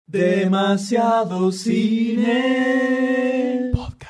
Demasiado Cine Podcast.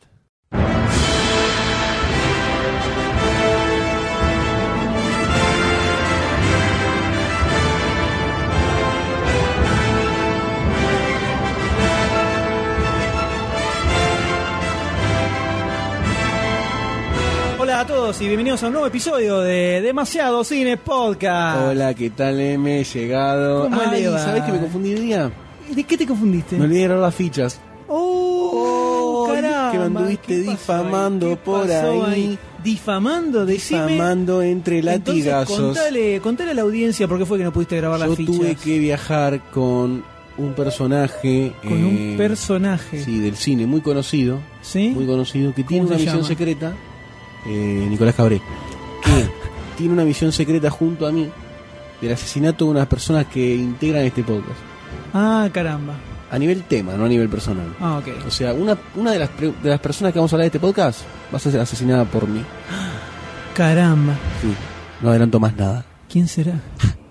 Hola a todos y bienvenidos a un nuevo episodio de Demasiado Cine Podcast. Hola, ¿qué tal? He llegado. ¿Cómo le va? ¿Sabés que me confundí de día? ¿De qué te confundiste? Me olvidé de grabar las fichas. Caramba, que me anduviste ¿qué pasó difamando ahí? ¿Qué por pasó ahí. Difamando, decime. Difamando entre latigazos. Entonces, contale a la audiencia por qué fue que no pudiste grabar las Yo fichas. tuve que viajar con un personaje. Con un personaje. Sí, del cine, muy conocido. ¿Sí? Muy conocido, que tiene ¿Cómo una se misión llama? secreta. Nicolás Cabré. Que tiene una misión secreta junto a mí del asesinato de unas personas que integran este podcast. Ah, caramba. A nivel tema, no a nivel personal. Ah, ok. O sea, una de las personas que vamos a hablar de este podcast va a ser asesinada por mí. Caramba. Sí, no adelanto más nada. ¿Quién será?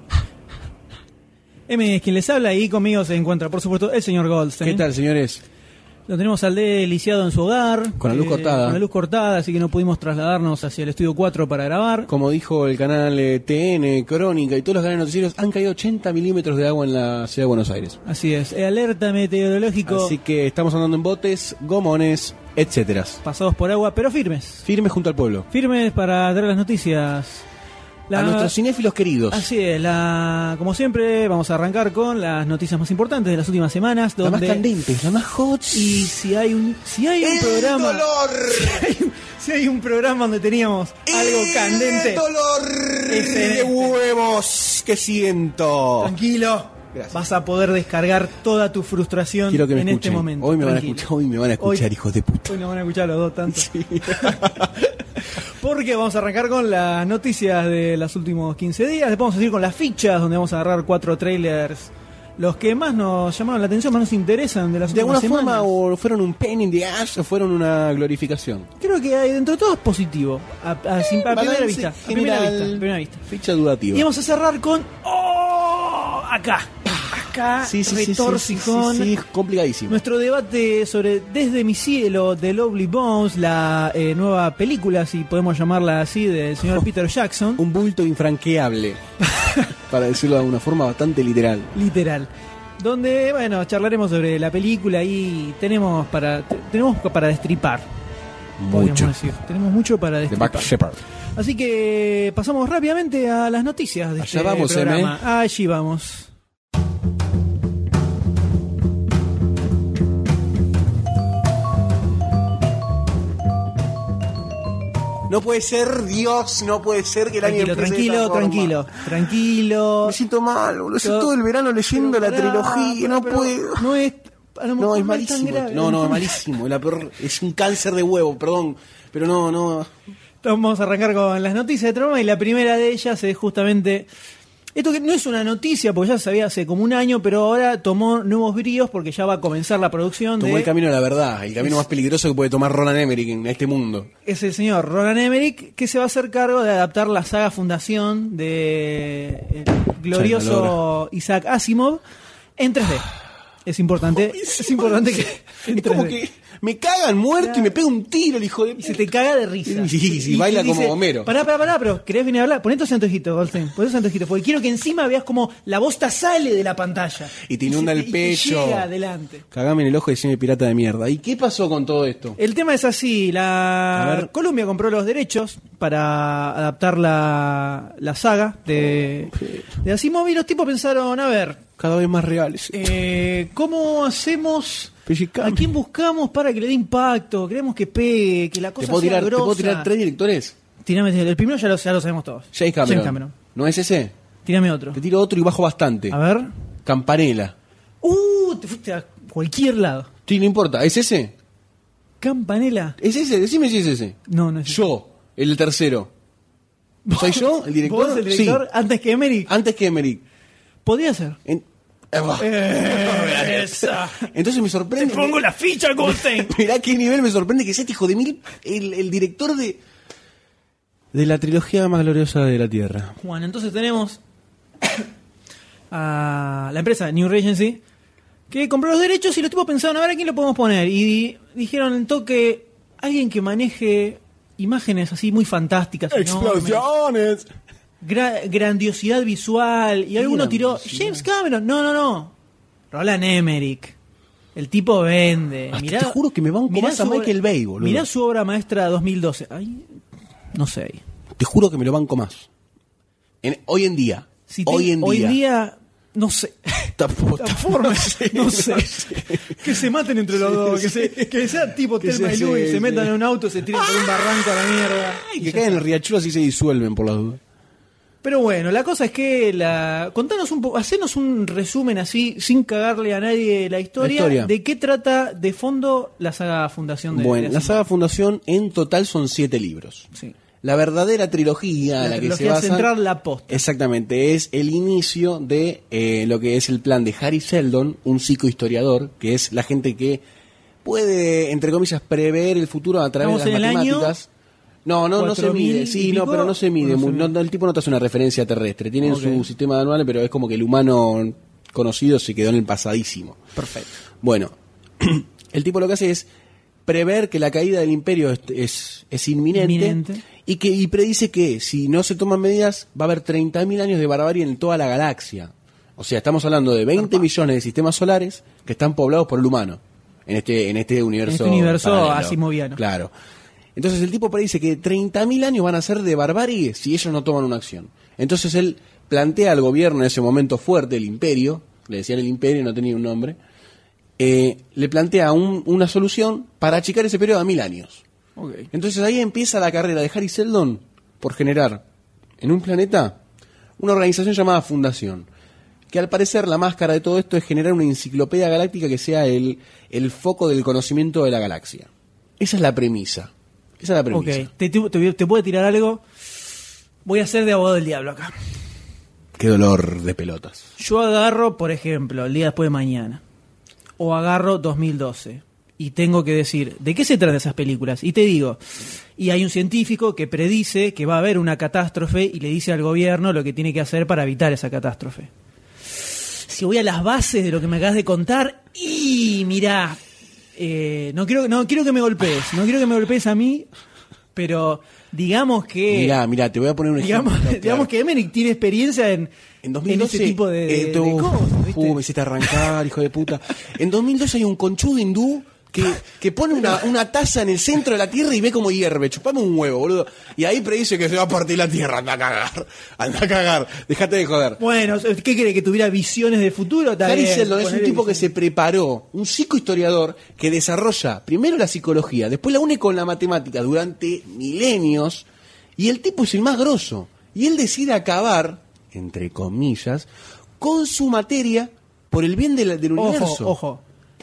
M es quien les habla y conmigo se encuentra, por supuesto, el señor Goldstein. ¿Qué tal, señores? Lo tenemos al D lisiado en su hogar. Con la luz cortada. Con la luz cortada, así que no pudimos trasladarnos hacia el estudio 4 para grabar. Como dijo el canal TN, Crónica y todos los canales noticieros, han caído 80 milímetros de agua en la ciudad de Buenos Aires. Así es, alerta meteorológico. Así que estamos andando en botes, gomones, etcétera. Pasados por agua, pero firmes. Firmes junto al pueblo. Firmes para traer las noticias. A nuestros cinéfilos queridos. Así es, como siempre, vamos a arrancar con las noticias más importantes de las últimas semanas. La más candente, la más hot. Y si hay un programa. Dolor. Si hay un programa donde teníamos algo candente. Dolor de huevos que siento. Tranquilo. Gracias. Vas a poder descargar toda tu frustración Quiero que me en escuchen. este momento. Hoy me Tranquilo. van a escuchar, hijos de puta. Hoy nos van a escuchar los dos tanto. Sí. Porque vamos a arrancar con las noticias de los últimos 15 días. Después vamos a seguir con las fichas, donde vamos a agarrar 4 trailers. Los que más nos llamaron la atención, más nos interesan de las De últimas alguna semanas. forma, o fueron un pain in the ass o fueron una glorificación. Creo que hay, dentro de todo es positivo. A primera Balance vista. general. A primera vista. Ficha dudativa. Y vamos a cerrar con. Acá, Sí, retorcijón. sí, complicadísimo. Nuestro debate sobre Desde mi cielo de Lovely Bones, la nueva película, si podemos llamarla así, del señor Peter Jackson. Un bulto infranqueable, para decirlo de una forma bastante literal. Literal. Donde, bueno, charlaremos sobre la película y tenemos para destripar. Podríamos Mucho. decir. Tenemos mucho para The destripar. Back Shepherd. Así que pasamos rápidamente a las noticias de Allá este vamos, programa. Allí vamos. No puede ser, Dios, no puede ser que el año empiece de esta forma. Tranquilo. Me siento mal, boludo. Estoy Todo- todo el verano leyendo la trilogía, no pero puedo. No es. A lo No, mejor es tan malísimo. grave. No, es malísimo. Es un cáncer de huevo, perdón. Pero no. Vamos a arrancar con las noticias de Troma y la primera de ellas es justamente esto, que no es una noticia porque ya se sabía hace como un año, pero ahora tomó nuevos bríos porque ya va a comenzar la producción Tomó de el camino de la verdad, el camino más peligroso que puede tomar Roland Emmerich en este mundo. es el señor Roland Emmerich, que se va a hacer cargo de adaptar la saga Fundación de el glorioso Isaac Asimov en 3D. Es importante que en Es como 3D. que me cagan muerto y me pega un tiro el hijo de... Y se te caga de risa. Sí, Y baila te dice, como Homero. Pará, pero ¿querés venir a hablar? Poné tus antojitos, Goldstein. Poné tus antojitos, porque quiero que encima veas como la bosta sale de la pantalla. Y te inunda el y pecho. llega adelante. Cagame en el ojo y decime pirata de mierda. ¿Y qué pasó con todo esto? El tema es así, A ver. Columbia compró los derechos para adaptar la saga de Asimov y los tipos pensaron, a ver, Cada vez más reales. ¿cómo hacemos? Pellizcame. ¿A quién buscamos para que le dé impacto? Queremos que pegue, que la ¿Te cosa puedo, sea tirar, ¿Te grosa. puedo tirar 3 directores? Tirame, el primero ya lo sabemos todos. James Cameron. ¿No es ese? Tírame otro. Te tiro otro y bajo bastante. A ver. Campanella. Te fuiste a cualquier lado. Sí, no importa. ¿Es ese? Campanella. ¿Es ese? Decime si es ese. No, no es ese. Yo, el tercero. ¿Soy yo, el director? ¿Vos el director? Sí. Antes que Emmerich. Antes que Emmerich. Podría ser. Esa. Entonces me sorprende. Te pongo la ficha, Goldstein. Mirá qué nivel me sorprende que sea este hijo de mil el director de la trilogía más gloriosa de la Tierra. Bueno, entonces tenemos a la empresa New Regency que compró los derechos y los tipos pensaron, a ver a quién lo podemos poner. Y dijeron en toque, alguien que maneje imágenes así muy fantásticas. ¡Explosiones! Grandiosidad visual. Y alguno tiró, James Cameron. No. Roland Emmerich. El tipo vende. Te juro que me banco más a Michael Bay, boludo. Mirá su obra maestra 2012. Ay, no sé. Te juro que me lo banco más. Hoy en día. Hoy en día, no sé. No sé. Que se maten entre los dos. Que sea tipo Thelma y Louise, se metan en un auto, se tiren por un barranco a la mierda. Y que caigan en el riachuelo así se disuelven por las dudas. Pero bueno, la cosa es que contanos un poco, hacenos un resumen así, sin cagarle a nadie la historia. ¿De qué trata de fondo la saga Fundación de Bueno, la saga Fundación en total son 7 libros. Sí. La verdadera trilogía, la que se basa central, la posta. Exactamente, es el inicio de lo que es el plan de Harry Seldon, un psicohistoriador, que es la gente que puede, entre comillas, prever el futuro a través de las matemáticas. No se mide. Sí, no, pero no se mide. El tipo no te hace una referencia terrestre. Tienen su sistema de anuales, pero es como que el humano conocido se quedó en el pasadísimo. Perfecto. Bueno, el tipo lo que hace es prever que la caída del imperio es inminente. Y predice que si no se toman medidas va a haber 30.000 años de barbarie en toda la galaxia. O sea, estamos hablando de 20 millones de sistemas solares que están poblados por el humano en este universo. En este universo asimoviano. Claro. Entonces el tipo predice que 30.000 años van a ser de barbarie si ellos no toman una acción. Entonces él plantea al gobierno en ese momento fuerte, el imperio, le decían el imperio, no tenía un nombre, le plantea una solución para achicar ese periodo a 1.000 años. Okay. Entonces ahí empieza la carrera de Harry Seldon por generar en un planeta una organización llamada Fundación, que al parecer la máscara de todo esto es generar una enciclopedia galáctica que sea el foco del conocimiento de la galaxia. Esa es la premisa. Ok, ¿Te puede tirar algo? Voy a ser de abogado del diablo acá. Qué dolor de pelotas. Yo agarro, por ejemplo, El día después de mañana. O agarro 2012. Y tengo que decir, ¿de qué se tratan esas películas? Y te digo, y hay un científico que predice que va a haber una catástrofe y le dice al gobierno lo que tiene que hacer para evitar esa catástrofe. Si voy a las bases de lo que me acabas de contar, y mirá, no quiero que me golpees a mí, pero digamos que... Mirá, te voy a poner un ejemplo. Digamos que Emmerich tiene experiencia en 2012, en ese tipo de cosas, ¿viste? Me hiciste arrancar, hijo de puta. En 2012 hay un conchudo hindú que pone una taza en el centro de la tierra y ve como hierve. Chupame un huevo, boludo. Y ahí predice que se va a partir la tierra. Anda a cagar. Dejate de joder. Bueno, ¿qué cree? ¿Que tuviera visiones de futuro? Harry Seldon es un tipo que se preparó, un psicohistoriador que desarrolla primero la psicología, después la une con la matemática durante milenios, y el tipo es el más grosso. Y él decide acabar, entre comillas, con su materia por el bien del universo. Ojo.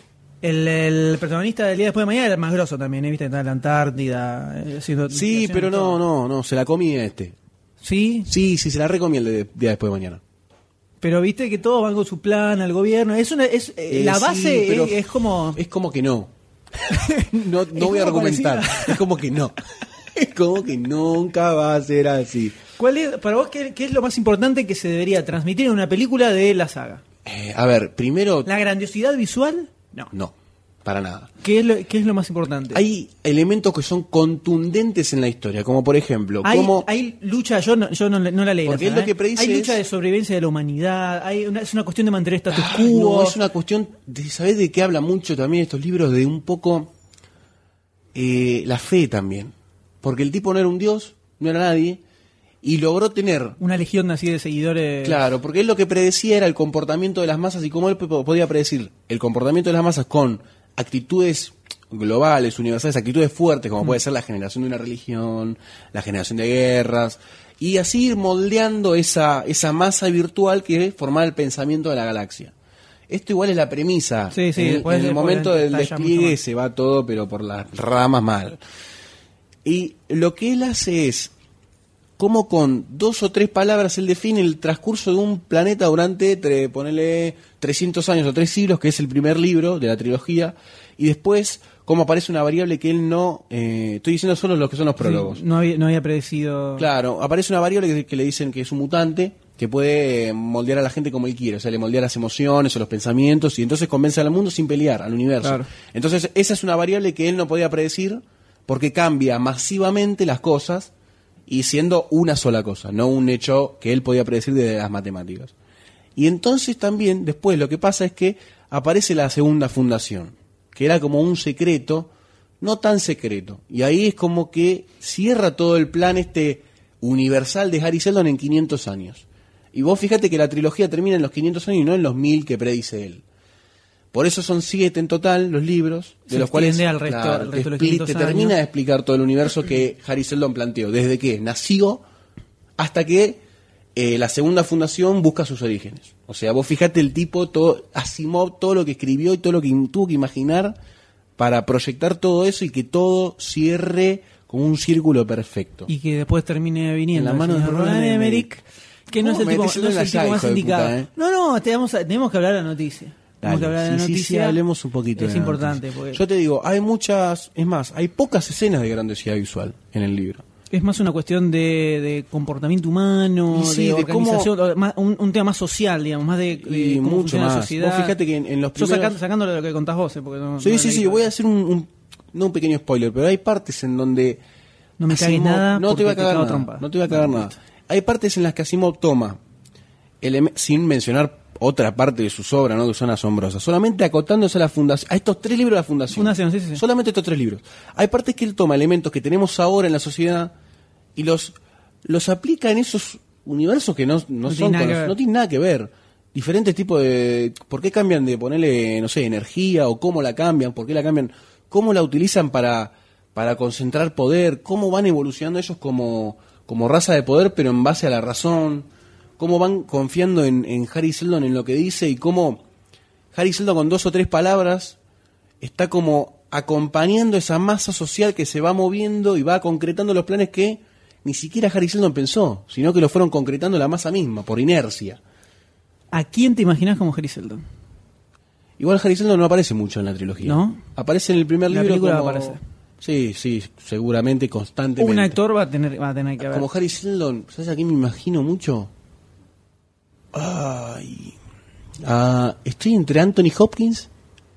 El protagonista del día después de mañana era el más grosso también, ¿viste? Está en la Antártida. Sí, pero no, se la comí este. ¿Sí? Sí, se la recomí el día después de mañana. Pero viste que todos van con su plan al gobierno. La base sí, es como... Es como que no. No voy a argumentar. Es como que no. Es como que nunca va a ser así. Para vos, qué es lo más importante que se debería transmitir en una película de la saga? A ver, primero... ¿La grandiosidad visual? No, para nada. ¿Qué es lo más importante? Hay elementos que son contundentes en la historia, como por ejemplo... Hay lucha, yo no la leí. Porque lo que predice hay lucha de sobrevivencia de la humanidad, es una cuestión de mantener status quo. No, es una cuestión de... ¿Sabés de qué habla mucho también estos libros? De un poco la fe también. Porque el tipo no era un dios, no era nadie, y logró tener... una legión así de seguidores... Claro, porque él lo que predecía era el comportamiento de las masas, y cómo él podía predecir el comportamiento de las masas con actitudes globales, universales, actitudes fuertes, como puede ser la generación de una religión, la generación de guerras, y así ir moldeando esa masa virtual que formaba el pensamiento de la galaxia. Esto igual es la premisa. Sí, en el momento del despliegue se va todo, pero por las ramas mal. Y lo que él hace es cómo con 2 o 3 palabras él define el transcurso de un planeta durante, ponele 300 años o 3 siglos, que es el primer libro de la trilogía, y después cómo aparece una variable que él no... estoy diciendo solo los que son los prólogos. Sí, no había predecido... Claro, aparece una variable que le dicen que es un mutante, que puede moldear a la gente como él quiere, o sea, le moldea las emociones o los pensamientos y entonces convence al mundo sin pelear, al universo. Claro. Entonces esa es una variable que él no podía predecir porque cambia masivamente las cosas y siendo una sola cosa, no un hecho que él podía predecir desde las matemáticas. Y entonces también después lo que pasa es que aparece la segunda fundación, que era como un secreto, no tan secreto, y ahí es como que cierra todo el plan universal de Hari Seldon en 500 años. Y vos fíjate que la trilogía termina en los 500 años y no en los 1000 que predice él. Por eso son 7 en total los libros, de los cuales al resto, claro, de los 500 te termina años. de explicar todo el universo que Hari Seldon planteó, desde que nació hasta que la segunda fundación busca sus orígenes. O sea, vos fíjate el tipo, todo Asimov, todo lo que escribió y todo lo que tuvo que imaginar para proyectar todo eso y que todo cierre como un círculo perfecto. Y que después termine viniendo En la mano el señor de Roland Emmerich, que no es el tipo, Metés en la llave, más hijo de indicado. puta, No, tenemos que hablar de la noticia. Tenemos que hablar de la noticia. Sí, hablemos un poquito. Es de la importante. noticia. Porque Yo te digo, hay muchas, es más, hay pocas escenas de grandiosidad visual en el libro. es más una cuestión de comportamiento humano, Y sí, de de cómo- organización, un tema más social, digamos, más de Y cómo mucho funciona la más. sociedad. Vos fíjate que en los Yo primeros... sacándolo de lo que contás vos, porque no, Sí, no sí, leí sí, todo. voy a hacer no un pequeño spoiler, pero hay partes en donde... No me cagues nada no te voy a porque cagar cago nada, trompada. no te voy a cagar nada. Hay partes en las que Asimov toma, sin mencionar otra parte de sus obras, ¿no? Que son asombrosas, solamente acotándose a la fundación, a estos 3 libros de la fundación. Sí. Solamente estos 3 libros. Hay partes que él toma elementos que tenemos ahora en la sociedad y los aplica en esos universos que no son no tienen nada que ver. Diferentes tipos de... ¿Por qué cambian de ponerle, no sé, energía? ¿O cómo la cambian? ¿Por qué la cambian? ¿Cómo la utilizan para concentrar poder? ¿Cómo van evolucionando ellos como raza de poder, pero en base a la razón? ¿Cómo van confiando en Hari Seldon, en lo que dice? Y cómo Hari Seldon con 2 o 3 palabras está como acompañando esa masa social que se va moviendo y va concretando los planes que ni siquiera Hari Seldon pensó, sino que lo fueron concretando la masa misma, por inercia. ¿A quién te imaginás como Hari Seldon? Igual Hari Seldon no aparece mucho en la trilogía. ¿No? Aparece en el primer La libro película como... va a aparecer. Sí, seguramente, constantemente. Un actor va a tener que haber. Como Hari Seldon, ¿sabes a quién me imagino mucho? Ay... estoy entre Anthony Hopkins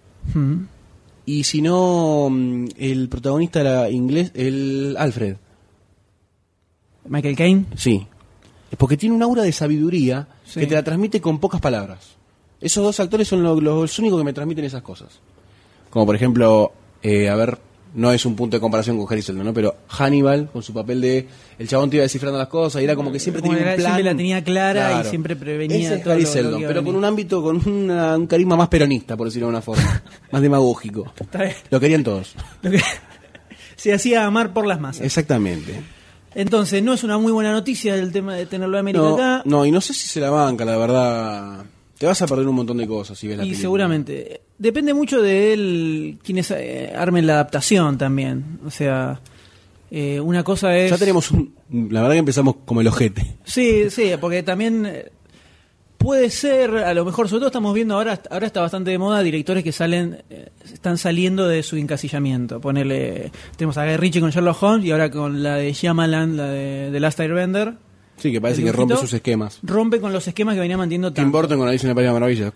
y si no el protagonista era inglés, el Alfred. Michael Caine. Sí. Es porque tiene un aura de sabiduría Sí. que te la transmite con pocas palabras. Esos 2 actores son los únicos que me transmiten esas cosas. Como por ejemplo, no es un punto de comparación con Hari Seldon, ¿no? Pero Hannibal, con su papel de... El chabón te iba descifrando las cosas y era como que siempre tenía un plan. Siempre la tenía clara Claro. y siempre prevenía. Ese es todo Hari lo Seldon, que iba a pero con venir. un ámbito, con un carisma más peronista, por decirlo de una forma. Más demagógico. Está bien. Lo querían todos. Lo que- Se hacía amar por las masas. Exactamente. Entonces, no es una muy buena noticia el tema de tenerlo a América acá. No, y no sé si se la banca, la verdad. Te vas a perder un montón de cosas si ves la Y película. seguramente. Depende mucho de él, quienes armen la adaptación también. O sea, una cosa es... Ya tenemos la verdad que empezamos como el ojete. Sí, porque también puede ser, a lo mejor, sobre todo estamos viendo ahora está bastante de moda directores que están saliendo de su encasillamiento. Tenemos a Guy Ritchie con Sherlock Holmes y ahora con la de Shyamalan, la de The Last Airbender. Sí, que parece El que rompe dibujito sus esquemas. Rompe con los esquemas que venía manteniendo Tim tanto. Burton con Alicia en el País de las Maravillas.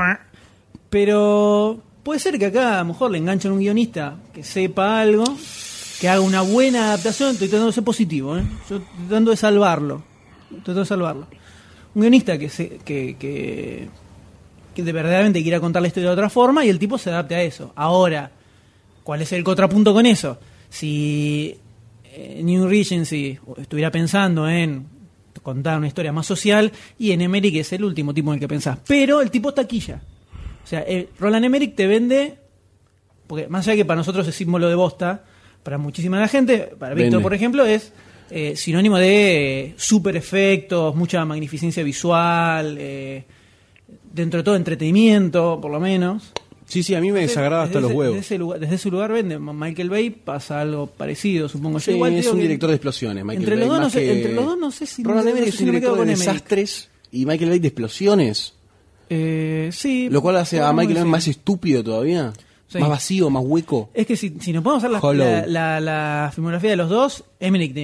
Pero puede ser que acá a lo mejor le enganchan un guionista que sepa algo, que haga una buena adaptación. Estoy tratando de ser positivo, ¿eh? Yo estoy tratando de salvarlo. Un guionista que de verdaderamente quiera contar la historia de otra forma y el tipo se adapte a eso. Ahora, ¿cuál es el contrapunto con eso? Si New Regency estuviera pensando en contar una historia más social y en Emmerich es el último tipo en el que pensás, pero el tipo es taquilla. O sea, Roland Emmerich te vende, porque más allá que para nosotros es símbolo de bosta, para muchísima de la gente, para Víctor, por ejemplo, es sinónimo de super efectos, mucha magnificencia visual, dentro de todo entretenimiento, por lo menos. Sí, a mí me desagrada hasta los huevos. Desde ese lugar vende. Michael Bay pasa algo parecido, supongo. Sí, igual es digo un que director de explosiones, Michael entre Bay. los dos no sé si... Roland Emmerich es un me quedo director de con Emmerich. desastres y Michael Bay de explosiones. Sí. Lo cual hace a podemos Michael Bay decir. más estúpido todavía. Sí. Más vacío, más hueco. Es que si nos podemos hacer Hollow. la filmografía de los dos, Emmerich tiene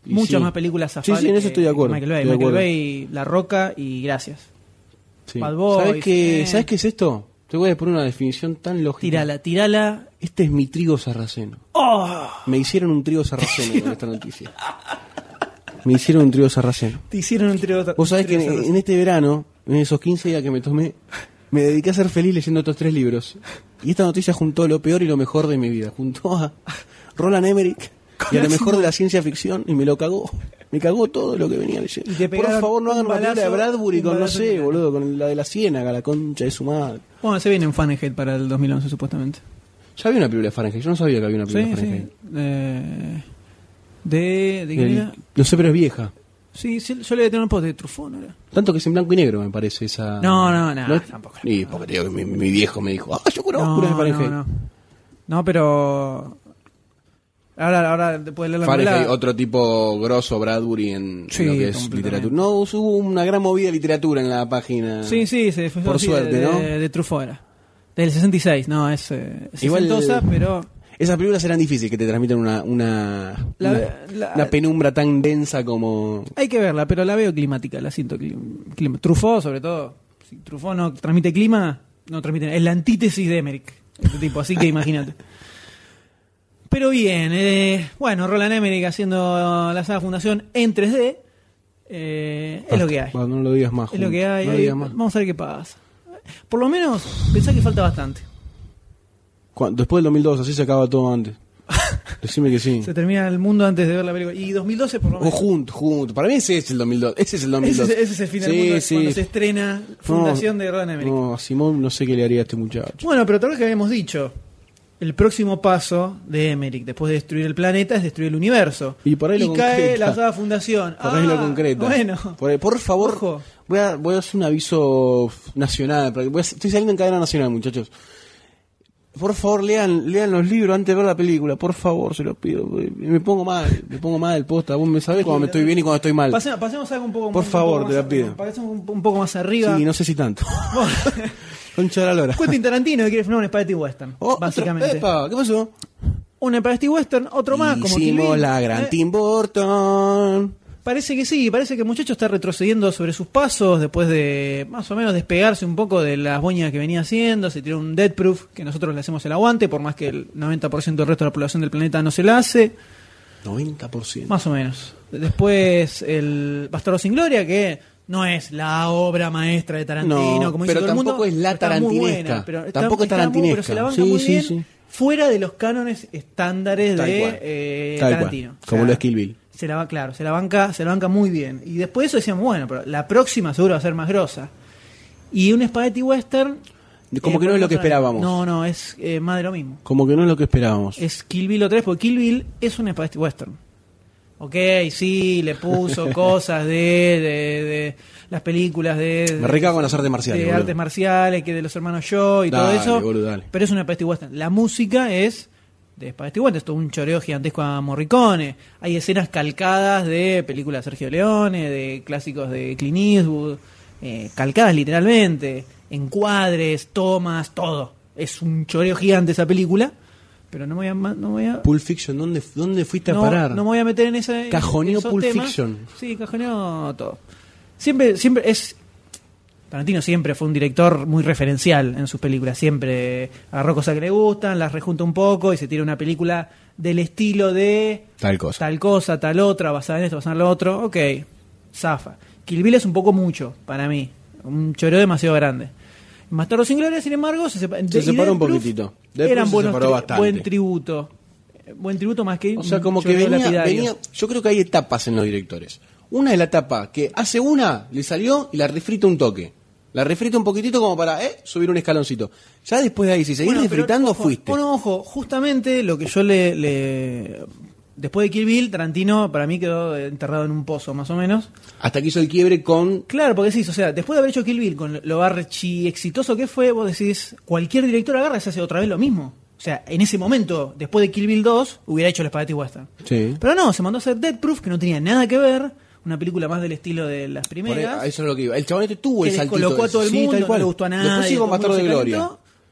Muchas más películas zafadas. Sí, en eso estoy de acuerdo. Michael Bay, La Roca y gracias. Sí. Bad Boys, ¿Sabes qué es esto? Te voy a poner una definición tan lógica. Tírala. Este es mi trigo sarraceno. ¡Oh! Me hicieron un trigo sarraceno con esta noticia. Me hicieron un trigo sarraceno. Te hicieron un trigo sarraceno. Vos sabés que en este verano, en esos 15 días que me tomé, me dediqué a ser feliz leyendo estos 3 libros. Y esta noticia juntó lo peor y lo mejor de mi vida. Juntó a Roland Emmerich y a lo mejor de la ciencia ficción y me lo cagó. Me cagó todo lo que venía leyendo. Por favor, no hagan una película de Bradbury con, no sé, boludo, con la de la ciénaga, la concha de su madre. Bueno, se viene en Fahrenheit para el 2011, supuestamente. Ya había una película de Fahrenheit. Yo no sabía que había una película de Fahrenheit. Sí. ¿De quién era? No sé, pero es vieja. Sí, yo le voy a tener un post de Truffaut, ¿no era? Tanto que es en blanco y negro, me parece esa. No, tampoco. Y porque te digo que mi viejo me dijo, yo conozco de Fahrenheit. No, pero ahora después de leer la Fahrenheit, novela, otro tipo grosso, Bradbury en lo que es literatura. No, hubo una gran movida de literatura en la página. Sí, se fue por suerte, ¿no? De Truffaut era. Del 66, no, es sesentosa, pero... Esas películas eran difíciles que te transmitan una penumbra tan densa como... Hay que verla, pero la veo climática, la siento clima. Truffaut, sobre todo. Si Truffaut no transmite clima, no transmite... Es la antítesis de Emmerich, este tipo, así que imagínate. Pero bien, bueno, Roland Emmerich haciendo la saga Fundación en 3D, es lo que hay. Bueno, no lo digas más. Es lo que hay, vamos a ver qué pasa. Por lo menos, pensá que falta bastante. Después del 2002, así se acaba todo antes. Decime que sí. Se termina el mundo antes de ver la película. Y 2012 por lo menos. O junto. Para mí ese es el 2002. Ese es el 2002. Ese es el final del mundo, cuando se estrena Fundación de Roland Emmerich. No, a Simón no sé qué le haría a este muchacho. Bueno, pero tal vez que habíamos dicho, el próximo paso de Emmerich, después de destruir el planeta, es destruir el universo. Y por ahí lo concreta. Cae la saga Fundación. Por ahí lo concreta. Bueno. Por favor, ojo. Voy a hacer un aviso nacional. Estoy saliendo en cadena nacional, muchachos. Por favor, lean los libros antes de ver la película. Por favor, se los pido. Me pongo mal, posta. Vos me sabés cuando me estoy bien y cuando estoy mal. Pasemos algo un poco más. Por favor, te la pido. Pasemos un poco más arriba. Sí, no sé si tanto. Concha de la lora. Quentin Tarantino que quiere filmar un Spaghetti Western. Básicamente. ¿Qué pasó? Un Spaghetti Western, otro más. Como hicimos la gran Tim Burton. Parece que sí, parece que el muchacho está retrocediendo sobre sus pasos después de más o menos despegarse un poco de las boñas que venía haciendo. Se tiró un Death Proof, que nosotros le hacemos el aguante, por más que el 90% del resto de la población del planeta no se la hace. 90%. Más o menos. Después el Bastardo sin Gloria, que no es la obra maestra de Tarantino, como dice todo el mundo. Tampoco es la tarantinesca. Tampoco es tarantinesca. Pero se la banca muy bien, fuera de los cánones estándares de Tarantino. Como lo es Kill Bill. Se la banca muy bien. Y después de eso decíamos, bueno, pero la próxima seguro va a ser más grosa. Y un Spaghetti Western... Como que no es lo que esperábamos. No, es más de lo mismo. Como que no es lo que esperábamos. Es Kill Bill 3, porque Kill Bill es un Spaghetti Western. Ok, sí, le puso cosas de las películas Me recago con las artes marciales. De artes marciales, que de los hermanos Shaw y todo eso. Boludo, pero es una Spaghetti Western. La música es... de Spaghetti Western, es todo un choreo gigantesco a Morricone. Hay escenas calcadas de películas de Sergio Leone, de clásicos de Clint Eastwood, calcadas literalmente, encuadres, tomas, todo. Es un choreo gigante esa película, pero no voy a Pulp Fiction, ¿dónde fuiste a parar? No me voy a meter en ese... Cajoneo Pulp temas. Fiction. Sí, cajoneo todo. Siempre es... Tarantino siempre fue un director muy referencial en sus películas. Siempre agarró cosas que le gustan, las rejunta un poco y se tira una película del estilo de... tal cosa, tal otra, basada en esto, basada en lo otro. Ok, zafa. Kill Bill es un poco mucho, para mí. Un choreo demasiado grande. Bastardo sin Gloria, sin embargo, se separó un poquitito. Eran buen tributo. Buen tributo más que... O sea, como que venía... Yo creo que hay etapas en los directores. Una es la etapa que hace una, le salió y la refrita un toque. La refrita un poquitito como para subir un escaloncito. Ya después de ahí, si seguís refritando, fuiste. Bueno, ojo, justamente lo que yo después de Kill Bill, Tarantino para mí quedó enterrado en un pozo, más o menos. Hasta que hizo el quiebre con... Claro, porque sí, o sea, después de haber hecho Kill Bill, con lo archi exitoso que fue, vos decís, cualquier director agarra y se hace otra vez lo mismo. O sea, en ese momento, después de Kill Bill 2, hubiera hecho el Spaghetti Western. Sí. Pero no, se mandó a hacer Death Proof, que no tenía nada que ver. Una película más del estilo de las primeras. Eso es lo que iba. El chabón tuvo que el saltito. Colocó a todo el mundo, no le gustó a nadie. Después sigo con Bastardo de Gloria.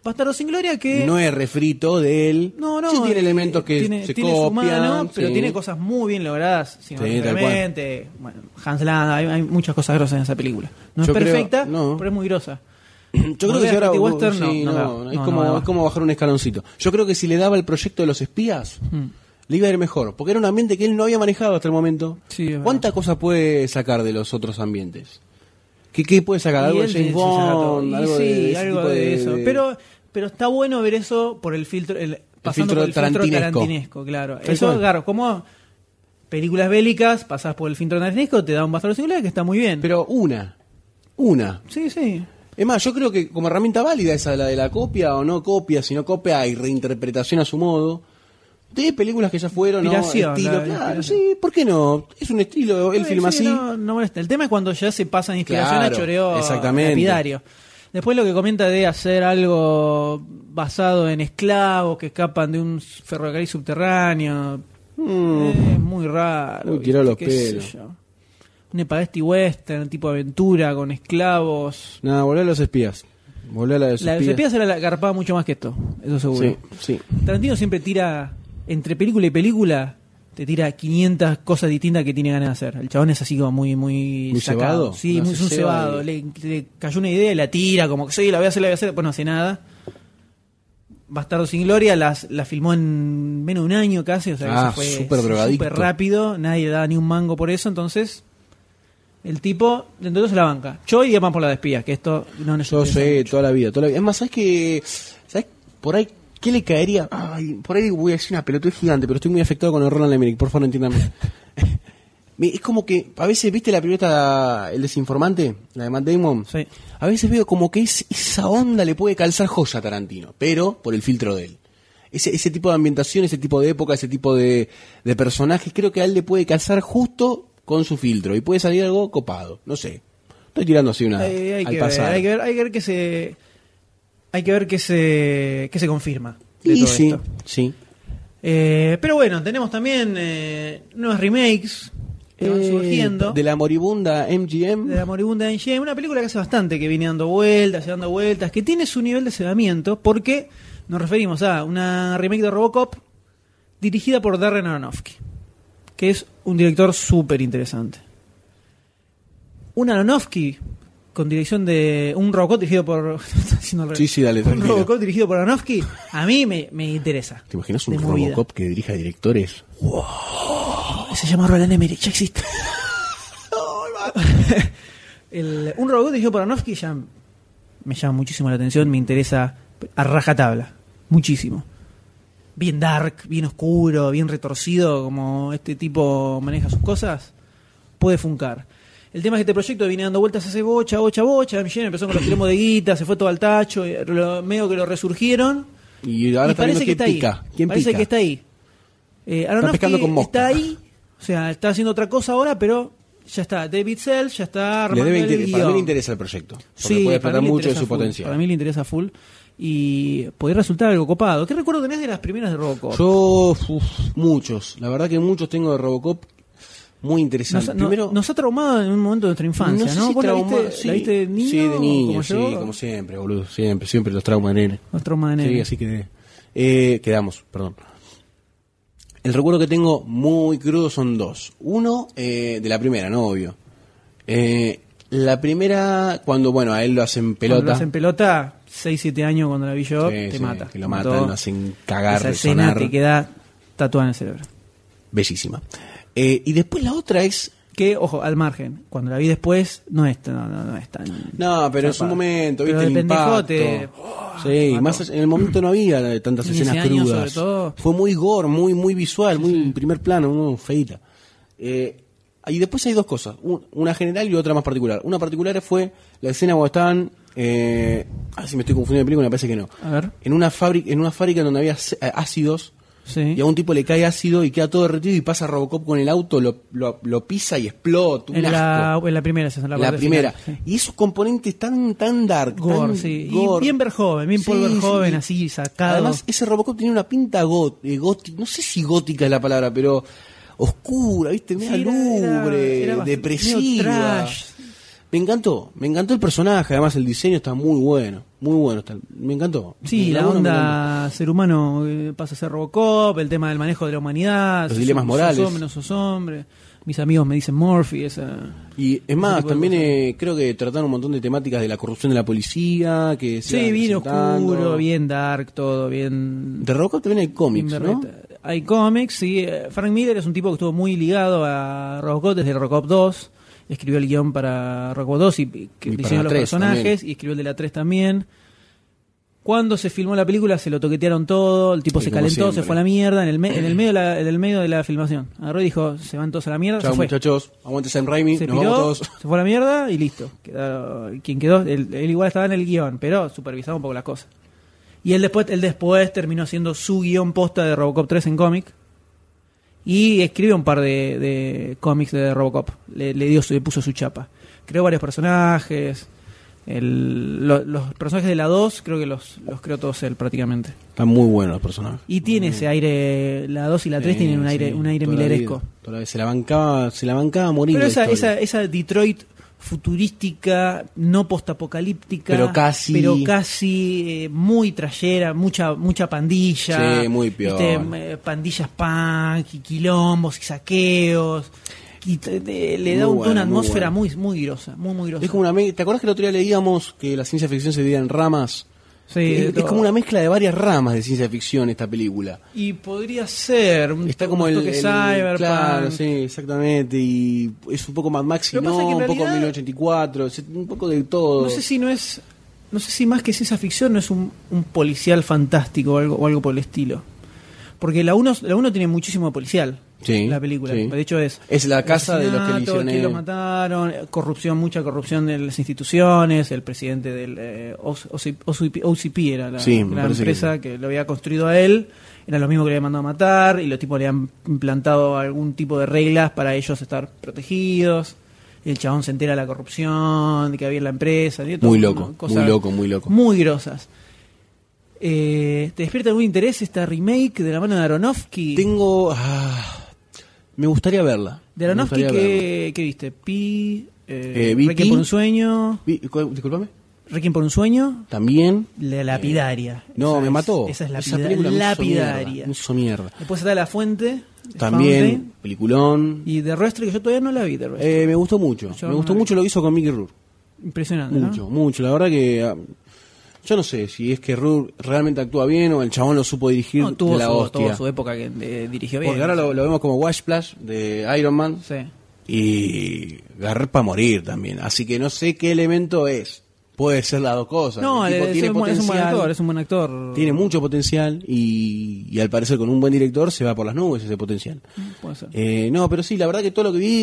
Bastardo sin Gloria, que no es refrito de él. No, sí tiene elementos que tiene se su copian, mano, pero sí. tiene cosas muy bien logradas cinematográficamente. Bueno, Hans Landa, hay muchas cosas grosas en esa película. No Yo es perfecta, creo, pero es muy grosa. Yo creo que si ahora Western, es como bajar un escaloncito. Yo creo que si le daba el proyecto de los espías, le iba a ir mejor, porque era un ambiente que él no había manejado hasta el momento. Sí, ¿cuántas cosas puede sacar de los otros ambientes? ¿Qué puede sacar? ¿Algo de James Bond? Algo de eso. Pero está bueno ver eso por el filtro, pasando por el filtro tarantinesco, claro. Eso, claro, como películas bélicas, pasás por el filtro tarantinesco, te da un Bastardo sin Gloria que está muy bien. Pero una. Sí, sí. Es más, yo creo que como herramienta válida esa, la de la copia o no copia, sino copia y reinterpretación a su modo, de películas que ya fueron, inspiración, ¿no? Estilo, claro, sí, ¿por qué no? Es un estilo, él filma así. No molesta. El tema es cuando ya se pasa de inspiración a choreo exactamente. lapidario. Después lo que comenta de hacer algo basado en esclavos que escapan de un ferrocarril subterráneo, es muy raro. Uy, tiró los pelos. Un spaghetti western, tipo aventura con esclavos. Nada, volvé a los espías. La de los espías era la garpaba mucho más que esto, eso seguro. Sí. Tarantino siempre tira, entre película y película, te tira 500 cosas distintas que tiene ganas de hacer. El chabón es así como muy cebado. sacado. Sí, muy cebado. Le cayó una idea y la tira, como que sí, la voy a hacer. Después no hace nada. Bastardo sin Gloria la filmó en menos de un año casi, o sea, que se fue súper rápido, nadie le daba ni un mango por eso, entonces el tipo dentro de todo se la banca. Yo iría más por la de espías, que esto no yo sé, toda la vida. Es más, ¿sabes por ahí qué le caería? Ay, por ahí voy a decir una pelotudez gigante, pero estoy muy afectado con el Roland Emmerich, por favor no entiéndame. Es como que a veces, ¿viste la película El Desinformante? La de Matt Damon. Sí. A veces veo como que esa onda le puede calzar joya a Tarantino, pero por el filtro de él. Ese tipo de ambientación, ese tipo de época, ese tipo de personajes, creo que a él le puede calzar justo con su filtro y puede salir algo copado. No sé. Estoy tirando así una al pasar. Hay que ver que se confirma de todo esto. Sí. Pero bueno, tenemos también nuevos remakes que van surgiendo. De la moribunda MGM. Una película que hace bastante que viene dando vueltas, que tiene su nivel de cebamiento, porque nos referimos a una remake de RoboCop dirigida por Darren Aronofsky, que es un director súper interesante. Un Aronofsky con dirección de un Robocop dirigido por sí, dale, un Robocop dirigido por Aronofsky a mí me interesa. ¿Te imaginas un Robocop que dirija directores? ¡Wow! Se llama Roland Emmerich, ya existe. Un Robocop dirigido por Aronofsky ya me llama muchísimo la atención, me interesa a rajatabla, muchísimo. Bien dark, bien oscuro, bien retorcido, como este tipo maneja sus cosas, puede funcar. El tema es que este proyecto viene dando vueltas hace bocha. MGM empezó con los quilombos de guita, se fue todo al tacho, medio que lo resurgieron. Y ahora parece que está ahí. Parece que está ahí. Aronofsky está ahí, o sea, está haciendo otra cosa ahora, pero ya está. David Sells ya está armando el guión. Para mí le interesa el proyecto, porque puede explotar mucho de su potencial. Para mí le interesa full. Y podría resultar algo copado. ¿Qué recuerdo tenés de las primeras de Robocop? Yo, muchos. La verdad que muchos tengo de Robocop. Muy interesante. Nos ha traumado en un momento de nuestra infancia, ¿no? ¿Vos la viste de niño? Sí, de niño, como siempre, boludo. Siempre los traumas de nene. Los traumas de nene. Sí, así quedamos, perdón. El recuerdo que tengo muy crudo son dos. Uno, de la primera, no obvio. La primera, cuando, a él lo hacen pelota. Cuando lo hacen pelota, 6-7 años cuando la vi yo, te mata. Que lo matan, lo hacen cagar, esa escena resonar. Te queda tatuada en el cerebro. Bellísima. Y después la otra es... Que, ojo, al margen, cuando la vi después, no es tan... No, pero en su momento, pero viste el impacto. Sí, más en el momento no había tantas escenas crudas. Fue muy gore, muy visual, muy primer plano, muy feita. Y después hay dos cosas, una general y otra más particular. Una particular fue la escena cuando estaban... si me estoy confundiendo de película, me parece que no. A ver. En una fábrica donde había ácidos. Sí. Y a un tipo le cae ácido y queda todo derretido y pasa Robocop con el auto, lo pisa y explota. En la primera sesión, la primera. Final, sí. Y esos componentes tan dark, gore, sí. Gore. Y bien Verhoeven, bien Paul Verhoeven, así sacado. Además, ese Robocop tenía una pinta gótica, no sé si gótica es la palabra, pero oscura, ¿viste? Media lúgubre, depresiva. Me encantó el personaje, además el diseño está muy bueno, me encantó. Sí, la onda ser humano pasa a ser Robocop, el tema del manejo de la humanidad, los dilemas morales. Sos hombre, no sos hombre. Mis amigos me dicen Murphy. Y es más, también creo que trataron un montón de temáticas de la corrupción de la policía. Que sí, bien oscuro, bien dark, todo bien. De Robocop también hay cómics, ¿no? Hay cómics, sí. Frank Miller es un tipo que estuvo muy ligado a Robocop desde Robocop 2. Escribió el guión para Robocop 2 y diseñó los personajes también. Y escribió el de la 3 también. Cuando se filmó la película se lo toquetearon todo, el tipo se calentó, siempre. Se fue a la mierda en el medio de la filmación. Agarró y dijo, se van todos a la mierda. Chao, se fue. Muchachos, aguante Sam Raimi, se nos piró, vamos todos. Se fue a la mierda y listo. Quien quedó, él igual estaba en el guión, pero supervisaba un poco las cosas. Y él después terminó haciendo su guión posta de Robocop 3 en cómic. Y escribió un par de cómics de Robocop. Le puso su chapa. Creó varios personajes. Los personajes de la 2 creo que los creó todos él prácticamente. Están muy buenos los personajes. Y tiene ese aire, la 2 y la 3 tienen un aire mileresco. Se la bancaba a morir. Pero esa Detroit futurística, no postapocalíptica, pero casi muy trayera, mucha pandilla. Sí, muy peor. Pandillas punk y quilombos y saqueos. Y le da una atmósfera muy grosa, muy grosa. Es como ¿te acuerdas que el otro día leíamos que la ciencia ficción se divide en ramas? Sí, es como una mezcla de varias ramas de ciencia ficción esta película. Y podría ser está como el cyberpunk. Claro, sí, exactamente. Y es un poco Mad Max y un poco 1984, un poco de todo. No sé si más que ciencia ficción no es un policial fantástico o algo por el estilo. Porque la 1 tiene muchísimo policial. Sí, la película. Sí. De hecho es la casa de los que le hicieron. Que lo mataron, mucha corrupción de las instituciones, el presidente del OCP era la empresa que lo había construido a él, era lo mismo que le había mandado a matar, y los tipos le han implantado algún tipo de reglas para ellos estar protegidos. Y el chabón se entera de la corrupción que había en la empresa. Muy loco. Muy grosas. ¿Te despierta algún interés esta remake de la mano de Aronofsky? Me gustaría verla. ¿De Aronofsky qué viste? Requiem por un sueño. Disculpame. Requiem por un sueño. También. La lapidaria. Me mató. Esa es esa película lapidaria. Me hizo mierda. Después está La Fuente. También, peliculón. Y The Restri, que yo todavía no la vi. Me gustó mucho. Mucho lo que hizo con Mickey Rourke. Impresionante. Mucho. La verdad que... Yo no sé si es que Rourke realmente actúa bien o el chabón lo supo dirigir de la hostia. Tuvo su época que dirigió bien. Porque ahora lo vemos como Wash Splash de Iron Man. Sí. Y garpa a morir también. Así que no sé qué elemento es. Puede ser las dos cosas. No, es un buen actor. Tiene mucho potencial y al parecer con un buen director se va por las nubes ese potencial. Puede ser. Pero sí, la verdad que todo lo que vi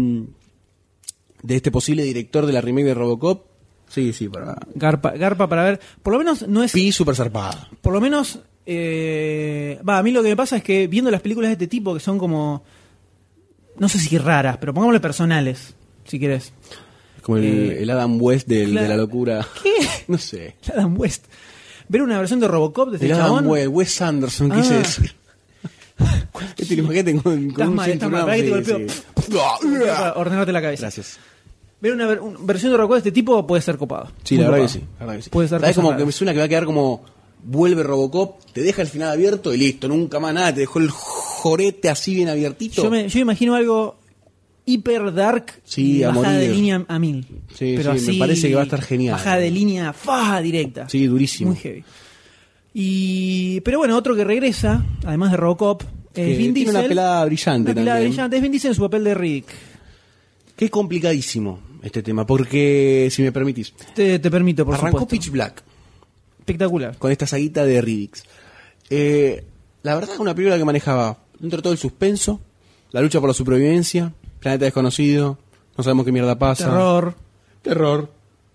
de este posible director de la remake de Robocop, sí, para... Garpa para ver. Por lo menos no es... super zarpada. Por lo menos... a mí lo que me pasa es que viendo las películas de este tipo que son como... No sé si raras, pero pongámosle personales, si querés. Es como el Adam West de la locura. ¿Qué? No sé. El Adam West. Ver una versión de Robocop de este chabón... Adam West, Wes Anderson, quise decir. Imagínate con estás mal, para que te golpeo. Ordenarte la cabeza. Gracias. Ver una versión de Robocop de este tipo puede ser copado. Sí, la verdad que sí. Puede ser. ¿Sabes? Como que me suena que va a quedar como vuelve Robocop, te deja el final abierto y listo, nunca más nada, te dejó el jorete así bien abiertito. Yo imagino algo hiper dark, sí, bajada de línea a 1000. Sí, pero así, me parece que va a estar genial. Bajada de línea directa. Sí, durísimo. Muy heavy. Pero bueno, otro que regresa, además de Robocop, es Vin Diesel. Tiene una pelada brillante Es Vin Diesel en su papel de Riddick. Qué complicadísimo este tema, porque, si me permitís. Te permito, por Arrancó supuesto. Pitch Black. Espectacular. Con esta saguita de Riddick. La verdad es una película que manejaba, dentro de todo el suspenso, la lucha por la supervivencia, planeta desconocido, no sabemos qué mierda pasa. Terror.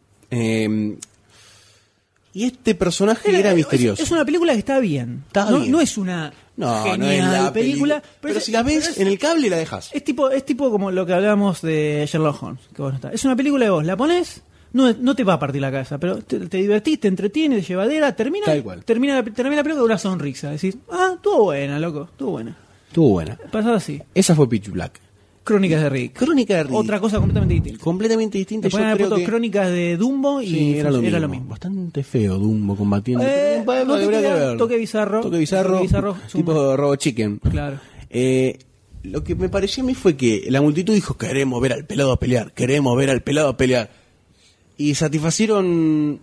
Y este personaje era misterioso. Es una película que está bien. No es una genial no es la película. Pero si la ves en el cable la dejas. Es tipo como lo que hablábamos de Sherlock Holmes. Que vos no estás. Es una película que vos la pones, no te va a partir la cabeza, pero te divertís, te entretienes, llevadera, termina la película con una sonrisa. Decís, estuvo buena, loco, estuvo buena. Pasado así. Esa fue Pitch Black. Crónicas de Riddick. Crónicas de Riddick. Otra cosa completamente distinta. Completamente distinta. Después Yo creo que Crónicas de Dumbo y sí, era lo mismo. Bastante feo Dumbo combatiendo. Toque bizarro. Tipo Robot Chicken. Claro. Lo que me pareció a mí fue que la multitud dijo: queremos ver al pelado a pelear, queremos ver al pelado a pelear. Y satisfacieron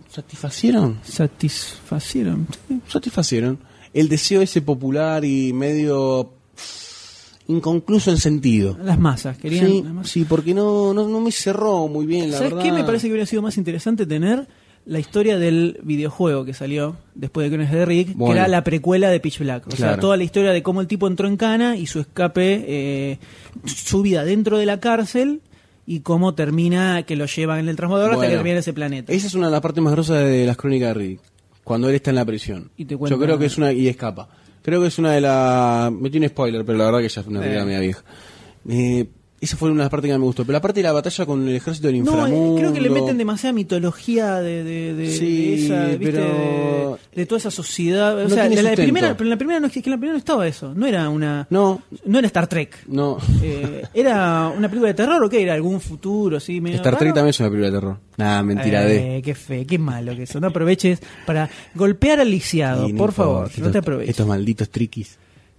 el deseo ese popular y medio inconcluso en sentido. Las masas, querían. Sí, las masas. sí, porque no me cerró muy bien, la verdad. ¿Sabes qué? Me parece que hubiera sido más interesante tener la historia del videojuego que salió después de Crónicas de Riddick, que era la precuela de Pitch Black. O sea, toda la historia de cómo el tipo entró en cana y su escape, su vida dentro de la cárcel y cómo termina, que lo llevan en el transbordador hasta que termina en ese planeta. Esa es una de las partes más grosas de las Crónicas de Riddick, cuando él está en la prisión. Yo creo que es una... Y escapa. Creo que es una de las... Metí un spoiler, pero la verdad que ya es una película media vieja. Esa fue una de las partes que más me gustó. Pero la parte de la batalla con el ejército del inframundo... creo que le meten demasiada mitología de esa, ¿viste? Pero... de toda esa sociedad. O sea, la primera no estaba eso. No era una... No era Star Trek. No. ¿Era una película de terror o qué? ¿Era algún futuro así medio Star Trek raro? también es una película de terror. Nah, mentira qué malo que eso. No aproveches para golpear al lisiado, por favor. No te aproveches. Estos malditos triquis.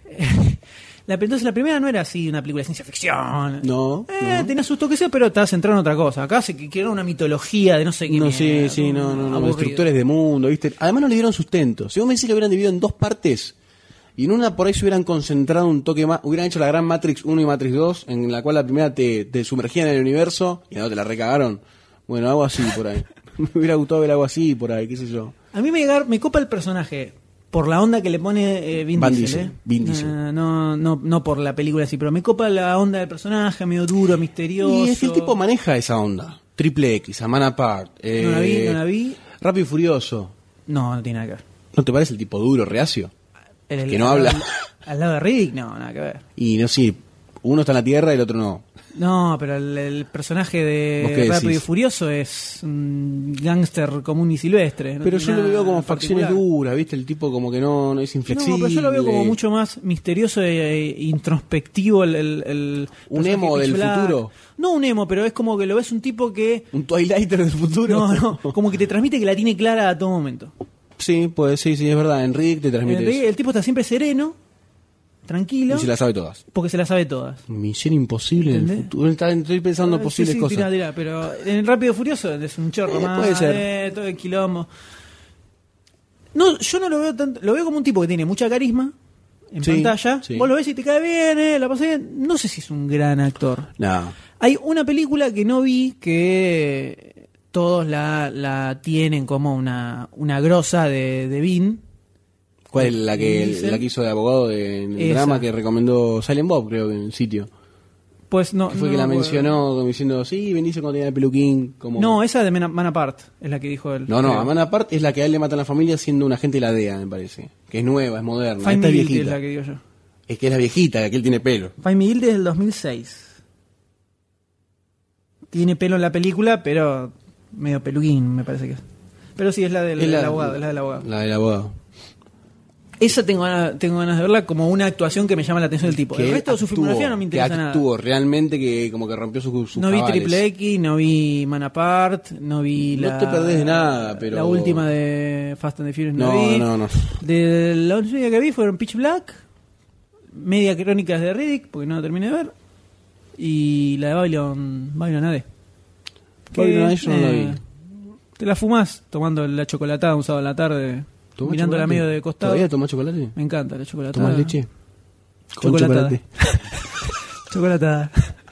Entonces la primera no era así una película de ciencia ficción. No. Tenía sus toques, pero estaba centrado en otra cosa. Acá que era una mitología de no sé qué. No. Destructores de mundo, ¿viste? Además no le dieron sustento. Si vos me decís que lo hubieran dividido en dos partes y en una por ahí se hubieran concentrado un toque más, hubieran hecho la gran Matrix 1 y Matrix 2, en la cual la primera te sumergía en el universo y la otra te la recagaron. Bueno, algo así por ahí. Me hubiera gustado ver algo así por ahí, qué sé yo. A mí me copa el personaje. Por la onda que le pone Vin Diesel. Vin Diesel. No por la película así, pero me copa la onda del personaje, medio duro, misterioso. Y es que el tipo maneja esa onda. Triple X, A Man Apart. No la vi. Rápido y Furioso. No tiene nada que ver. ¿No te parece el tipo duro, reacio? Que no habla. Al lado de Riddick, nada que ver. Y no sé, uno está en la tierra y el otro no. No, pero el personaje de Rápido y Furioso es un gángster común y silvestre. Pero yo lo veo como facciones duras, ¿viste? El tipo como que no es inflexible. No, pero yo lo veo como mucho más misterioso e introspectivo. ¿Un emo del futuro? No un emo, pero es como que lo ves un tipo que... ¿Un Twilighter del futuro? No, como que te transmite que la tiene clara a todo momento. Sí, pues sí, es verdad. Enrique te transmite eso. El tipo está siempre sereno, tranquilo. Y se las sabe todas. Porque se las sabe todas. Misión imposible en el futuro. Estoy pensando en posibles cosas. Tira, pero en Rápido y Furioso es un chorro más. Puede ser. Todo el quilombo. No, yo no lo veo tanto. Lo veo como un tipo que tiene mucha carisma en pantalla. Sí. Vos lo ves y te cae bien, la pasé bien. No sé si es un gran actor. No. Hay una película que no vi que todos la tienen como una grosa de Vin. ¿Cuál es la que hizo de abogado en el drama que recomendó Silent Bob, creo que en el sitio? Pues no. Fue que la mencionó como diciendo, sí, Benicio cuando tenía el peluquín. Como... No, esa de Man Apart es la que dijo él. No, a Man Apart es la que a él le matan a la familia siendo un agente de la DEA, me parece. Que es nueva, es moderna. Find Me Guilty es la que digo yo. Es que es la viejita, que él tiene pelo. Find Me Guilty es del 2006. Tiene pelo en la película, pero medio peluquín, me parece que es. Pero sí, es la del abogado. Es la del abogado. La del abogado. Esa tengo ganas de verla como una actuación que me llama la atención del tipo. El resto de su filmografía no me interesa nada. Actuó realmente que como que rompió sus No vi Triple X, no vi Man Apart, no vi No te perdés de nada, pero... La última de Fast and the Furious no vi. No. De la única que vi fueron Pitch Black, media Crónicas de Riddick, porque no la terminé de ver, y la de Babylon AD. Babylon AD yo no la vi. Te la fumás tomando la chocolatada un sábado en la tarde... Mirándola medio de costado. ¿Todavía tomás chocolate? Me encanta la chocolatada. ¿Tomás leche? Chocolatada. Chocolatada.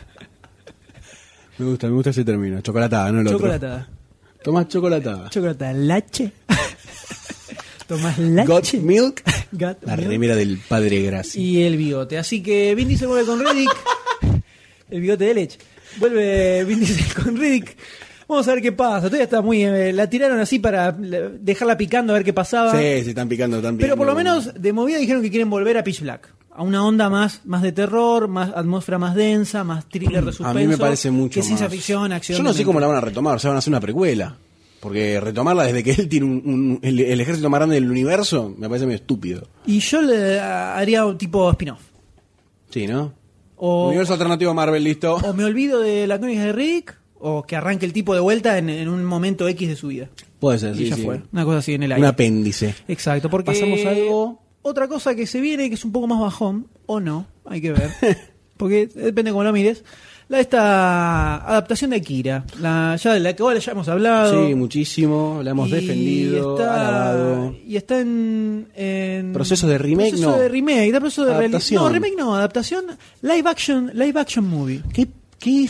Me gusta ese término. Chocolatada, no el otro. Chocolatada. ¿Tomás chocolatada? Chocolatada. ¿Lache? ¿Tomás lache? ¿Got milk? La remera del padre Gracia. Y el bigote. Así que Vin Diesel vuelve con Riddick. El bigote de leche. Vuelve Vin Diesel con Riddick. Vamos a ver qué pasa. Todavía está muy... la tiraron así para dejarla picando a ver qué pasaba. Sí, se están picando. Pero por lo menos de movida dijeron que quieren volver a Pitch Black. A una onda más de terror, más atmósfera más densa, más thriller de suspenso. A mí me parece mucho que más. Ciencia ficción, acción. Yo no sé cómo la van a retomar. O sea, van a hacer una precuela. Porque retomarla desde que él tiene el ejército más grande del universo me parece medio estúpido. Y yo le haría un tipo spin-off. Sí, ¿no? Universo alternativo Marvel, listo. O me olvido de la crónica de Rick, o que arranque el tipo de vuelta en un momento X de su vida. Puede ser, Y sí, ya sí. fue. Una cosa así en el aire. Un apéndice. Exacto, porque Pasamos algo. otra cosa que se viene, que es un poco más bajón, o no, hay que ver, porque depende cómo lo mires, esta adaptación de Akira, ya de la que ahora ya hemos hablado. Sí, muchísimo, la hemos defendido, alabado. Y está en ¿Proceso de remake? proceso No. de remake, está proceso de Adaptación. no, remake no, adaptación, live action movie. Qué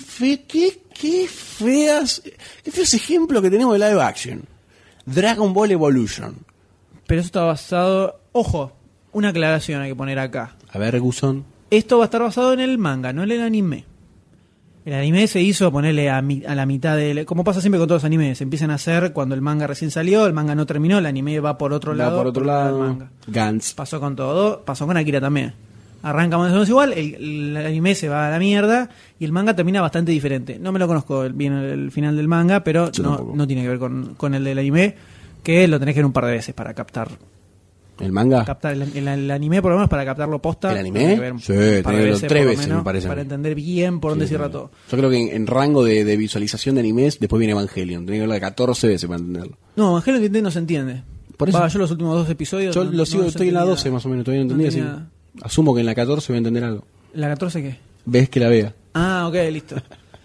feos ejemplos que tenemos de live action. Dragon Ball Evolution. Pero eso está basado, ojo, una aclaración hay que poner acá. A ver, Guzón. Esto va a estar basado en el manga, no en el anime. El anime se hizo ponerle a la mitad de... Como pasa siempre con todos los animes, se empiezan a hacer cuando el manga recién salió, el manga no terminó, el anime va por otro lado. Por otro lado. del manga. Gantz. Pasó con todo, pasó con Akira también. Arranca más o menos igual, el anime se va a la mierda y el manga termina bastante diferente. No me lo conozco bien el final del manga, pero no tiene que ver con el del anime, que lo tenés que ver un par de veces para captar. ¿El manga? Captar el anime, por lo menos para captarlo posta. ¿El anime? Sí, tenés que verlo 3 veces, me parece. Para entender bien por dónde cierra todo. Yo creo que en rango de visualización de animes, después viene Evangelion. Tenés que verlo de 14 veces para entenderlo. No, Evangelion no se entiende. Por eso. Yo los últimos 2 episodios. Yo lo sigo, estoy en la 12 más o menos, todavía no entendí así. Asumo que en la 14 voy a entender algo. ¿La 14 qué? ¿Ves que la vea? Ah, ok, listo.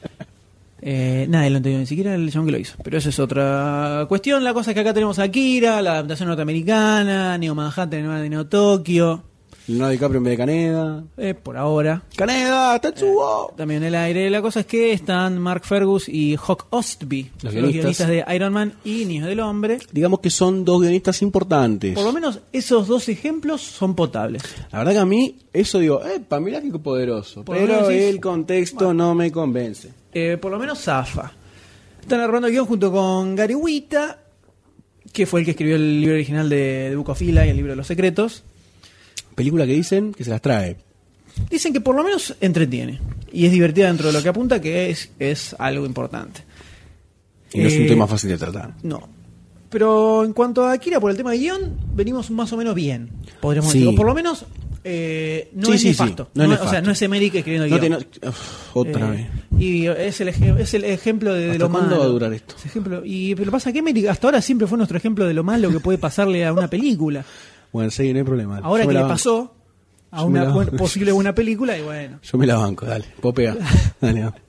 Nadie lo entendió, ni siquiera el chabón que lo hizo. Pero eso es otra cuestión. La cosa es que acá tenemos a Akira, la adaptación norteamericana, Neo Manhattan en lugar de Neo Tokio. Leonardo DiCaprio en vez de Kaneda. Por ahora. ¡Kaneda! ¡Tetsuo! También en el aire. La cosa es que están Mark Fergus y Hawk Ostby, los guionistas de Iron Man y Niños del Hombre. Digamos que son 2 guionistas importantes. Por lo menos esos 2 ejemplos son potables. La verdad que a mí, eso digo, mirá qué poderoso. Pero el contexto no me convence. Por lo menos zafa. Están narrando el guión junto con Gary Whitta, que fue el que escribió el libro original de Book of Eli, el libro de los secretos. Película que dicen que se las trae. Dicen que por lo menos entretiene. Y es divertida dentro de lo que apunta, que es algo importante. Y no es un tema fácil de tratar. No. Pero en cuanto a Akira, por el tema de guión, venimos más o menos bien. Podríamos Sí. decirlo. Por lo menos no es nefasto. No es nefasto. O sea, no es Emmerich escribiendo guión. Otra vez. Y es el ejemplo de lo malo. ¿Cuándo va a durar esto? Pero pasa que Emmerich hasta ahora siempre fue nuestro ejemplo de lo malo que puede pasarle a una película. Bueno, sí, no hay problema. Ahora que le pasó a una posible buena película, y bueno. Yo me la banco, dale. Puedo pegar. Dale, dale.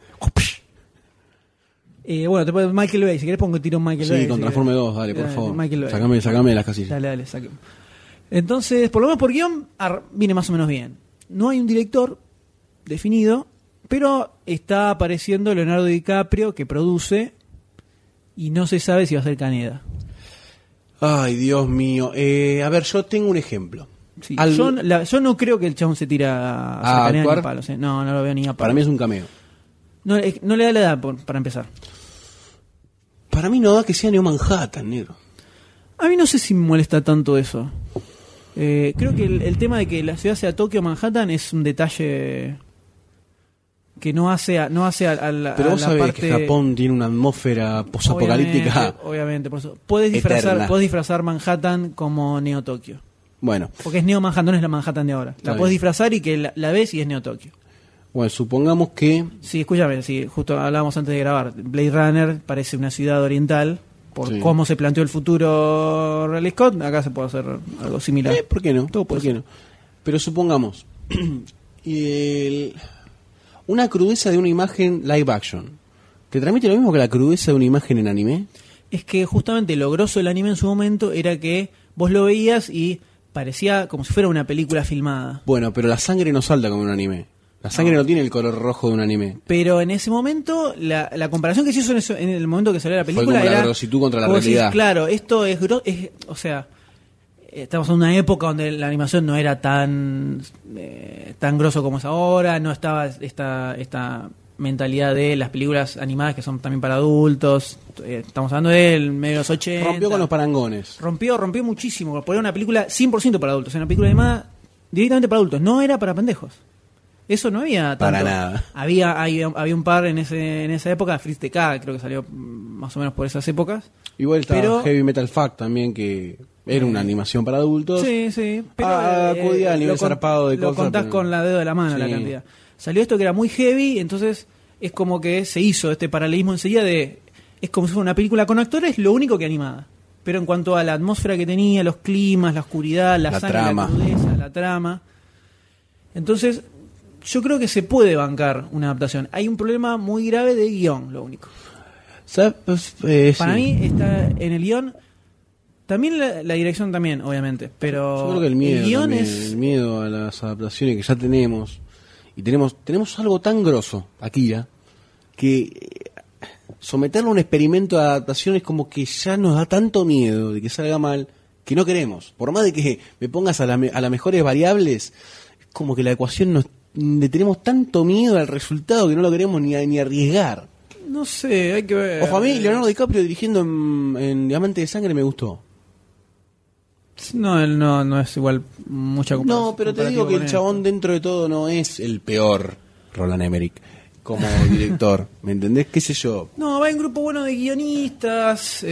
Bueno, te puedo Michael Bay. Si querés pongo tiro Michael Bay. Sí, con Transforme 2, dale, por favor. Michael Bay. Sacame de las casillas. Dale, saquemos. Entonces, por lo menos por guión, viene más o menos bien. No hay un director definido, pero está apareciendo Leonardo DiCaprio, que produce, y no se sabe si va a ser Kaneda. Ay, Dios mío. A ver, yo tengo un ejemplo. Sí. Yo no creo que el chabón se tira a Kaneda ni a palos. No lo veo ni a palos. Para mí es un cameo. No le da la edad para empezar. Para mí no da que sea Neo Manhattan, negro. A mí no sé si me molesta tanto eso. Creo que el tema de que la ciudad sea Tokio o Manhattan es un detalle que no hace a la Pero vos sabés parte... que Japón tiene una atmósfera posapocalíptica. Obviamente, por eso. Puedes disfrazar Manhattan como Neo Tokio. Bueno. Porque es Neo Manhattan, no es la Manhattan de ahora. La puedes disfrazar y que la ves y es Neo Tokio. Bueno, supongamos que... Sí, escúchame, justo hablábamos antes de grabar. Blade Runner parece una ciudad oriental. Por cómo se planteó el futuro Ridley Scott, acá se puede hacer algo similar. ¿Por qué no? Todo ¿Por qué no? Pero supongamos una crudeza de una imagen live action. ¿Te transmite lo mismo que la crudeza de una imagen en anime? Es que justamente lo grosso del anime en su momento era que vos lo veías y parecía como si fuera una película filmada. Bueno, pero la sangre no salta como en un anime. La sangre no tiene el color rojo de un anime. Pero en ese momento, la comparación que se hizo en el momento que salió la película fue como era... la grositud contra la realidad. Claro, esto es... O sea, estamos en una época donde la animación no era tan grosso como es ahora, no estaba esta mentalidad de las películas animadas que son también para adultos. Estamos hablando del medio de los 80. Rompió con los parangones. Rompió muchísimo. Porque era una película 100% para adultos. Era una película animada directamente para adultos. No era para pendejos. Eso no había tanto. Para nada. Había un par en esa época. Fritz TK creo que salió más o menos por esas épocas. Igual estaba Heavy Metal Fact también, que era una animación para adultos. Sí. Pero acudía al nivel zarpado de lo cosas. contás con la dedo de la mano, sí. la cantidad. Salió esto que era muy heavy, entonces es como que se hizo este paralelismo enseguida de... Es como si fuera una película con actores, lo único que animada. Pero en cuanto a la atmósfera que tenía, los climas, la oscuridad, la sangre, trama, la crudeza, la trama. Entonces, yo creo que se puede bancar una adaptación. Hay un problema muy grave de guión, lo único. Para mí está en el guión... También la dirección también, obviamente, pero yo creo que el miedo guión también, el miedo a las adaptaciones que ya tenemos, y tenemos algo tan grosso aquí ya, que someterlo a un experimento de adaptación es como que ya nos da tanto miedo de que salga mal, que no queremos. Por más de que me pongas a las mejores variables, es como que la ecuación le tenemos tanto miedo al resultado que no lo queremos ni arriesgar. No sé, hay que ver. Ojo, a mí Leonardo DiCaprio dirigiendo en Diamante de Sangre me gustó. No, él no es igual mucha comparación. No, pero te digo que el chabón dentro de todo no es el peor Roland Emmerich como director, ¿me entendés? ¿Qué sé yo? No, va en grupo bueno de guionistas,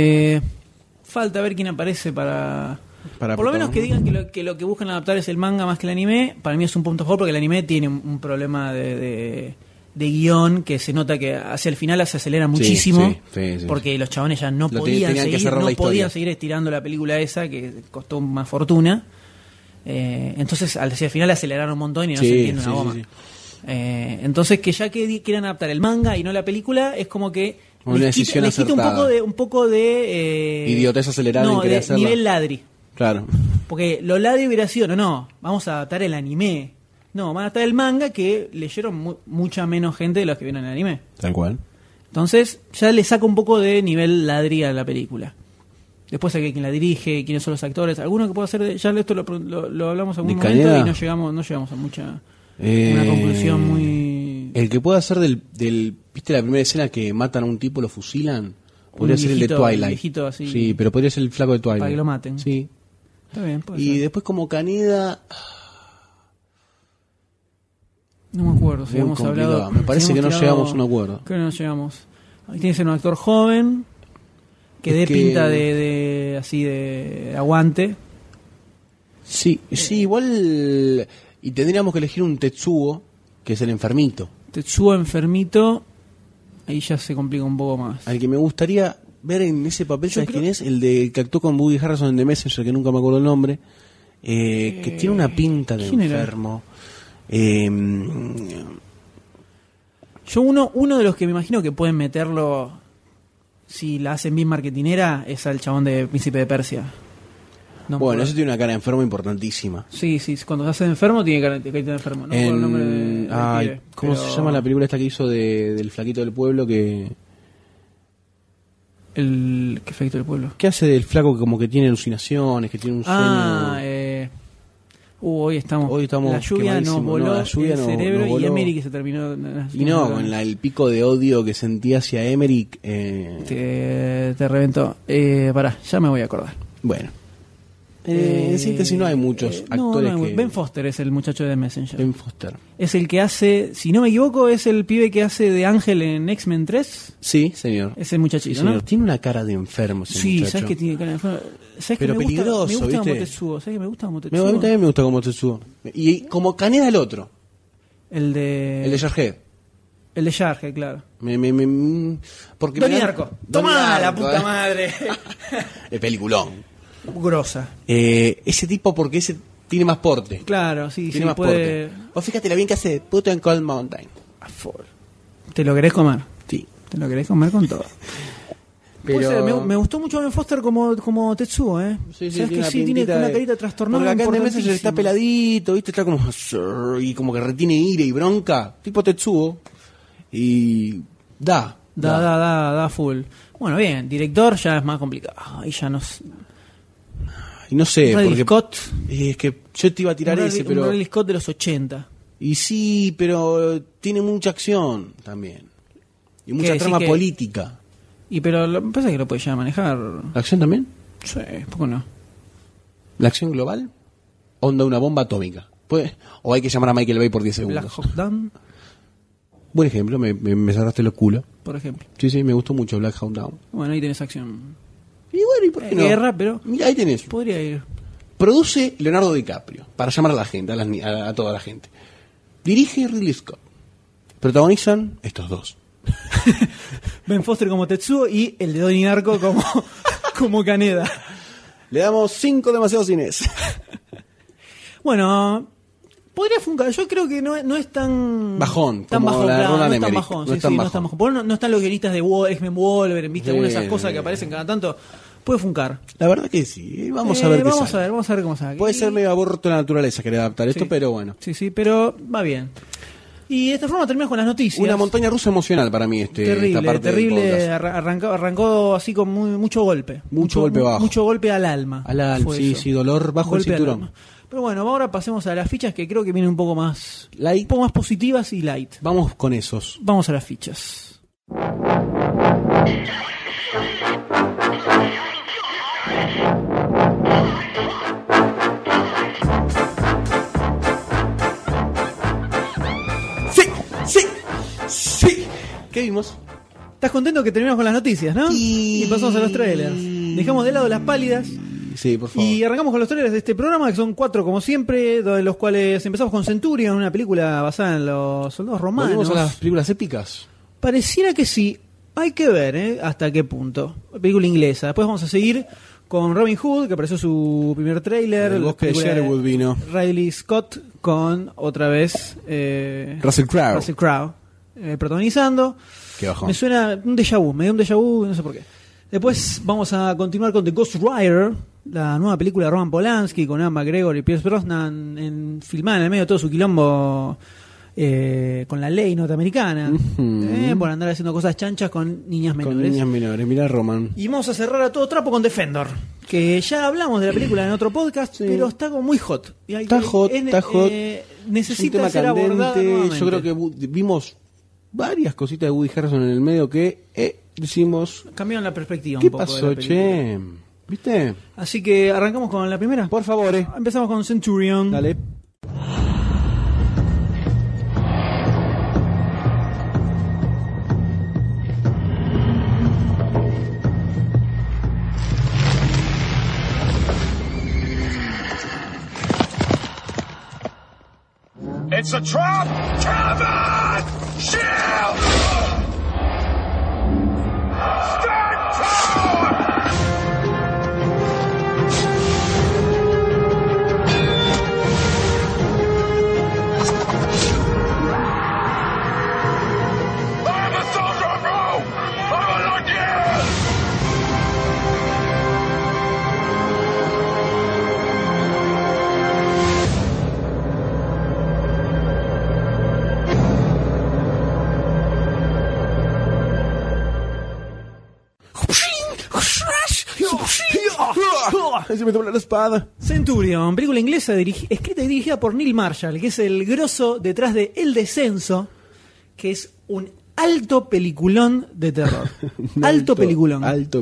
falta ver quién aparece para por lo menos que digan que lo que buscan adaptar es el manga más que el anime. Para mí es un punto a favor porque el anime tiene un problema de guión que se nota que hacia el final se acelera muchísimo, sí, porque los chabones ya no podían seguir estirando la película esa que costó una fortuna, entonces hacia el final aceleraron un montón y no se entiende una goma. Entonces que ya que quieran adaptar el manga y no la película es como que les quita un poco de idiotez acelerada en querer hacerla. Nivel ladri, claro, porque lo ladri hubiera sido no vamos a adaptar el anime. No, van a estar el manga que leyeron mucha menos gente de los que vieron el anime. Tal cual. Entonces, ya le saca un poco de nivel ladri a la película. Después hay que quién la dirige, quiénes son los actores. Alguno que pueda hacer... Ya esto lo hablamos en algún momento y no llegamos a mucha... una conclusión muy... El que pueda hacer ¿viste la primera escena que matan a un tipo, lo fusilan? Podría ser el de Twilight. Un viejito así, sí, pero podría ser el flaco de Twilight. Para que lo maten. Sí. Está bien, y ser. Después como Kaneda... No me acuerdo si habíamos hablado. Me parece que no llegamos a un acuerdo. Creo que no llegamos. Ahí tiene que ser un actor joven que dé pinta de así de aguante. Sí, igual. Y tendríamos que elegir un Tetsuo, que es el enfermito. Tetsuo enfermito, ahí ya se complica un poco más. Al que me gustaría ver en ese papel, ¿sabes quién es? El de que actuó con Woody Harrelson en The Messenger, que nunca me acuerdo el nombre. Que tiene una pinta de enfermo. Yo uno de los que me imagino que pueden meterlo si la hacen bien marketinera es al chabón de Príncipe de Persia. No, bueno, ese tiene una cara de enfermo importantísima. Sí, cuando se hace enfermo tiene cara de enfermo. No el nombre ¿cómo se llama la película esta que hizo del flaquito del pueblo que... ¿Qué flaquito del pueblo? ¿Qué hace del flaco que como que tiene alucinaciones, que tiene un sueño? Hoy estamos la lluvia nos voló el cerebro y Emmerich se terminó. Y no, con el pico de odio que sentía hacia Emmerich. Te reventó. Pará, ya me voy a acordar. Bueno. En síntesis no hay muchos actores que... Ben Foster es el muchacho de Messenger. Ben Foster. Es el que hace, si no me equivoco, es el pibe que hace de Ángel en X-Men 3. Sí, señor. Es el muchachito, sí, señor. ¿no? Tiene una cara de enfermo ese muchacho. Sí, sabes que tiene cara de enfermo. ¿Sabes pero que peligroso, me gusta ¿viste? Como Tetsuo. ¿Sabes que me gusta como Tetsuo? A mí también me gusta como Tetsuo. Y como Kaneda el otro. El de Jarhead. El de Jarhead, claro. Porque Donnie Darko. ¡Toma la puta madre! El peliculón. Grosa. Ese tipo, porque ese tiene más porte. Claro, sí, tiene más porte. Vos fíjate lo bien que hace puto en Cold Mountain. ¿Te lo querés comer? Sí. Te lo querés comer con todo. Pero... me gustó mucho Ben Foster como Tetsuo, Sí, ¿sabes que sí? Tiene una carita trastornada. Porque acá en Messenger está peladito, ¿viste? Está como... Y como que retiene ira y bronca. Tipo Tetsuo. Y... Da full. Bueno, bien. Director ya es más complicado. Ahí ya no... Y no sé, Ridley Scott. Es que yo te iba a tirar ese, pero... Un Ridley Scott de los 80. Y sí, pero tiene mucha acción también. Y mucha trama política. Y pero me parece que lo puede ya manejar. ¿La acción también? Sí, ¿por qué no? ¿La acción global? ¿Onda una bomba atómica? ¿O hay que llamar a Michael Bay por 10 segundos? Black Hawk Down. Buen ejemplo, me cerraste los culos. Por ejemplo. Sí, me gustó mucho Black Hawk Down. Bueno, ahí tenés acción. Y bueno, ¿y por qué no? Guerra, pero... Mira, ahí tenés. Podría ir. Produce Leonardo DiCaprio, para llamar a la gente, a toda la gente. Dirige Ridley Scott. Protagonizan estos dos. Ben Foster como Tetsuo y el de Donnie Darko como Kaneda. Le damos 5 demasiados cines. Bueno, podría funcar. Yo creo que no es tan bajón, tan como bajón, la de claro, Roland no es tan Emmerich. bajón. No Sí, es tan sí, bajón. no es tan bajón. Porque no están los guionistas de X-Men Wolverine, ¿viste? Algunas de esas cosas que aparecen cada tanto. Puede funcar. La verdad que sí. Vamos a ver qué sale. Vamos a ver cómo sale. Puede ser medio aborto de la naturaleza querer adaptar esto, pero bueno. Sí, pero va bien. Y de esta forma terminamos con las noticias. Una montaña rusa emocional para mí terrible, esta parte terrible. del podcast. Arrancó así con mucho golpe. Mucho golpe bajo. Mucho golpe al alma. Al alma, sí, dolor bajo golpe el cinturón. Pero bueno, ahora pasemos a las fichas que creo que vienen un poco más light. Un poco más positivas y light. Vamos con esos. Vamos a las fichas. Sí. ¿Qué vimos? ¿Estás contento que terminamos con las noticias, no? Y pasamos a los trailers. Dejamos de lado las pálidas. Sí, por favor. Y arrancamos con los trailers de este programa, que son 4 como siempre, de los cuales empezamos con Centurion, una película basada en los soldados romanos. ¿Volvemos a las películas épicas? Pareciera que sí. Hay que ver, hasta qué punto. Película inglesa. Después vamos a seguir con Robin Hood, que apareció su primer tráiler. El bosque de Sherwood vino. Ridley Scott con, otra vez, Russell Crowe. Protagonizando. Qué bajón. Me suena un déjà vu, me dio un déjà vu, no sé por qué. Después vamos a continuar con The Ghost Rider, la nueva película de Roman Polanski con Ewan McGregor y Pierce Brosnan, filmada en el medio de todo su quilombo con la ley norteamericana, por andar haciendo cosas chanchas con niñas menores. Mirá Roman. Y vamos a cerrar a todo trapo con Defender, que ya hablamos de la película en otro podcast, pero está como muy hot. Está hot. Necesita ser abordada nuevamente. Yo creo que vimos varias cositas de Woody Harrelson en el medio que decimos... Cambiaron la perspectiva ¿Qué un poco pasó, de la che? ¿Viste? Así que arrancamos con la primera. Por favor, Empezamos con Centurion. Dale. It's a trap! Kevin! Shield! Stand power! I'm a soldier, bro! I'm a lucky! Se me tomó la espada. Centurion, película inglesa escrita y dirigida por Neil Marshall, que es el grosso detrás de El Descenso, que es un alto peliculón de terror. Alto peliculón.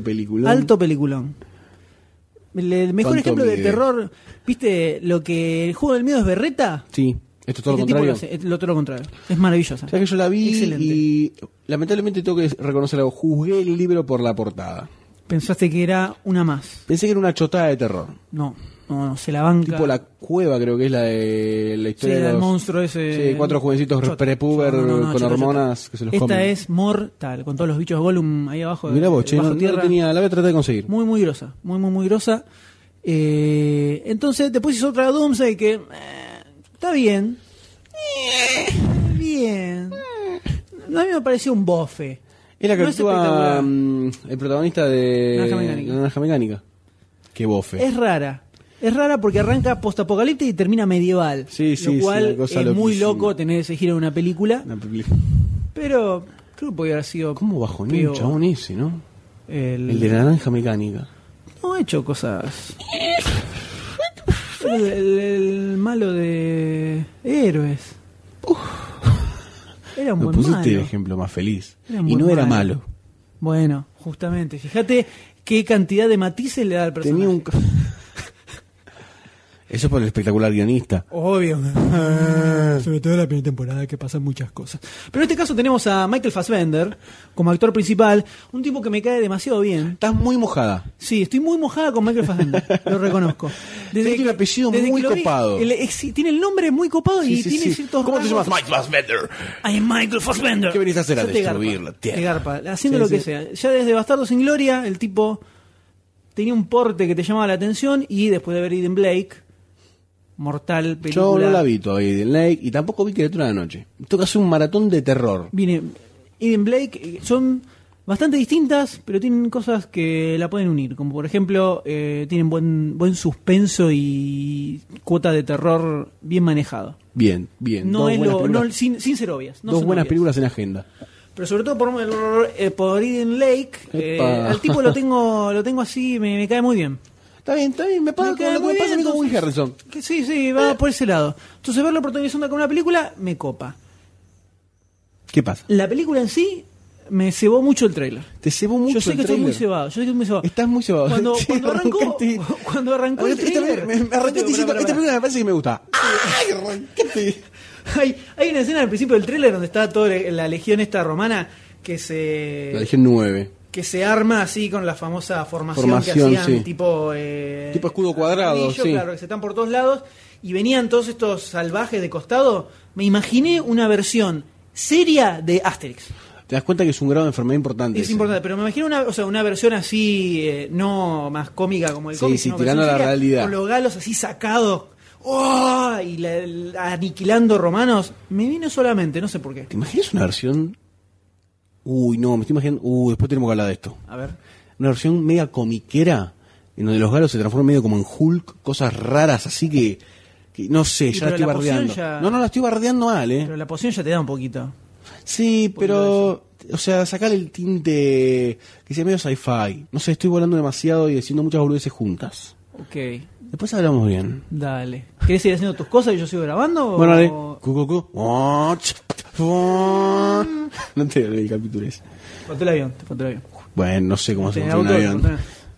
El mejor ejemplo de terror, ¿viste lo que el juego del miedo es berreta? Sí, esto es todo lo contrario. Todo lo contrario. Es maravillosa. ¿Sabes que yo la vi? Excelente. Y lamentablemente tengo que reconocer algo. Juzgué el libro por la portada. Pensaste que era una más. Pensé que era una chotada de terror. No, se la banca. Tipo La Cueva, creo que es la de la historia de del los monstruo ese. Sí, 4 jovencitos prepuber con hormonas que se los comen. Esta es mortal, con todos los bichos Gollum ahí abajo. Mirá vos, che, bajo tierra. la voy a tratar de conseguir. Muy grosa, muy grosa. Entonces, después hizo otra Doomsday que está bien. Bien. A mí me pareció un bofe. Es la que No actúa el protagonista de Naranja Mecánica. Qué bofe. Es rara porque arranca postapocalíptica y termina medieval. Sí, lo cual una cosa es muy loquísima. loco tener ese giro en una película. Pero creo que podría haber sido. ¿Cómo bajonó el chabón ese, no? El de Naranja Mecánica. No ha hecho cosas. el malo de Héroes. Era un buen pusiste malo. el ejemplo más feliz. Era un Y no buen era malo. Bueno, justamente. Fíjate qué cantidad de matices le da al personaje. Eso es por el espectacular guionista. Obvio. Sobre todo en la primera temporada, que pasan muchas cosas. Pero en este caso tenemos a Michael Fassbender como actor principal, un tipo que me cae demasiado bien. Estás muy mojada. Sí, estoy muy mojada con Michael Fassbender, lo reconozco. Tiene un apellido muy copado. Tiene el nombre muy copado y tiene sí. ciertos ¿Cómo te rasgos. llamas? Michael Fassbender. I am Michael Fassbender. ¿Qué venís a hacer? A Yo te destruir garpa, la tierra. te garpa, haciendo Sí, lo que sí. sea. Ya desde Bastardo sin Gloria, el tipo tenía un porte que te llamaba la atención y después de ver Eden Blake, mortal película. Yo no la vi todavía, Eden Lake, y tampoco vi Criatura de la Noche. Tengo que hacer un maratón de terror. Viene Eden Blake, son bastante distintas, pero tienen cosas que la pueden unir, como por ejemplo, tienen buen suspenso y cuota de terror bien manejado. Bien. No Dos es buenas lo, películas. no, sin ser obvias. No Dos son buenas obvias. películas en agenda. Pero sobre todo por Eden Lake, Epa. al tipo lo tengo así, me cae muy bien. Está bien. Me pasa queda lo que muy me pasa a mí bien, con Woody entonces. Harrelson. Que sí, va por ese lado. Entonces verlo protagonizando con una película me copa. ¿Qué pasa? La película en sí me cebó mucho el tráiler. Te cebó mucho Yo sé el que estoy muy tráiler. cebado. Estás muy cebado. Cuando Sí, arrancó, arrancaste. cuando arrancó el tráiler, Me arrancaste diciendo, Pará. esta película me parece que me gusta. ¡Ay, arrancaste! Hay una escena al principio del tráiler donde está toda la legión esta romana que La Legión 9. que se arma así con la famosa formación que Formación, hacían, sí. tipo escudo cuadrado, amarillo, sí. claro, que se están por todos lados y venían todos estos salvajes de costado. Me imaginé una versión seria de Asterix. Te das cuenta que es un grado de enfermedad importante. Es ese. importante, pero me imagino una versión así, no más cómica como el Sí, cómic, sí, sino tirando versión a la seria, realidad. con los galos así sacados, ¡oh! Y aniquilando romanos. Me vino solamente, no sé por qué. ¿Te imaginas una versión? Uy, no, me estoy imaginando. Después tenemos que hablar de esto. A ver. Una versión mega comiquera, en donde los galos se transforman medio como en Hulk, cosas raras así que no sé, Sí, ya la pero estoy la poción bardeando. ya- No, la estoy bardeando mal, Pero la poción ya te da un poquito. Sí, pero, o sea, sacar el tinte que sea medio sci-fi. No sé, estoy volando demasiado y diciendo muchas boludeces juntas. Ok, Después hablamos bien. dale. ¿Querés ir haciendo tus cosas y yo sigo grabando? Bueno, dale. o- No te el capítulo ese. Te faltó el avión, te faltó el avión. Bueno, no sé cómo se Te funciona un auto- avión.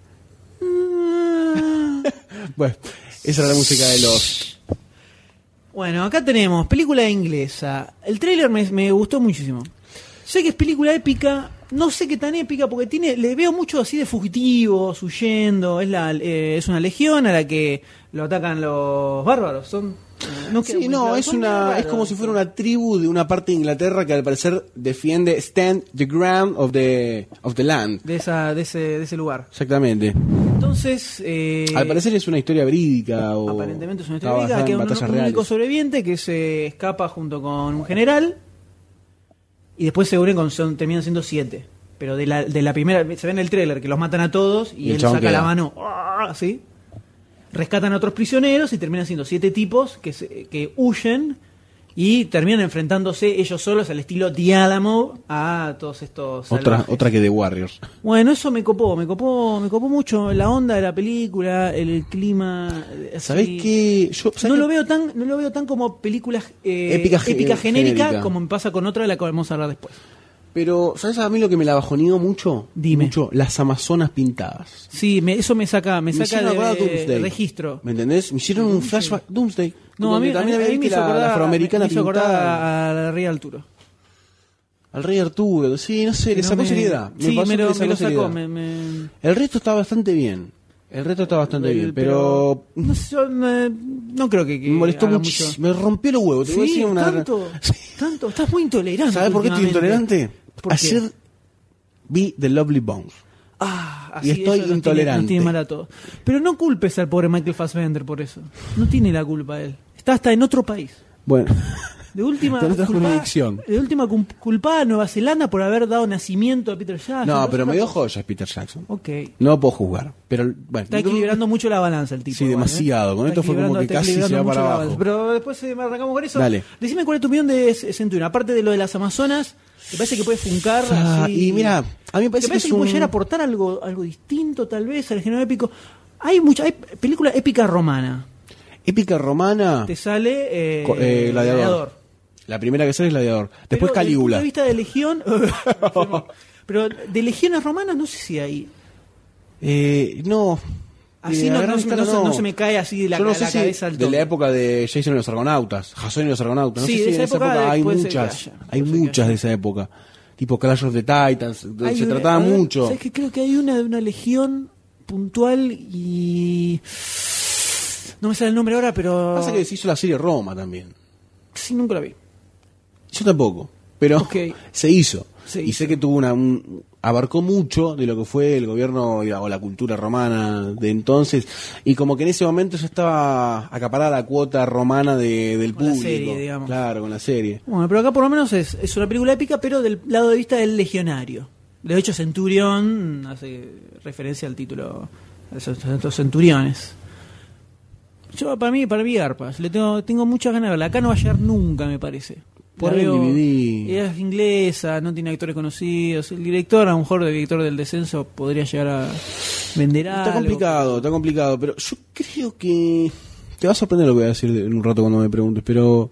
Bueno, esa era la música de los... Bueno, acá tenemos película inglesa. El tráiler me gustó muchísimo. Sé que es película épica, no sé qué tan épica porque le veo mucho así de fugitivos, huyendo. Es una legión a la que lo atacan los bárbaros. No queda Sí, muy no, claro, es son medio es raros. como si fuera una tribu de una parte de Inglaterra que al parecer defiende stand the ground of the land. de ese lugar. Exactamente. Entonces, Al parecer es una historia verídica o aparentemente es una está historia basada épica, que en un batallas único reales. sobreviviente que se escapa junto con un general y después se unen terminan siendo 7. Pero de la primera, se ve en el tráiler que los matan a todos y Y el él chabón saca queda. la mano, así. Rescatan a otros prisioneros y terminan siendo 7 tipos que huyen y terminan enfrentándose ellos solos al estilo The Alamo a todos estos salvajes. Otra que The Warriors. Bueno, eso me copó mucho la onda de la película, el clima. Así. ¿Sabés qué? ¿Sabés No qué? lo veo tan como películas Épica genérica genérica. como me pasa con otra de la que vamos a hablar después. Pero, ¿sabes a mí lo que me la bajoneó mucho? Dime. Mucho, las Amazonas pintadas. Sí, eso me saca hicieron acordar a de Doomsday. registro. ¿Me entendés? Me hicieron un flashback. Doomsday. No, a mí, donde también había me que hizo la acordar, afroamericana me hizo acordar pintada. a la Rey Arturo. Al Rey Arturo. Sí, no sé, le No sacó me- seriedad. Sí, pasó me que lo le sacó sacó. seriedad. El resto está bastante bien. Pero No, sé, yo, no creo que me molestó haga muchísimo. mucho. Me rompió los huevos. Te voy a Sí, decir una... tanto, estás muy intolerante. ¿Sabes por qué estoy últimamente. intolerante? ¿Por qué? Ayer vi The Lovely Bones. Así Y estoy eso nos intolerante. nos tiene mal a todos. Pero no culpes al pobre Michael Fassbender por eso. No tiene la culpa él. Está hasta en otro país. Bueno, De última, Está en otra culpa, jurisdicción. de última culpada a Nueva Zelanda por haber dado nacimiento a Peter Jackson. no, Es pero una me dio cosa. joyas Peter Jackson. Ok. No lo puedo juzgar. Pero bueno, Está equilibrando mucho la balanza el tipo. Sí, igual, demasiado. Con Está esto fue como equilibrando- que está casi se equilibrando va para mucho la abajo. balanza. Pero después arrancamos con eso. Dale. Decime cuál es tu opinión de Centurion. Aparte de lo de las Amazonas, ¿te parece que puede funcar así? Y mira, a mí me ¿Te parece parece que que es puede llegar a un... aportar algo distinto tal vez al género épico? Hay película épica romana. Épica romana. Te sale Gladiador. La primera que sale es Gladiador. Después Pero Calígula. desde el punto de vista de Legión, pero de legiones romanas no sé si hay. No. Así no se me cae así de la cabeza al de toque. la época de Jason y los Argonautas, Jason y los Argonautas. No Sí, sé de si esa en esa época hay muchas. Hay muchas de esa época. Tipo Clash of the Titans. Se trataba mucho. ¿Sabes que creo que hay una de una legión puntual y... No me sale el nombre ahora, pero... Pasa que se hizo la serie Roma también. Sí, nunca la vi. Yo tampoco. Pero se hizo. Y sé que tuvo abarcó mucho de lo que fue el gobierno o la cultura romana de entonces, y como que en ese momento ya estaba acaparada la cuota romana del público. Con la serie, digamos. Claro, con la serie. Bueno, pero acá por lo menos es una película épica, pero del lado de vista del legionario. De hecho, Centurión hace referencia al título de estos centuriones. Yo, para mí garpas. Tengo muchas ganas de verla. Acá no va a llegar nunca, me parece. Por el DVD. Es inglesa, no tiene actores conocidos. El director, a lo mejor el director del Descenso, podría llegar a vender algo. Está complicado, pero yo creo que... Te va a sorprender lo que voy a decir en un rato cuando me preguntes, pero...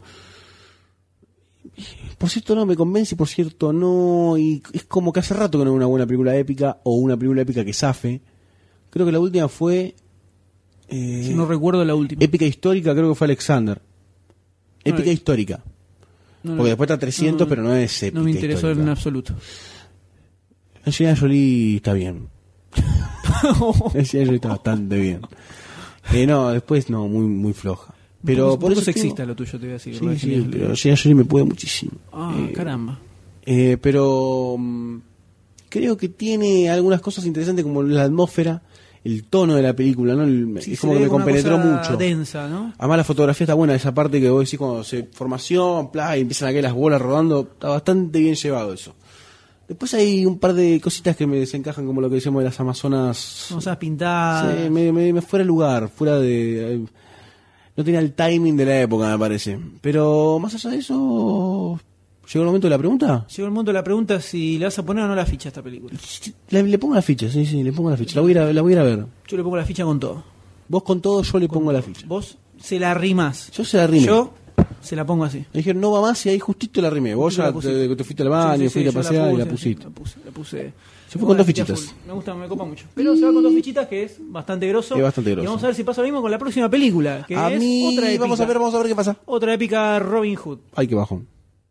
Por cierto no me convence, por cierto no... Y es como que hace rato que no hay una buena película épica, o una película épica que zafe. Creo que la última fue... si no recuerdo la última. Épica histórica, creo que fue Alexander. Épica histórica. Porque después está 300, pero no es épica. No me interesó histórica. en absoluto. Angelina Jolie está bien. Angelina Jolie está bastante bien. No, después no, muy floja. Pero por eso sexista lo tuyo, te voy a decir. Sí, pero Angelina Jolie me puede muchísimo. Caramba. Pero creo que tiene algunas cosas interesantes como la atmósfera, el tono de la película, ¿no? Es como que me compenetró mucho. Densa, ¿no? Además la fotografía está buena, esa parte que vos decís cuando se formación, y empiezan a caer las bolas rodando, está bastante bien llevado eso. Después hay un par de cositas que me desencajan, como lo que decíamos de las Amazonas. Amazonas pintadas. Sí, me fuera de lugar, fuera de... No tenía el timing de la época, me parece. Pero más allá de eso... ¿Llegó el momento de la pregunta? Llegó el momento de la pregunta si le vas a poner o no la ficha a esta película. Le pongo la ficha, sí, le pongo la ficha. La voy a ir a ver. Yo le pongo la ficha con todo. Vos con todo, yo le pongo la ficha. Vos se la arrimás. Yo se la arrimé. Yo se la pongo así. Me dijeron, no va más, y ahí justito la arrimé. Vos ya te fuiste al baño, fuiste a pasear y la pusiste. La puse. Se fue con 2 fichitas. Me gusta, me copa mucho. Pero se va con 2 fichitas, que es bastante grosso. Es bastante grosso. Y vamos a ver si pasa lo mismo con la próxima película, que es otra épica. Vamos a ver qué pasa. Otra épica, Robin Hood. Ay, qué bajón.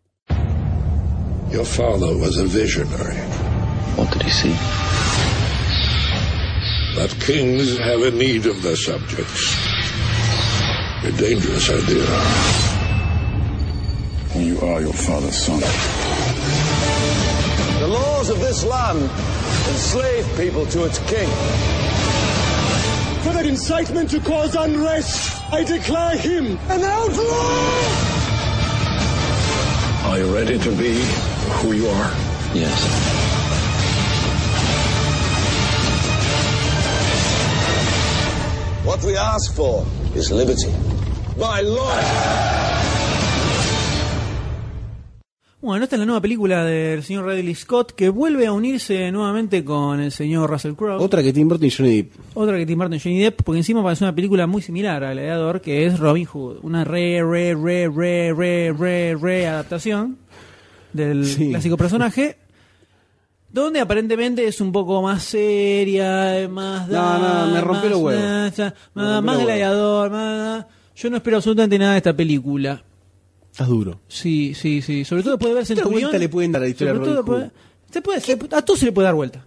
Your father was a visionary. What did he see? That kings have a need of their subjects. A dangerous idea. You are your father's son. The laws of this land enslave people to its king. For their incitement to cause unrest, I declare him an outlaw! Are you ready to be who you are? Yes. What we ask for is liberty. By law! Bueno, esta es la nueva película del señor Ridley Scott, que vuelve a unirse nuevamente con el señor Russell Crowe. Otra que Tim Burton y Johnny Depp. Otra que Tim Burton y Johnny Depp, porque encima parece una película muy similar a Gladiador, que es Robin Hood. Una re adaptación del clásico personaje, donde aparentemente es un poco más seria, más... me rompió los huevos. Más Gladiador, Yo no espero absolutamente nada de esta película. Estás duro. Sí. Sobre todo después de ver Centurión. ¿Qué vuelta le pueden dar a la historia de Robin Hood? A todo se le puede dar vuelta.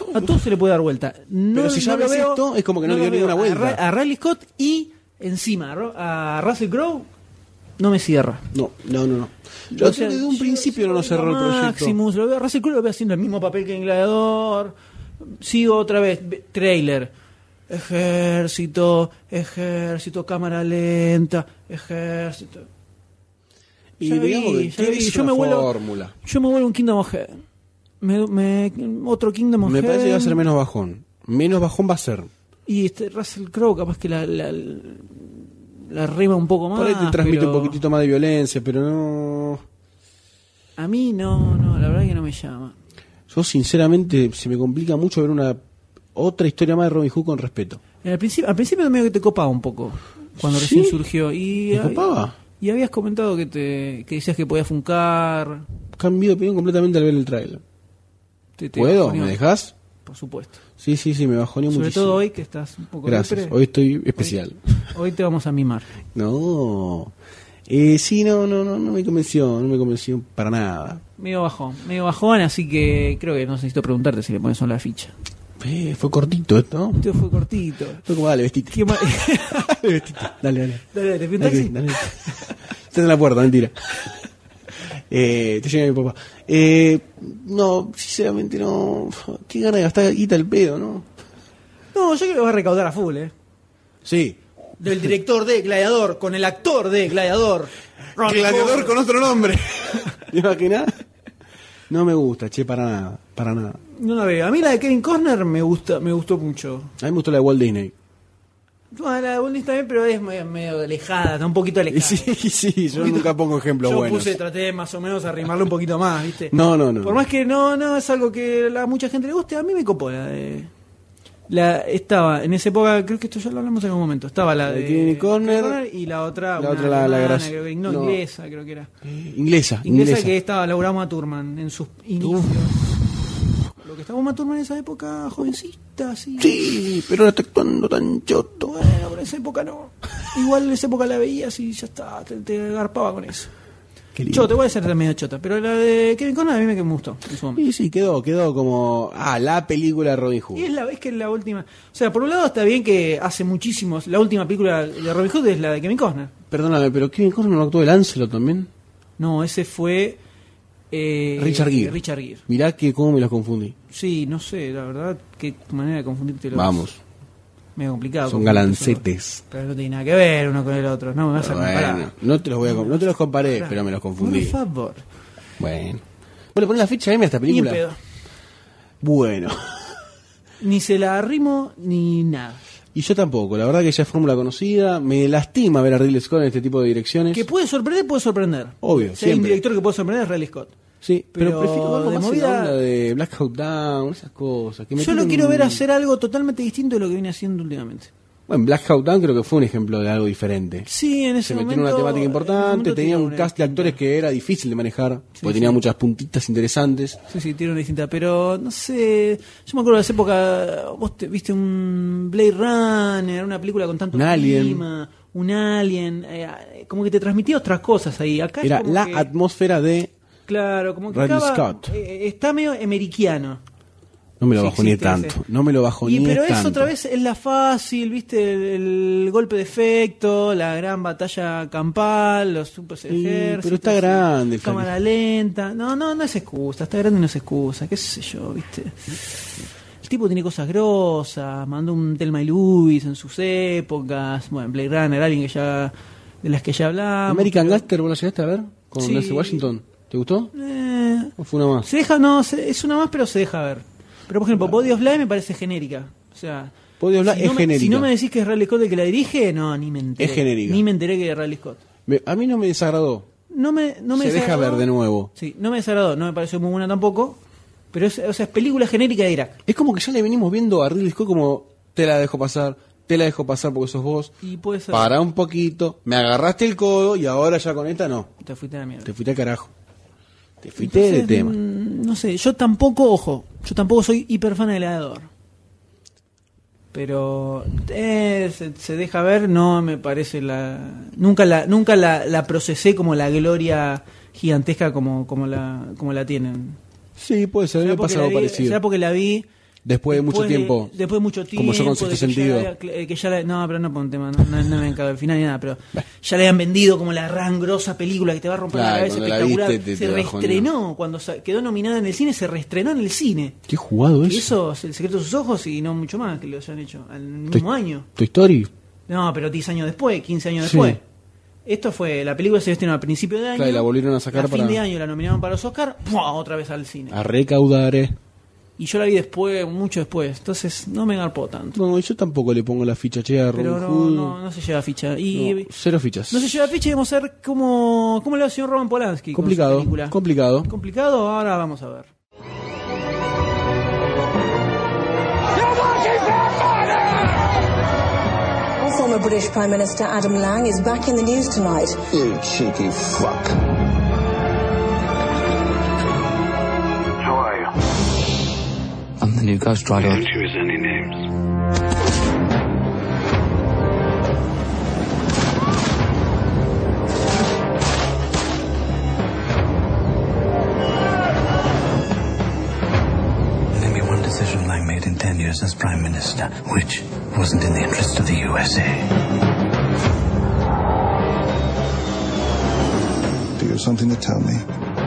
No, pero si ya ves esto, es como que no le dio ninguna vuelta. A Ridley Scott y encima a Russell Crowe no me cierra. No. Yo desde un principio no cerró el proyecto. Maximus, lo veo a Russell Crowe, lo veo haciendo el mismo papel que en Gladiador. Sigo otra vez, trailer. Ejército, cámara lenta, ejército. Y digamos que yo me vuelvo un Kingdom of Heaven. Otro Kingdom of Heaven. Me parece que va a ser menos bajón. Menos bajón va a ser. Y Russell Crowe capaz que la rima un poco más. Por ahí te transmite un poquitito más de violencia, pero no... A mí no, la verdad que no me llama. Yo sinceramente se me complica mucho ver otra historia más de Robin Hood con respeto. Al principio medio que te copaba un poco, cuando recién surgió. ¿Te copaba? Y habías comentado que decías que podía funcar. Cambié de opinión completamente al ver el trailer. ¿Puedo? ¿Me dejás? por supuesto. Sí, me bajoneó muchísimo. Sobre todo hoy que estás un poco... Gracias, hoy estoy especial. Hoy te vamos a mimar. No. Sí, no me convenció para nada. Medio bajón, así que creo que no necesito preguntarte si le pones la ficha. Fue cortito esto, ¿no? Esto fue cortito. Fue como, dale, vestite. Dale. Dale, ¿te pido un taxi? Dale. Estás en la puerta, mentira. Te llega mi papá. No, sinceramente no. Qué gana de gastar guita el pedo, ¿no? No, yo creo que va a recaudar a full, Sí. Del director de Gladiador, con el actor de Gladiador. Gladiador con otro nombre. ¿Te imaginas? No me gusta, para nada. No la veo. A mí la de Kevin Costner me gustó mucho. A mí me gustó la de Walt Disney. No, la de Walt Disney también, pero es medio alejada, está un poquito alejada. Sí, yo nunca pongo ejemplos buenos. Traté de más o menos arrimarlo un poquito más, ¿viste? No. Por más que no es algo que a mucha gente le guste, a mí me copó estaba en esa época, creo que esto ya lo hablamos en algún momento. Estaba la de Kevin Costner y la otra, gracia. Inglesa, creo que era. Inglesa que estaba Laura Uma Thurman en sus inicios. Lo que estaba Uma Thurman en esa época, jovencita, así. Sí, pero no está actuando tan choto. Bueno, pero en esa época no. Igual en esa época la veías y ya está, te agarpaba con eso. Te voy a hacer medio chota, pero la de Kevin Costner a mí me gustó en su momento. Y sí, quedó como la película de Robin Hood. Y es que es la última. O sea, por un lado está bien que hace muchísimos. La última película de Robin Hood es la de Kevin Costner. Perdóname, pero Kevin Costner no actuó de Lancelot también. No, ese fue Richard Gere. Mirá que cómo me los confundí. Sí, no sé, la verdad, qué manera de confundirte. Vamos. Medio complicado. Son galancetes. Pero no tiene nada que ver uno con el otro. No me vas a comparar. No te los comparé, pero me los confundí. Por favor. Bueno, poné la ficha M a esta película. Ni en pedo. Bueno. Ni se la arrimo ni nada. Y yo tampoco, la verdad que ya es fórmula conocida. Me lastima ver a Ridley Scott en este tipo de direcciones. Que puede sorprender. Obvio, si hay un director que puede sorprender es Ridley Scott. Sí, pero prefiero verlo de más movida, en la onda de Black Hawk Down, esas cosas. Yo lo quiero ver hacer algo totalmente distinto de lo que viene haciendo últimamente. Bueno, Black Hawk Down creo que fue un ejemplo de algo diferente. Sí, en ese momento. Se metió en una temática importante, tenía un cast de actores que era difícil de manejar, porque tenía muchas puntitas interesantes. Sí, tiene una distinta, pero no sé, yo me acuerdo de esa época, vos viste un Blade Runner, una película con tanto clima, un Alien, como que te transmitía otras cosas ahí. Acá era es como la que, atmósfera de claro, como que Ridley Scott. Está medio americano. No me lo bajoneé tanto, no me lo bajoneé pero tanto. es otra vez, es la fácil, viste, el golpe de efecto, la gran batalla campal, los super ejércitos. Pero está grande. Cámara lenta. No es excusa, está grande y no es excusa, qué sé yo, viste. El tipo tiene cosas grosas, mandó un Thelma y Louise en sus épocas, bueno, Blade Runner, alguien que ya, de las que ya hablamos. American Gangster, ¿vos la llegaste a ver? Con Denzel Washington, ¿te gustó? ¿O fue una más? Es una más, pero se deja ver. Pero, por ejemplo, Body of Light me parece genérica. O sea, Body of Light es genérica. Si no me decís que es Ridley Scott el que la dirige, no, ni me enteré. Es genérica. Ni me enteré que es Ridley Scott. A mí no me desagradó. No me se desagradó. Deja ver de nuevo. Sí, no me desagradó. No me pareció muy buena tampoco. Pero es película genérica de Irak. Es como que ya le venimos viendo a Ridley Scott como te la dejo pasar porque sos vos. Y puede ser. Para un poquito. Me agarraste el codo y ahora ya con esta no. Te fuiste a la mierda. Te fuiste al carajo. Te fuiste de tema. No sé, yo tampoco soy hiper fan del Gladiador. Pero se deja ver, no me parece nunca la procesé como la gloria gigantesca como la tienen. Sí, puede ser, me pasa algo parecido. Será porque la vi Después de mucho tiempo. Como yo con Sexto Sentido. No, pero no por un tema, no me encargo al final ni nada, pero ya le habían vendido como la gran grosa película que te va a romper la cabeza, espectacular. Se reestrenó, cuando quedó nominada en el cine, se reestrenó en el cine. Qué jugado eso. Y eso es El secreto de sus ojos y no mucho más que lo hayan hecho al mismo año. ¿Tu Story? No, pero 10 años después, 15 años después. Esto fue, la película se estrenó a principio de año. Claro, y la volvieron a sacar fin de año la nominaron para los Oscars, otra vez al cine. A recaudar, Y yo la vi después, mucho después, entonces no me engarpó tanto. No, yo tampoco le pongo la ficha, a pero no se lleva ficha. Y cero fichas. No se lleva ficha y vamos a ver cómo le va el señor Roman Polanski. Complicado, con su película. Complicado, ahora vamos a ver. Former British Prime Minister Adam Lang is back in the news tonight. You cheeky fuck. How are you? I'm the new Ghost Rider. Don't use any names. Name me one decision Lang made in 10 years as Prime Minister, which wasn't in the interest of the USA. Do you have something to tell me?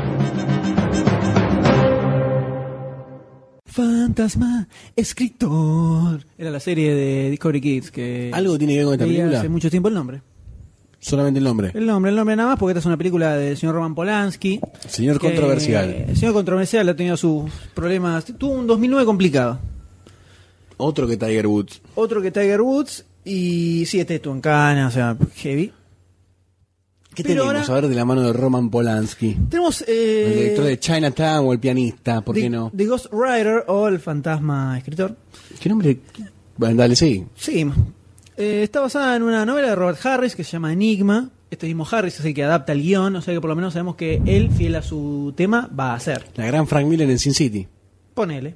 Fantasma, escritor. Era la serie de Discovery Kids que... ¿Algo tiene que ver con esta película? Hace mucho tiempo el nombre. Solamente el nombre. El nombre nada más, porque esta es una película del señor Roman Polanski. Señor controversial. El señor controversial ha tenido sus problemas. Tuvo un 2009 complicado. Otro que Tiger Woods. Y sí, este estuvo en Cannes, o sea, heavy. ¿Qué Pero tenemos a ver de la mano de Roman Polanski? Tenemos el director de Chinatown o el pianista, ¿por qué no? The Ghost Rider o el fantasma escritor. ¿Qué nombre? Bueno, dale, sí. Sí. Está basada en una novela de Robert Harris que se llama Enigma. Este mismo Harris es el que adapta el guión, o sea que por lo menos sabemos que él, fiel a su tema, va a hacer. La gran Frank Miller en Sin City. Ponele.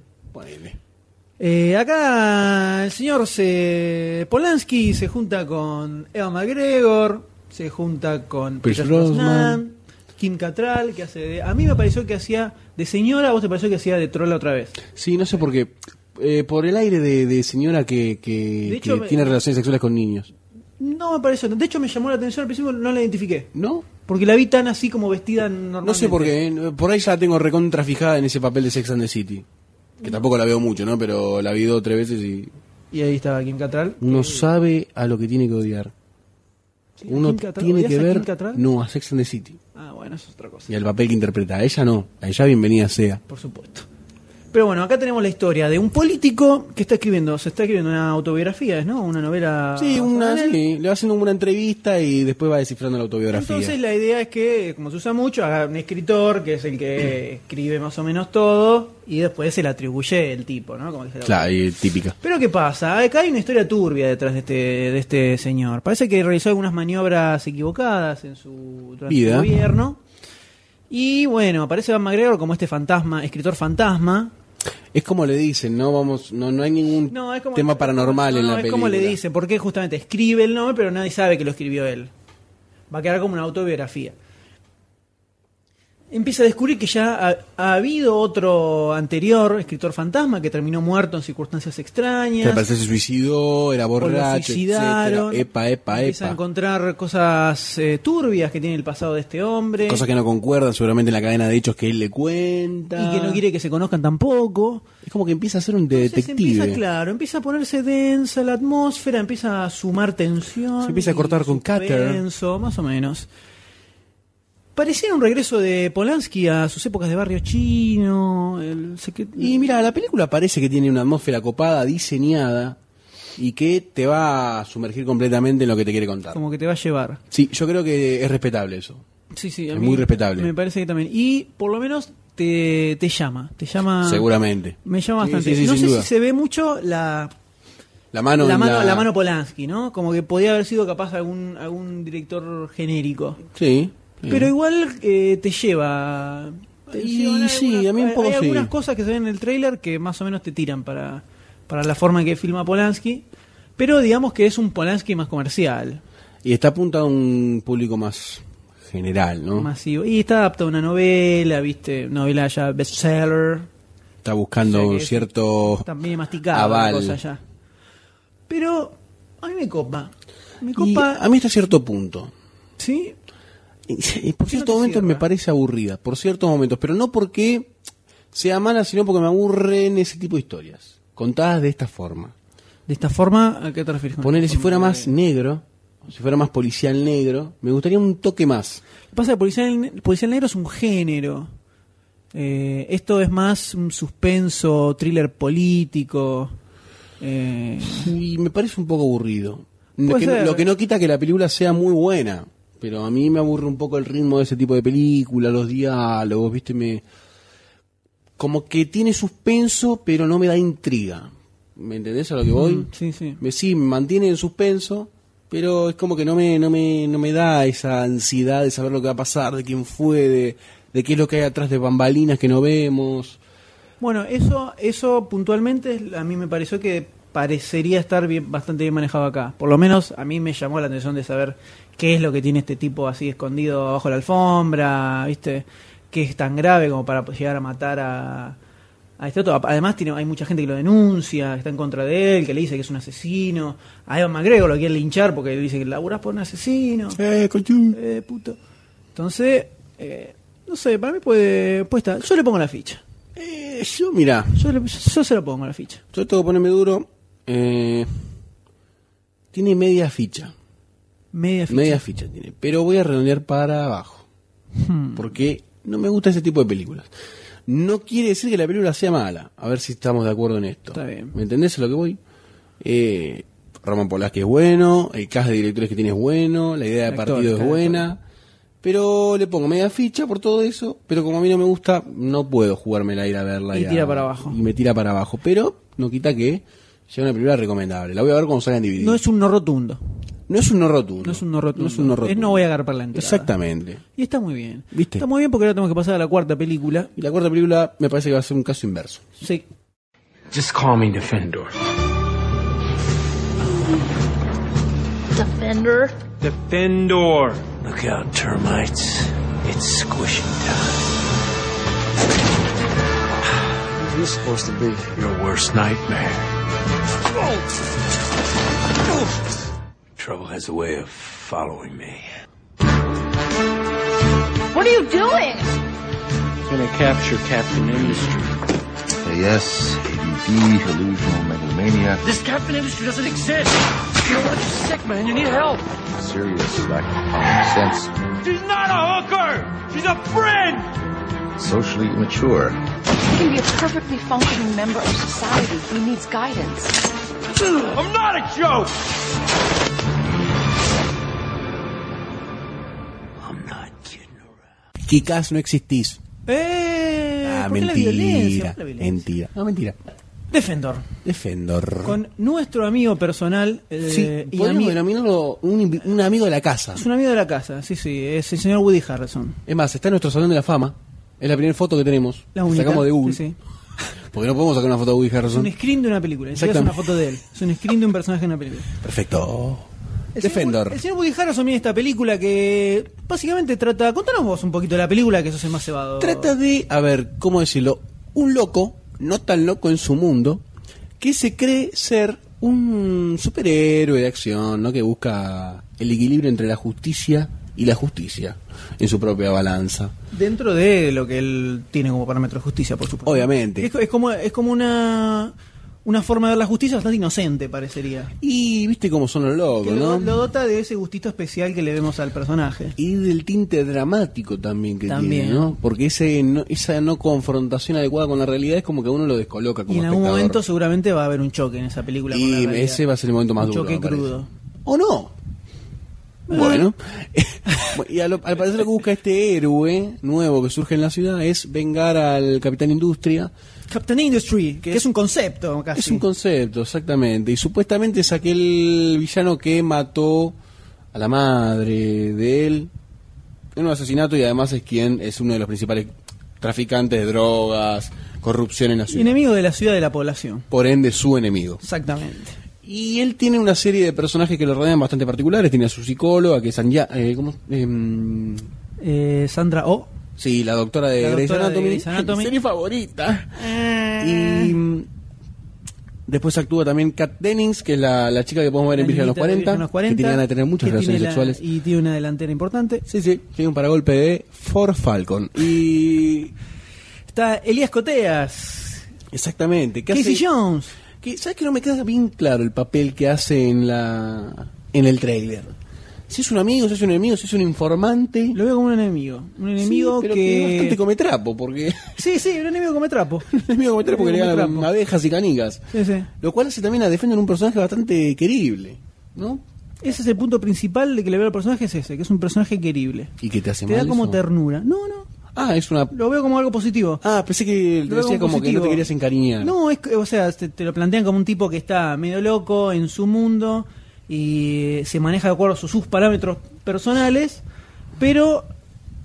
Acá el señor Polanski se junta con Ewan McGregor, se junta con Pierce Peter Brosnan, Kim Cattrall, que hace de... A mí me pareció que hacía de señora, a vos te pareció que hacía de trola otra vez. Sí, no sé por qué. Por el aire de señora que hecho, tiene relaciones sexuales con niños. No me pareció. De hecho me llamó la atención al principio, no la identifiqué. ¿No? Porque la vi tan así como vestida normalmente. No sé por qué. Por ahí ya la tengo recontra fijada en ese papel de Sex and the City. Que tampoco la veo mucho, ¿no? Pero la vi 2 o 3 veces y... Y ahí estaba Kim Cattrall. Uno sabe a lo que tiene que odiar. Sí, uno tiene que ver... No, a Sex and the City. Ah, bueno, eso es otra cosa. Y al papel que interpreta. A ella no. A ella bienvenida sea. Por supuesto. Pero bueno, acá tenemos la historia de un político que se está escribiendo una autobiografía, ¿no? Una novela... Sí, sí, le va haciendo una entrevista y después va descifrando la autobiografía. Entonces la idea es que, como se usa mucho, haga un escritor, que es el que escribe más o menos todo, y después se le atribuye el tipo, ¿no? Como claro, y típica. Pero ¿qué pasa? Acá hay una historia turbia detrás de este señor. Parece que realizó algunas maniobras equivocadas en durante su gobierno. Y bueno, aparece Ewan McGregor como este escritor fantasma. Es como le dicen, no hay ningún tema paranormal en la película. Es como le dicen, porque justamente escribe el nombre, pero nadie sabe que lo escribió él. Va a quedar como una autobiografía. Empieza a descubrir que ya ha habido otro anterior escritor fantasma que terminó muerto en circunstancias extrañas. Que parece se suicidó, era borracho, etcétera. Epa. Empieza a encontrar cosas turbias que tiene el pasado de este hombre. Cosas que no concuerdan seguramente en la cadena de hechos que él le cuenta. Y que no quiere que se conozcan tampoco. Es como que empieza a ser un detective. Empieza a ponerse densa la atmósfera, empieza a sumar tensión. Se empieza a cortar con Cutter. Más o menos. Parecía un regreso de Polanski a sus épocas de barrio chino. Y mira, la película parece que tiene una atmósfera copada, diseñada, y que te va a sumergir completamente en lo que te quiere contar. Como que te va a llevar. Sí, yo creo que es respetable eso. Sí, es muy respetable. Me parece que también. Y por lo menos te llama. Seguramente. Me llama bastante. Sí, no sé duda. si se ve mucho la mano Polanski, ¿no? Como que podía haber sido capaz algún director genérico. Sí. Pero igual te lleva. Sí, a mí un poco hay sí. algunas cosas que se ven en el tráiler que más o menos te tiran para la forma en que filma Polanski. Pero digamos que es un Polanski más comercial. Y está apuntado a un público más general, ¿no? Masivo. Y está adaptado a una novela, ¿viste? Novela ya bestseller. Está buscando un cierto también masticado aval. Cosa ya. Pero a mí me copa. Y a mí hasta cierto punto. ¿Sí? Y por ciertos momentos me parece aburrida, por ciertos momentos, pero no porque sea mala, sino porque me aburren ese tipo de historias, contadas de esta forma. ¿De esta forma? ¿A qué te refieres? Ponele, si fuera más negro, si fuera más policial negro, me gustaría un toque más. Lo que pasa es que policial negro es un género. Esto es más un suspenso, thriller político. Y me parece un poco aburrido. Lo que no quita que la película sea muy buena. Pero a mí me aburre un poco el ritmo de ese tipo de película, los diálogos, ¿viste? Como que tiene suspenso, pero no me da intriga. ¿Me entendés a lo que voy? Sí. Sí, me mantiene en suspenso, pero es como que no me da esa ansiedad de saber lo que va a pasar, de quién fue, de qué es lo que hay atrás de bambalinas que no vemos. Bueno, eso puntualmente a mí me pareció que parecería estar bastante bien manejado acá. Por lo menos a mí me llamó la atención de saber qué es lo que tiene este tipo así escondido bajo la alfombra, ¿viste? Que es tan grave como para llegar a matar a este otro. Además hay mucha gente que lo denuncia, que está en contra de él, que le dice que es un asesino. A Ewan McGregor lo quiere linchar porque le dice que laburás por un asesino. Puto. Entonces, no sé, para mí puede estar. Yo le pongo la ficha. Yo, mirá. Yo se lo pongo la ficha. Yo tengo que ponerme duro. Tiene media ficha. Media ficha tiene. Pero voy a redondear para abajo. Porque no me gusta ese tipo de películas. No quiere decir que la película sea mala. A ver si estamos de acuerdo en esto. Está bien. ¿Me entendés a lo que voy? Roman Polanski es bueno. El cast de directores que tiene es bueno. La idea de partido es buena. Pero le pongo media ficha por todo eso. Pero como a mí no me gusta, no puedo jugármela a ir a verla. Y tira para abajo. Y me tira para abajo. Pero no quita que sea una película recomendable. La voy a ver cuando salga en DVD. No es un no rotundo. No es un no rotundo. No es un no rotundo. Es no voy a agarrar la entrada. Exactamente. Y está muy bien. ¿Viste? Está muy bien porque ahora tenemos que pasar a la cuarta película. Y la cuarta película me parece que va a ser un caso inverso. Sí. Just call me Defendor. Defender? Defendor. Look out, termites. It's squishing time. Who's this supposed to be? Your worst nightmare. Trouble has a way of following me. What are you doing? Gonna capture Captain Industry. Yes, ADD, delusional megalomania, This Captain Industry doesn't exist. You know what? You're sick, man. You need help. serious lack of common sense, She's not a hooker. She's a friend. socially immature. He can be a perfectly functioning member of society. He needs guidance. I'm not a joke. I'm not kidding around. Kick-Ass no existís. ¿Por qué Mentira. la violencia? ¿Por qué la violencia? Mentira. No, mentira. Defendor. Con nuestro amigo personal. Y podemos denominarlo un amigo de la casa. Es un amigo de la casa, sí. Es el señor Woody Harrelson. Es más, está en nuestro Salón de la Fama. Es la primera foto que tenemos. La única. Sacamos de Google. Sí. Porque no podemos sacar una foto de Woody Es Harrelson. un screen de una película. Es una foto de él. Es un screen de un personaje de una película. Perfecto. Defendor. El señor Woody Harrelson viene esta película que básicamente trata... Contanos vos un poquito de la película, que sos el más cebado. Trata de, a ver, ¿cómo decirlo? Un loco, no tan loco en su mundo, que se cree ser un superhéroe de acción, ¿no? Que busca el equilibrio entre la justicia y la justicia en su propia balanza. Dentro de lo que él tiene como parámetro de justicia, por supuesto. Obviamente. Es como una forma de ver la justicia bastante inocente, parecería. Y viste cómo son los locos, Que ¿no? lo dota de ese gustito especial que le vemos al personaje. Y del tinte dramático también que También. tiene, ¿no? Porque esa no confrontación adecuada con la realidad es como que a uno lo descoloca como Y en algún espectador. momento seguramente va a haber un choque en esa película. con la Y realidad. ese va a ser el momento más un duro. choque me parece. crudo. ¿O no? Bueno. Y al parecer lo que busca este héroe nuevo que surge en la ciudad es vengar al Capitán Industria. Captain Industry, que es un concepto casi. Es un concepto, exactamente. Y supuestamente es aquel villano que mató a la madre de él en un asesinato y además es uno de los principales traficantes de drogas, corrupción en la ciudad. Enemigo de la ciudad de la población. Por ende, su enemigo. Exactamente. Y él tiene una serie de personajes que lo rodean bastante particulares. Tiene a su psicóloga, que es Sandra Oh. Sí, la doctora de Grey's Anatomy. Anatomy. Mi serie favorita. Y después actúa también Kat Dennings, que es la chica que podemos ver en Virgen a los 40, que tiene ganas de tener muchas relaciones sexuales. Y tiene una delantera importante. Sí, tiene un paragolpe de Ford Falcon. Y está Elías Coteas. Exactamente. Casey Jones. ¿Sabes que no me queda bien claro el papel que hace en el trailer? Si es un amigo, si es un enemigo, si es un informante. Lo veo como un enemigo. Un enemigo pero que es bastante come trapo, porque... Sí, un enemigo come trapo. Un enemigo come trapo que le ganan abejas y canicas. Sí. Lo cual hace también a defender un personaje bastante querible, ¿no? Ese es el punto principal de que le veo al personaje, es ese, que es un personaje querible. ¿Y que te hace mal? Te da como eso? Ternura. No. Lo veo como algo positivo. Pensé que te decía como que no te querías encariñar. No, te lo plantean como un tipo que está medio loco en su mundo y se maneja de acuerdo a sus parámetros personales, pero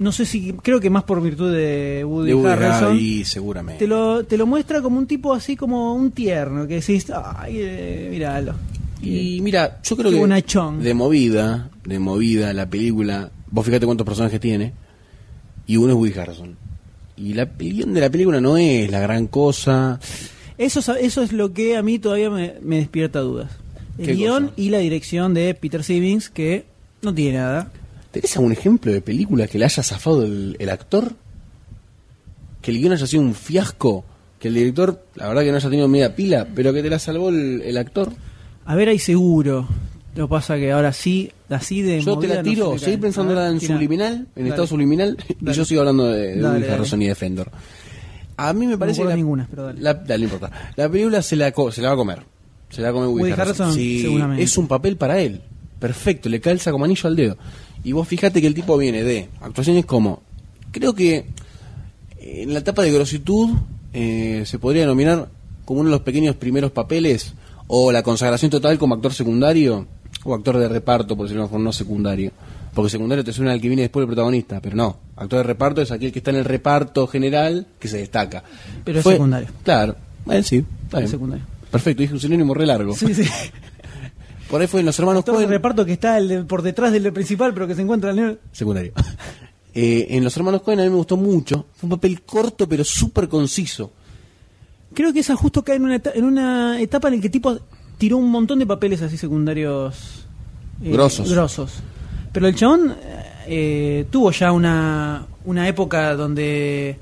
no sé si, creo que más por virtud de Woody Harrelson. Y seguramente. Te lo muestra como un tipo así como un tierno, que decís, ay, míralo. Y mira, yo creo que de movida la película, vos fíjate cuántos personajes tiene, y uno es Woody Harrelson. Y el guión de la película no es la gran cosa. Eso es lo que a mí todavía me despierta dudas. El guión y la dirección de Peter Simmons, que no tiene nada. ¿Tenés algún ejemplo de película que le haya zafado el actor? Que el guión haya sido un fiasco, que el director, la verdad que no haya tenido media pila, pero que te la salvó el actor. A ver, ahí seguro. Lo que pasa que ahora sí, así de yo te la tiro, seguí pensando en subliminal, en estado subliminal, y yo sigo hablando de Woody Harrelson y de Fendor. A mí me parece que ninguna, pero dale, no importa. La película se la va a comer. Se la va a comer Woody Harrelson. Sí, seguramente. Es un papel para él. Perfecto, le calza como anillo al dedo. Y vos fíjate que el tipo viene de actuaciones como, creo que en la etapa de grositud se podría denominar como uno de los pequeños primeros papeles, o la consagración total como actor secundario o actor de reparto, por decirlo mejor, no secundario, porque secundario te suena al que viene después del protagonista, pero no, actor de reparto es aquel que está en el reparto general que se destaca. Pero es secundario. Claro, sí, está bien. Secundario. Perfecto, dije un sinónimo re largo. Sí. Por ahí fue en Los Hermanos Coen. El reparto que está por detrás del principal, pero que se encuentra en el secundario. En Los Hermanos Coen a mí me gustó mucho. Fue un papel corto, pero súper conciso. Creo que esa justo cae en una etapa en la que el tipo tiró un montón de papeles así secundarios grosos. Pero el chabón tuvo ya una época donde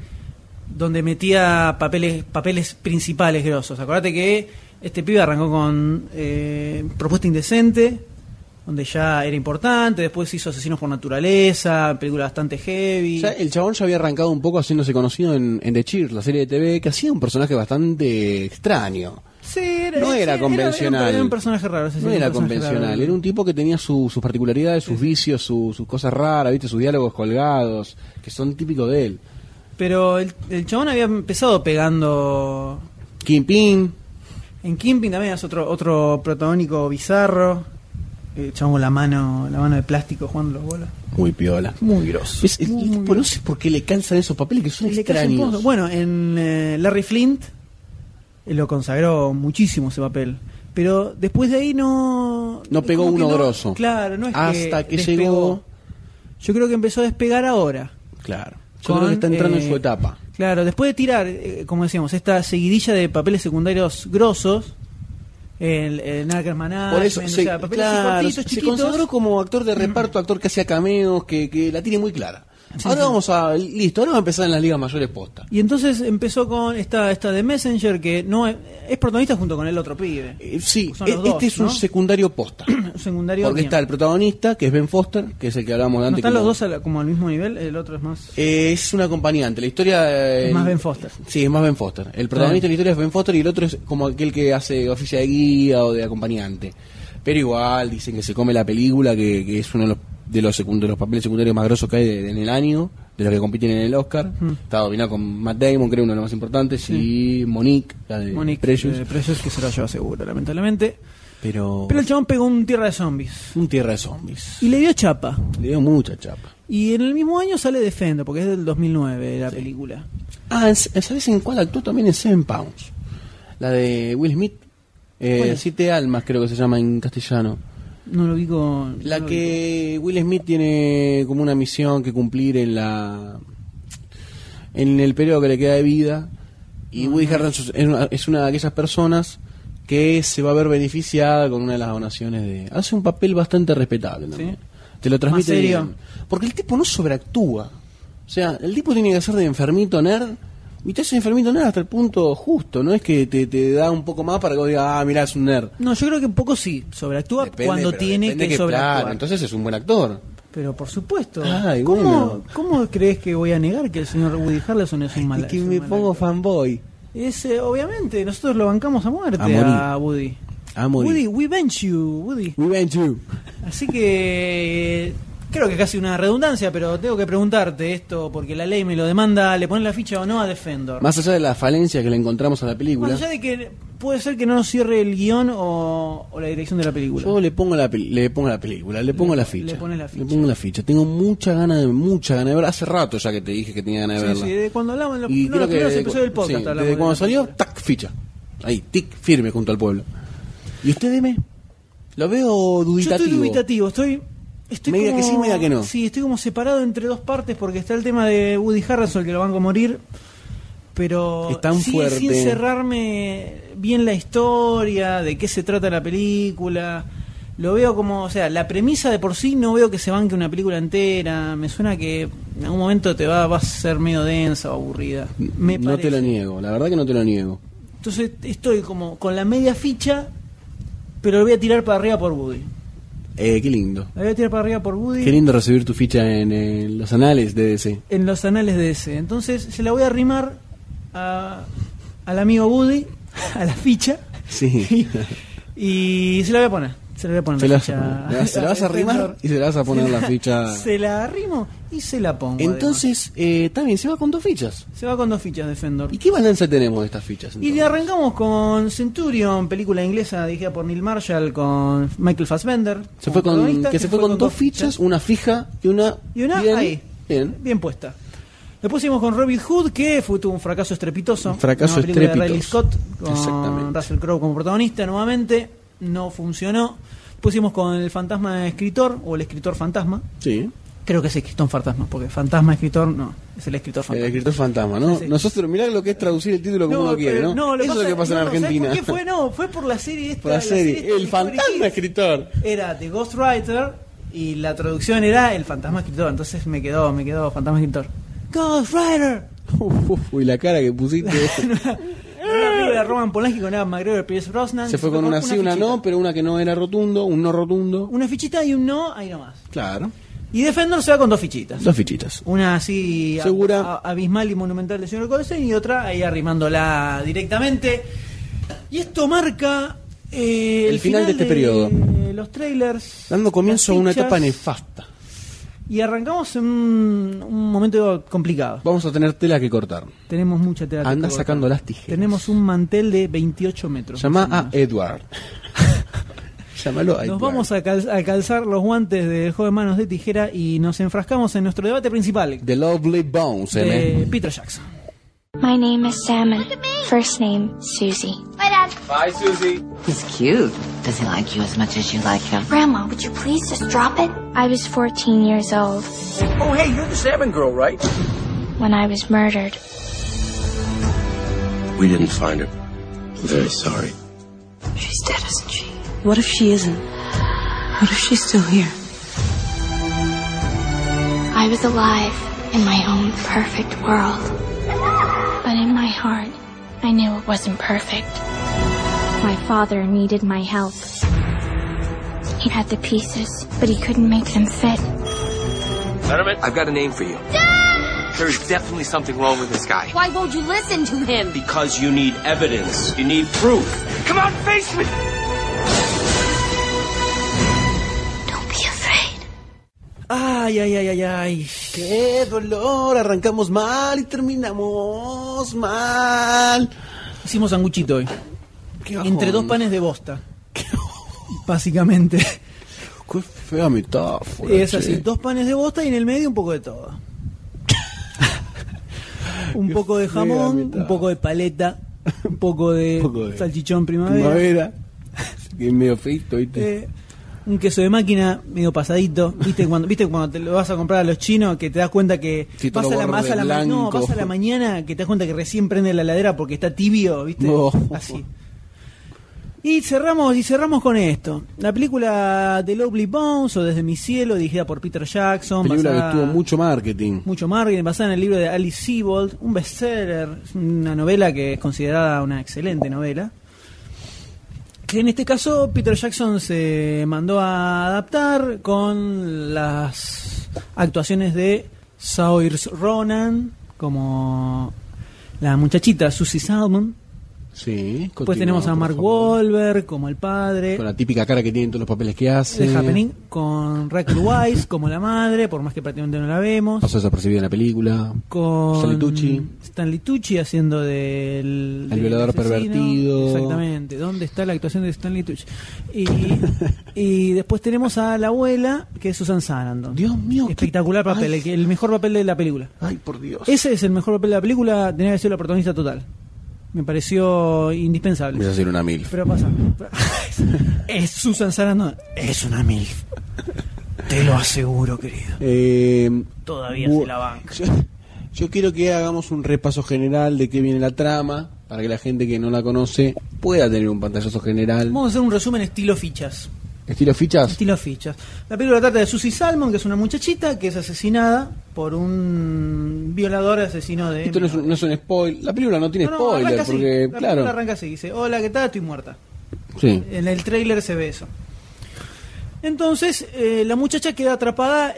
metía papeles principales grosos. Acordate que este pibe arrancó con Propuesta Indecente, donde ya era importante, después hizo Asesinos por Naturaleza, película bastante heavy. Ya el chabón ya había arrancado un poco haciéndose conocido en The Cheers, la serie de TV, que hacía un personaje bastante extraño. Sí, no era convencional. Era un personaje raro. No era convencional, era un tipo que tenía sus particularidades, sus vicios, sus cosas raras, ¿viste? Sus diálogos colgados, que son típicos de él. Pero el chabón había empezado pegando... Kingpin. En Kingpin también es otro protagónico bizarro. Chabón con la mano de plástico jugando los bolas. Muy piola. Muy grosso. No sé por qué le calzan esos papeles que son extraños. Bueno, en Larry Flint lo consagró muchísimo ese papel. Pero después de ahí no pegó uno grosso. Claro, no es hasta que llegó. Yo creo que empezó a despegar ahora. Claro. Yo creo que está entrando en su etapa. Claro, después de tirar, como decíamos, esta seguidilla de papeles secundarios grosos, el Narcos Management, por eso papeles se chiquitos. consagró como actor de reparto, actor que hacía cameos, que la tiene muy clara. Ahora ahora va a empezar en las ligas mayores posta. Y entonces empezó con esta de Messenger, que no es protagonista junto con el otro pibe. Sí, este es un secundario posta. Secundario porque está el protagonista, que es Ben Foster, que es el que hablábamos de antes. ¿No están los dos como al mismo nivel? El otro es más... es un acompañante. La historia... es más Ben Foster. Sí, es más Ben Foster. El protagonista de la historia es Ben Foster y el otro es como aquel que hace oficia de guía o de acompañante. Pero igual dicen que se come la película, que es uno de los papeles secundarios más grosos que hay en el año, de los que compiten en el Oscar. Está dominado con Matt Damon, creo, uno de los más importantes, y Monique, la de Precious. Precious, que se lo lleva seguro, lamentablemente. Pero el chabón pegó un Tierra de Zombies. Y le dio chapa. Le dio mucha chapa. Y en el mismo año sale Defender, porque es del 2009 la película. ¿Sabes en cuál actuó también? En Seven Pounds. La de Will Smith. 7 almas creo que se llama en castellano. No lo digo. Will Smith tiene como una misión que cumplir en el periodo que le queda de vida, y Woody Harrelson es una de aquellas personas que se va a ver beneficiada con una de las donaciones hace un papel bastante respetable también. ¿Sí? Te lo transmite bien. Porque el tipo no sobreactúa. O sea, el tipo tiene que hacer de enfermito nerd. Y te hace enfermito nerd hasta el punto justo, no es que te da un poco más para que vos digas, mirá, es un nerd. No, yo creo que un poco sí, sobreactúa cuando tiene que sobreactuar. Claro, entonces es un buen actor. Pero por supuesto. ¿Cómo crees que voy a negar que el señor Woody Harrelson es un mal actor? Que me pongo fanboy. Obviamente, nosotros lo bancamos a muerte a Woody. A morir. Woody, we bench you, Woody. We bench you. Así que Creo que es casi una redundancia, pero tengo que preguntarte esto porque la ley me lo demanda. ¿Le pones la ficha o no a Defender? Más allá de la falencia que le encontramos a la película. Más allá de que puede ser que no nos cierre el guión o la dirección de la película. Yo le pongo la película, le pongo la ficha. Le pones la ficha. Le pongo la ficha. Tengo mucha gana de verla. Hace rato ya que te dije que tenía ganas de verla. Sí, de cuando hablamos en los creo primeros episodios del podcast. Sí, desde cuando salió, tac, ficha. Ahí, tic, firme junto al pueblo. ¿Y usted, dime? Lo veo dubitativo. Yo estoy dubitativo, estoy media que sí, media que no. Sí, estoy como separado entre dos partes porque está el tema de Woody Harrelson, que lo van a morir, pero es tan fuerte. Sin cerrarme bien la historia, de qué se trata la película. Lo veo como, o sea, la premisa de por sí no veo que se banque una película entera. Me suena que en algún momento va a ser medio densa o aburrida. No te lo niego, la verdad que no te lo niego. Entonces estoy como con la media ficha, pero lo voy a tirar para arriba por Woody. Qué lindo. La voy a tirar para arriba por Woody. Qué lindo recibir tu ficha en los anales de DC. En los anales de DC. Entonces se la voy a arrimar al amigo Woody, a la ficha. Sí. Y se la voy a poner. Se la voy a poner la ficha. Se la vas a arrimar y se la vas a poner la ficha. Se la arrimo y se la pongo. Entonces, también se va con 2 fichas. Se va con 2 fichas Defender. ¿Y qué balance tenemos de estas fichas? Entonces? Y arrancamos con Centurion, película inglesa dirigida por Neil Marshall con Michael Fassbender. Se fue con 2 fichas, una fija y una bien, ahí. Bien puesta. Después seguimos con Robin Hood, que tuvo un fracaso estrepitoso. Una película de Riley Scott con Russell Crowe como protagonista nuevamente. No funcionó. Pusimos con el fantasma escritor o el escritor fantasma. Sí. Creo que es escritor fantasma, porque fantasma escritor no, es el escritor fantasma. El escritor fantasma, ¿no? Sí. Nosotros, mirá lo que es traducir el título como uno quiere, ¿no? No, eso es lo que pasa en Argentina. ¿Por qué fue? No, fue por la serie esta. Por la serie, el fantasma escritor. Era The Ghostwriter y la traducción era el fantasma escritor, entonces me quedó fantasma escritor. Ghostwriter. Uy, la cara que pusiste. Una película de Roman Polanski con Ewan McGregor y Pierce Brosnan. Se fue con una sí, una no, pero una que no era rotundo, un no rotundo. Una fichita y un no, ahí nomás. Claro. Y Defender se va con 2 fichitas. 2 fichitas. Una así segura, abismal y monumental de señor Goldstein y otra ahí arrimándola directamente. Y esto marca el final de este periodo. Los trailers. Dando comienzo a una etapa nefasta. Y arrancamos en un momento complicado. Vamos a tener tela que cortar. Tenemos mucha tela que cortar. Anda sacando las tijeras. Tenemos un mantel de 28 metros. Llama a Edward. Llámalo a Edward. Nos vamos a calzar los guantes de juego de manos de tijera y nos enfrascamos en nuestro debate principal. The Lovely Bones, de Peter Jackson. My name is Salmon. First name, Susie. Bye, Dad. Bye, Susie. He's cute. Does he like you as much as you like him? Grandma, would you please just drop it? I was 14 years old. Oh, hey, you're the salmon girl, right? When I was murdered. We didn't find her. I'm very sorry. She's dead, isn't she? What if she isn't? What if she's still here? I was alive in my own perfect world. But in my heart, I knew it wasn't perfect. My father needed my help. He had the pieces, but he couldn't make them fit. Letterman, I've got a name for you. Dad! There's definitely something wrong with this guy. Why won't you listen to him? Because you need evidence. You need proof. Come on, face me! Don't be afraid. Ay. ¡Qué dolor! Arrancamos mal y terminamos mal. Hicimos sanguchito hoy. Entre 2 panes de bosta. Básicamente. Qué fea metáfora. Es así, 2 panes de bosta y en el medio un poco de todo. Un poco de jamón, un poco de paleta, un poco de salchichón primavera. Que es medio feito, ¿viste? Un queso de máquina medio pasadito. ¿Viste cuando te lo vas a comprar a los chinos que te das cuenta que vas a la mañana que te das cuenta que recién prende la heladera porque está tibio, ¿viste? No. Así. Y cerramos con esto. La película The Lovely Bones o Desde mi cielo, dirigida por Peter Jackson. Película que tuvo mucho marketing, basada en el libro de Alice Sebold, un bestseller, una novela que es considerada una excelente novela. Que en este caso Peter Jackson se mandó a adaptar con las actuaciones de Saoirse Ronan como la muchachita Susie Salmon. Sí. Después tenemos a Mark Wahlberg como el padre. Con la típica cara que tiene en todos los papeles que hace. The Happening. Con Rachel Weisz como la madre, por más que prácticamente no la vemos. Pasó desapercibida en la película. Con Stanley Tucci haciendo del violador pervertido. Exactamente. ¿Dónde está la actuación de Stanley Tucci? Y después tenemos a la abuela, que es Susan Sarandon. Dios mío. Espectacular papel, el mejor papel de la película. Ay, por Dios. Ese es el mejor papel de la película, tenía que ser la protagonista total. Me pareció indispensable. Voy a hacer una MILF. Pero pasa. Es Susan Sarandon. Es una MILF. Te lo aseguro, querido. Todavía se la banca. Yo quiero que hagamos un repaso general de qué viene la trama, para que la gente que no la conoce pueda tener un pantallazo general. Vamos a hacer un resumen estilo fichas. ¿Estilo fichas? Estilo fichas. La película trata de Susie Salmon, que es una muchachita que es asesinada por un violador asesino de... Esto no es un spoiler. La película no tiene spoiler, porque la película arranca así, dice, hola, ¿qué tal? Estoy muerta. Sí. En el tráiler se ve eso. Entonces, la muchacha queda atrapada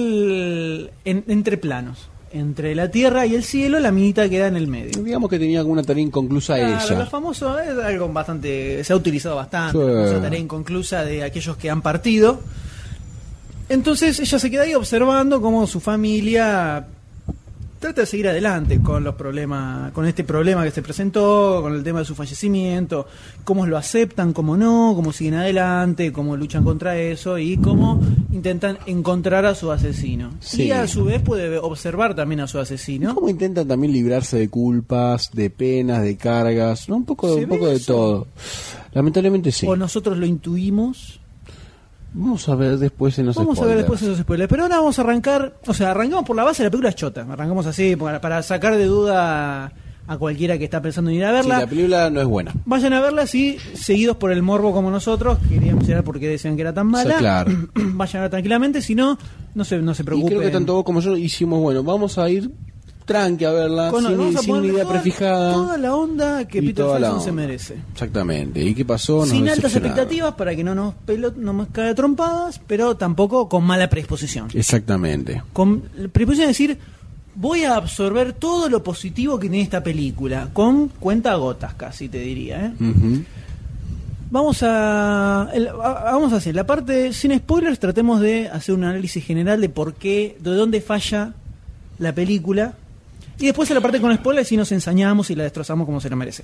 entre planos. Entre la tierra y el cielo, la minita queda en el medio. Digamos que tenía alguna tarea inconclusa ella. Lo famoso es algo bastante... Se ha utilizado bastante. La tarea inconclusa de aquellos que han partido. Entonces ella se queda ahí observando cómo su familia trata de seguir adelante con los problemas, con este problema que se presentó, con el tema de su fallecimiento, cómo lo aceptan, cómo no, cómo siguen adelante, cómo luchan contra eso y cómo intentan encontrar a su asesino. Sí. Y a su vez puede observar también a su asesino. Cómo intentan también librarse de culpas, de penas, de cargas, ¿no? Un poco de todo. Lamentablemente sí. O nosotros lo intuimos. Vamos a ver después en los spoilers. Vamos a ver después esos spoilers. Pero ahora vamos a arrancar. O sea, arrancamos por la base de la película chota. Arrancamos así para sacar de duda a cualquiera que está pensando en ir a verla. Sí, la película no es buena. Vayan a verla así, seguidos por el morbo como nosotros. Queríamos saber por qué decían que era tan mala. Sí, claro. Vayan a ver tranquilamente. Si no, no se preocupen. Y creo que tanto vos como yo hicimos, bueno, vamos a ir tranqui a verla, sin una idea prefijada. Toda la onda que Peter Jackson se merece. Exactamente. ¿Y qué pasó? Sin altas expectativas para que no nos caiga trompadas, pero tampoco con mala predisposición. Exactamente. Con predisposición de decir, voy a absorber todo lo positivo que tiene esta película, con cuentagotas casi te diría. Uh-huh. Vamos a hacer la parte sin spoilers, tratemos de hacer un análisis general de por qué, de dónde falla la película. Y después en la parte con spoilers sí nos ensañamos y la destrozamos como se lo merece.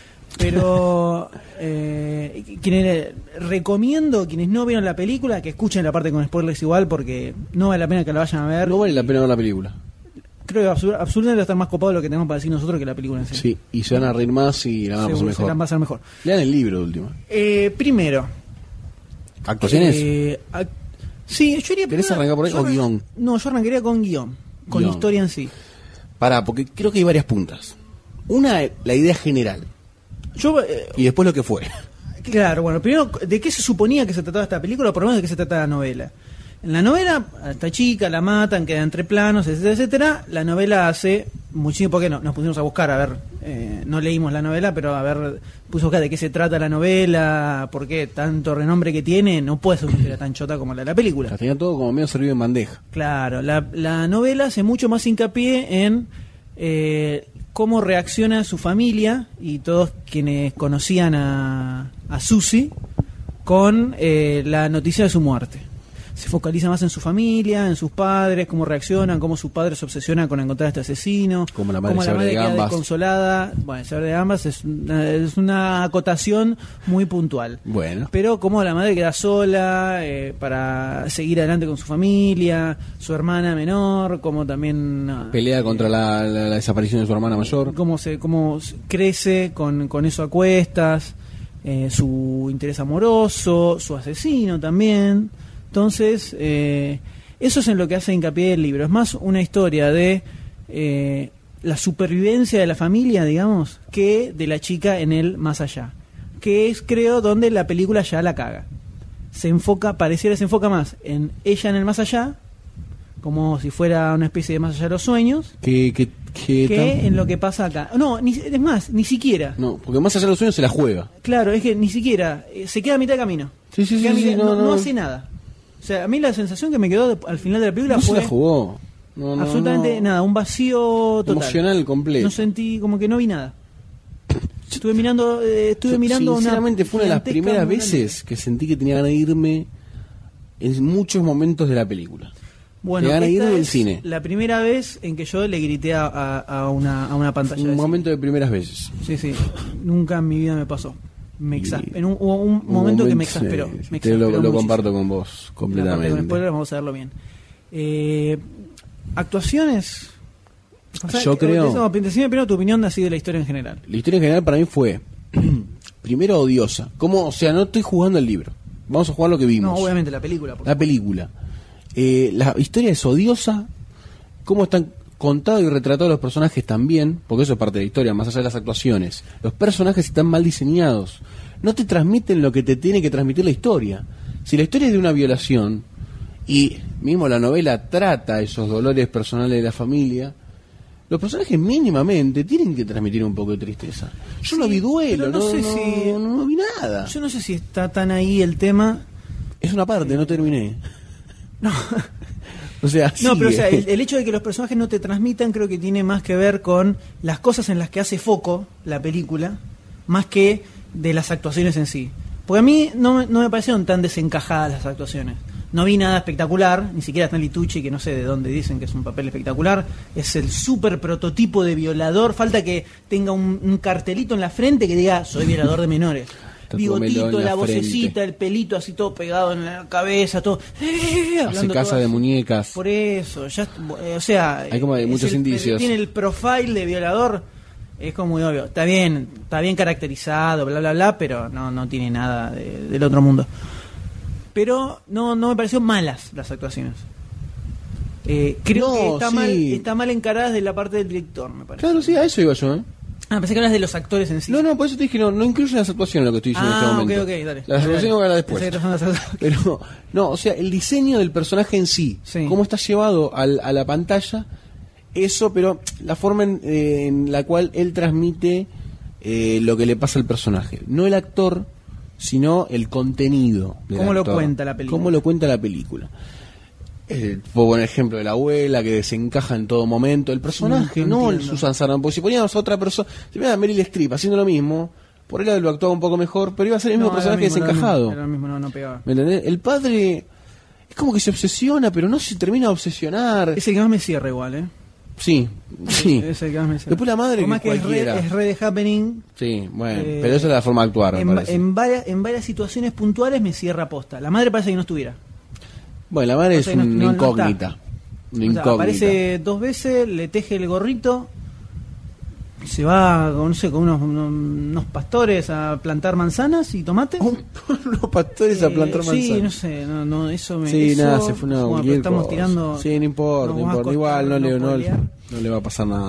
Pero recomiendo, quienes no vieron la película, que escuchen la parte con spoilers igual, porque no vale la pena que la vayan a ver. No vale la pena ver la película. Creo que absolutamente va a estar más copado lo que tenemos para decir nosotros que la película en sí. Sí, y se van a reír más y la van a pasar mejor. Se la van a pasar mejor. Lean el libro de última. Primero. ¿Actuaciones? Sí, yo iría... ¿Querés arrancar por ahí o guión? No, yo arrancaría con guión. Con la historia en sí. Pará, porque creo que hay varias puntas. Una, la idea general. Y después lo que fue. Claro, bueno, primero, ¿de qué se suponía que se trataba esta película? O por lo menos de qué se trata la novela. En la novela, a esta chica la matan, queda entre planos, etcétera, etcétera. La novela hace muchísimo, porque no, nos pusimos a buscar, a ver, no leímos la novela, pero a ver, pusimos a buscar de qué se trata la novela, por qué tanto renombre que tiene, no puede ser una historia tan chota como la de la película. La tenía todo como medio servido en bandeja. Claro, la novela hace mucho más hincapié en cómo reacciona su familia y todos quienes conocían a Susie con la noticia de su muerte. Se focaliza más en su familia, en sus padres, cómo reaccionan, cómo su padre se obsesiona con encontrar a este asesino, como la madre queda desconsolada. Bueno, se abre de ambas es una acotación muy puntual. Bueno. Pero cómo la madre queda sola para seguir adelante con su familia, su hermana menor, cómo también pelea contra la desaparición de su hermana mayor. Cómo crece con eso a cuestas, su interés amoroso, su asesino también. Entonces, eso es en lo que hace hincapié el libro. Es más una historia de la supervivencia de la familia, digamos, que de la chica en el más allá. Que es, creo, donde la película ya la caga. Se enfoca más en ella en el más allá, como si fuera una especie de más allá de los sueños, que en lo que pasa acá. No, es más, ni siquiera. No, porque más allá de los sueños se la juega. Claro, es que ni siquiera, se queda a mitad de camino. Sí, no hace nada. O sea, a mí la sensación que me quedó al final de la película fue... No se la jugó. Absolutamente nada, un vacío total. Emocional completo. No sentí, como que no vi nada. Estuve mirando sinceramente fue una de las primeras veces que sentí que tenía ganas de irme en muchos momentos de la película. Bueno, tenía ganas de irme del es cine. La primera vez en que yo le grité a una pantalla. Un momento de primeras veces. Sí. Nunca en mi vida me pasó. Hubo un momento que me exasperó. Lo comparto con vos completamente. Con spoilers vamos a verlo bien. Actuaciones. Yo creo. Decime primero tu opinión así de la historia en general. La historia en general para mí fue primero odiosa. O sea, no estoy jugando el libro. Vamos a jugar lo que vimos. No, obviamente la película. La película. La historia es odiosa. Cómo están contados y retratados los personajes también, porque eso es parte de la historia, más allá de las actuaciones. Los personajes están mal diseñados. No te transmiten lo que te tiene que transmitir la historia. Si la historia es de una violación, y mismo la novela trata esos dolores personales de la familia, los personajes mínimamente tienen que transmitir un poco de tristeza. Yo no vi duelo, no vi nada. Yo no sé si está tan ahí el tema. Es una parte, no terminé. No. O sea, pero o sea, el hecho de que los personajes no te transmitan creo que tiene más que ver con las cosas en las que hace foco la película, más que de las actuaciones en sí. Porque a mí no me parecieron tan desencajadas las actuaciones. No vi nada espectacular, ni siquiera Stanley Tucci, que no sé de dónde dicen que es un papel espectacular. Es el súper prototipo de violador. Falta que tenga un cartelito en la frente que diga, soy violador de menores. Bigotito, la vocecita, el pelito así todo pegado en la cabeza, todo. Hace casa de muñecas. Por eso, ya, o sea, hay como muchos indicios. Tiene el profile de violador, es como muy obvio. Está bien caracterizado, bla bla bla, pero no tiene nada del otro mundo. Pero no me pareció malas las actuaciones. Creo que está mal encaradas de la parte del director, me parece. Claro, sí, a eso iba yo, pensé que hablas de los actores en sí. No, por eso te dije, no incluyen las actuaciones lo que estoy diciendo en este momento. Ok, dale. Las actuaciones voy a hablar después. Pero, o sea, el diseño del personaje en sí, cómo está llevado a la pantalla, eso, pero la forma en la cual él transmite lo que le pasa al personaje. No el actor, sino el contenido del ¿Cómo actor. Lo cuenta la película? ¿Cómo lo cuenta la película? Puedo poner ejemplo de la abuela que desencaja en todo momento. El personaje, no el Susan Sarandon. Porque si poníamos a otra persona, si poníamos a Meryl Streep haciendo lo mismo, por él lo actuaba un poco mejor, pero iba a ser el mismo personaje desencajado. Era lo mismo, no pegaba. ¿Me entendés? El padre es como que se obsesiona, pero no se termina de obsesionar. Es el que más me cierra igual, Sí. Es el que más me cierra. Después la madre que cualquiera. Es re de Happening. Sí, bueno, pero esa es la forma de actuar, me parece. En varias situaciones puntuales me cierra posta. La madre parece que no estuviera. Bueno, la madre es una incógnita. Aparece 2 veces, le teje el gorrito, se va con unos pastores a plantar manzanas y tomates. Unos pastores a plantar manzanas. Sí, no sé, eso me. Sí, eso, nada, se fue una estamos tirando. Sí, no importa. Igual no le va a pasar nada.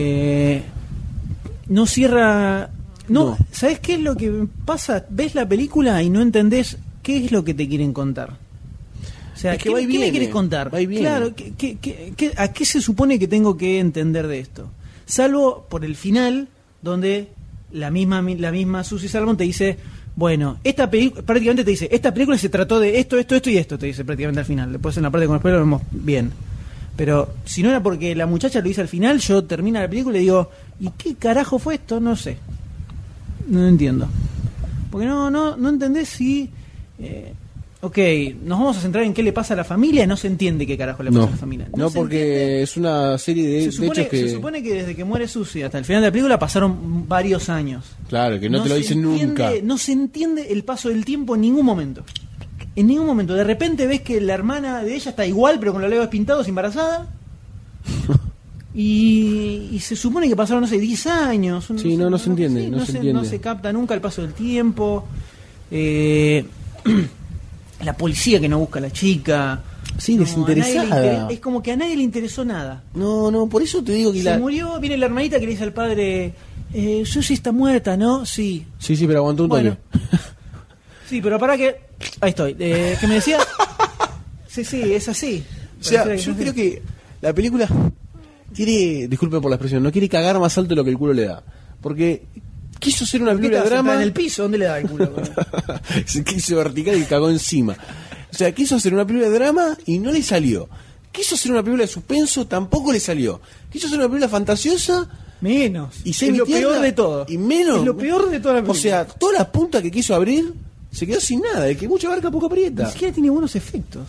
No cierra. No, ¿sabés qué es lo que pasa? Ves la película y no entendés qué es lo que te quieren contar. O sea, ¿qué me quieres contar? Claro, ¿a qué se supone que tengo que entender de esto? Salvo por el final, donde la misma Susie Salmon te dice, bueno, esta película, prácticamente te dice, esta película se trató de esto y esto, te dice prácticamente al final. Después en la parte con spoiler lo vemos bien. Pero si no era porque la muchacha lo dice al final, yo termino la película y digo, ¿y qué carajo fue esto? No sé. No entiendo. Porque no entendés si... ok, nos vamos a centrar en qué le pasa a la familia. No se entiende qué carajo le pasa a la familia. No porque es una serie de hechos que... Se supone que desde que muere Susie hasta el final de la película pasaron varios años. Claro, que no te lo dicen nunca. No se entiende el paso del tiempo en ningún momento. En ningún momento. De repente ves que la hermana de ella está igual, pero con los labios pintados, embarazada. Y se supone que pasaron, 10 años. No se entiende. No se capta nunca el paso del tiempo. La policía que no busca a la chica. Sí, desinteresada. Es como que a nadie le interesó nada. No, por eso te digo que se murió, viene la hermanita que le dice al padre, Susie está muerta, ¿no? Sí. Sí, pero aguantó un toque. Sí, pero para que... Ahí estoy. ¿Qué me decía? Sí, es así. O sea, yo creo que la película quiere, disculpe por la expresión, no quiere cagar más alto de lo que el culo le da. Porque quiso ser una película de drama... en el piso, ¿dónde le da el culo? Se quiso vertical y cagó encima. O sea, quiso hacer una película de drama y no le salió. Quiso hacer una película de suspenso, tampoco le salió. Quiso hacer una película fantasiosa Menos. Y es lo peor de todo. Y menos. Es lo peor de toda la película. O sea, todas las puntas que quiso abrir se quedó sin nada. De que mucha barca poco aprieta. Ni siquiera tiene buenos efectos.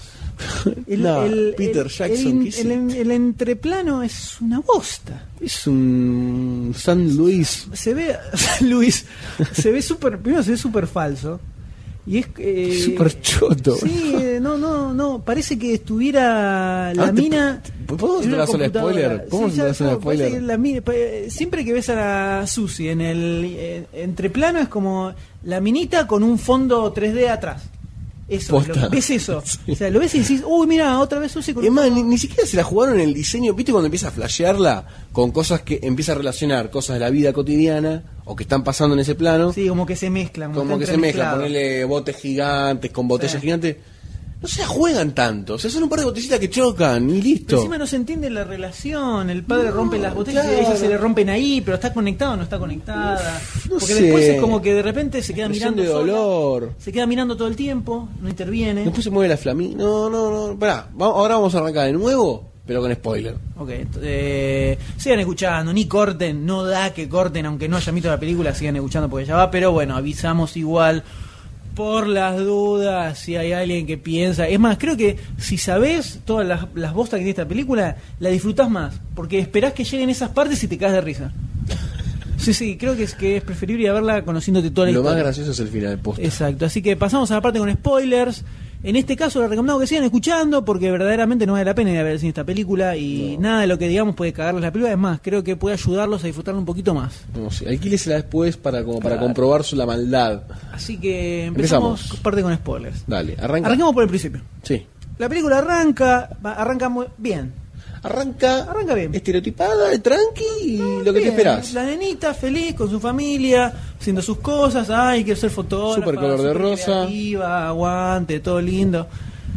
Peter Jackson. El entreplano es una bosta. Es un San Luis. Se ve Luis. Se ve súper. Primero se ve súper falso. Y es súper choto. Sí, no. Parece que estuviera la mina. ¿Podemos hacer un spoiler? ¿Podemos hacer un spoiler? Siempre que ves a la Susie en el entreplano es como la minita con un fondo 3D atrás. Eso, ves eso. Sí. O sea, lo ves y decís, uy, mira, otra vez Susie con es más, ni siquiera se la jugaron en el diseño. ¿Viste cuando empieza a flashearla con cosas que empieza a relacionar cosas de la vida cotidiana o que están pasando en ese plano? Sí, como que se mezclan. Como que se mezclan, ponerle botes gigantes con botellas gigantes. No se la juegan tanto, o sea, son un par de botecitas que chocan y listo. Pero encima no se entiende la relación, el padre rompe las botellas y a ella se le rompen ahí, pero está conectada o no está conectada. Porque después es como que de repente se queda mirando de dolor. Se queda mirando todo el tiempo, no interviene. Después se mueve la flamita. No, pará, ahora vamos a arrancar de nuevo, pero con spoiler. Ok, sigan escuchando, ni corten, no da que corten, aunque no hayan visto la película, sigan escuchando porque ya va, pero bueno, avisamos igual. Por las dudas, si hay alguien que piensa. Es más, creo que si sabés todas las bostas que tiene esta película, la disfrutás más. Porque esperás que lleguen esas partes y te caes de risa. Sí, creo que es preferible ir a verla conociéndote toda la historia. Lo más gracioso es el final del post. Exacto, así que pasamos a la parte con spoilers. En este caso les recomendamos que sigan escuchando porque verdaderamente no vale la pena ir a ver esta película y nada de lo que digamos puede cagarles la película. Es más, creo que puede ayudarlos a disfrutarla un poquito más. No sé, alquílesela después para comprobar la maldad. Así que empezamos parte con spoilers. Dale, arranquemos por el principio. Sí. La película arranca muy bien. Arranca bien. Estereotipada, tranqui y lo que te esperás. La nenita feliz con su familia, haciendo sus cosas. Ay, quiero ser fotógrafa. Super color de rosa. Creativa, aguante, todo lindo.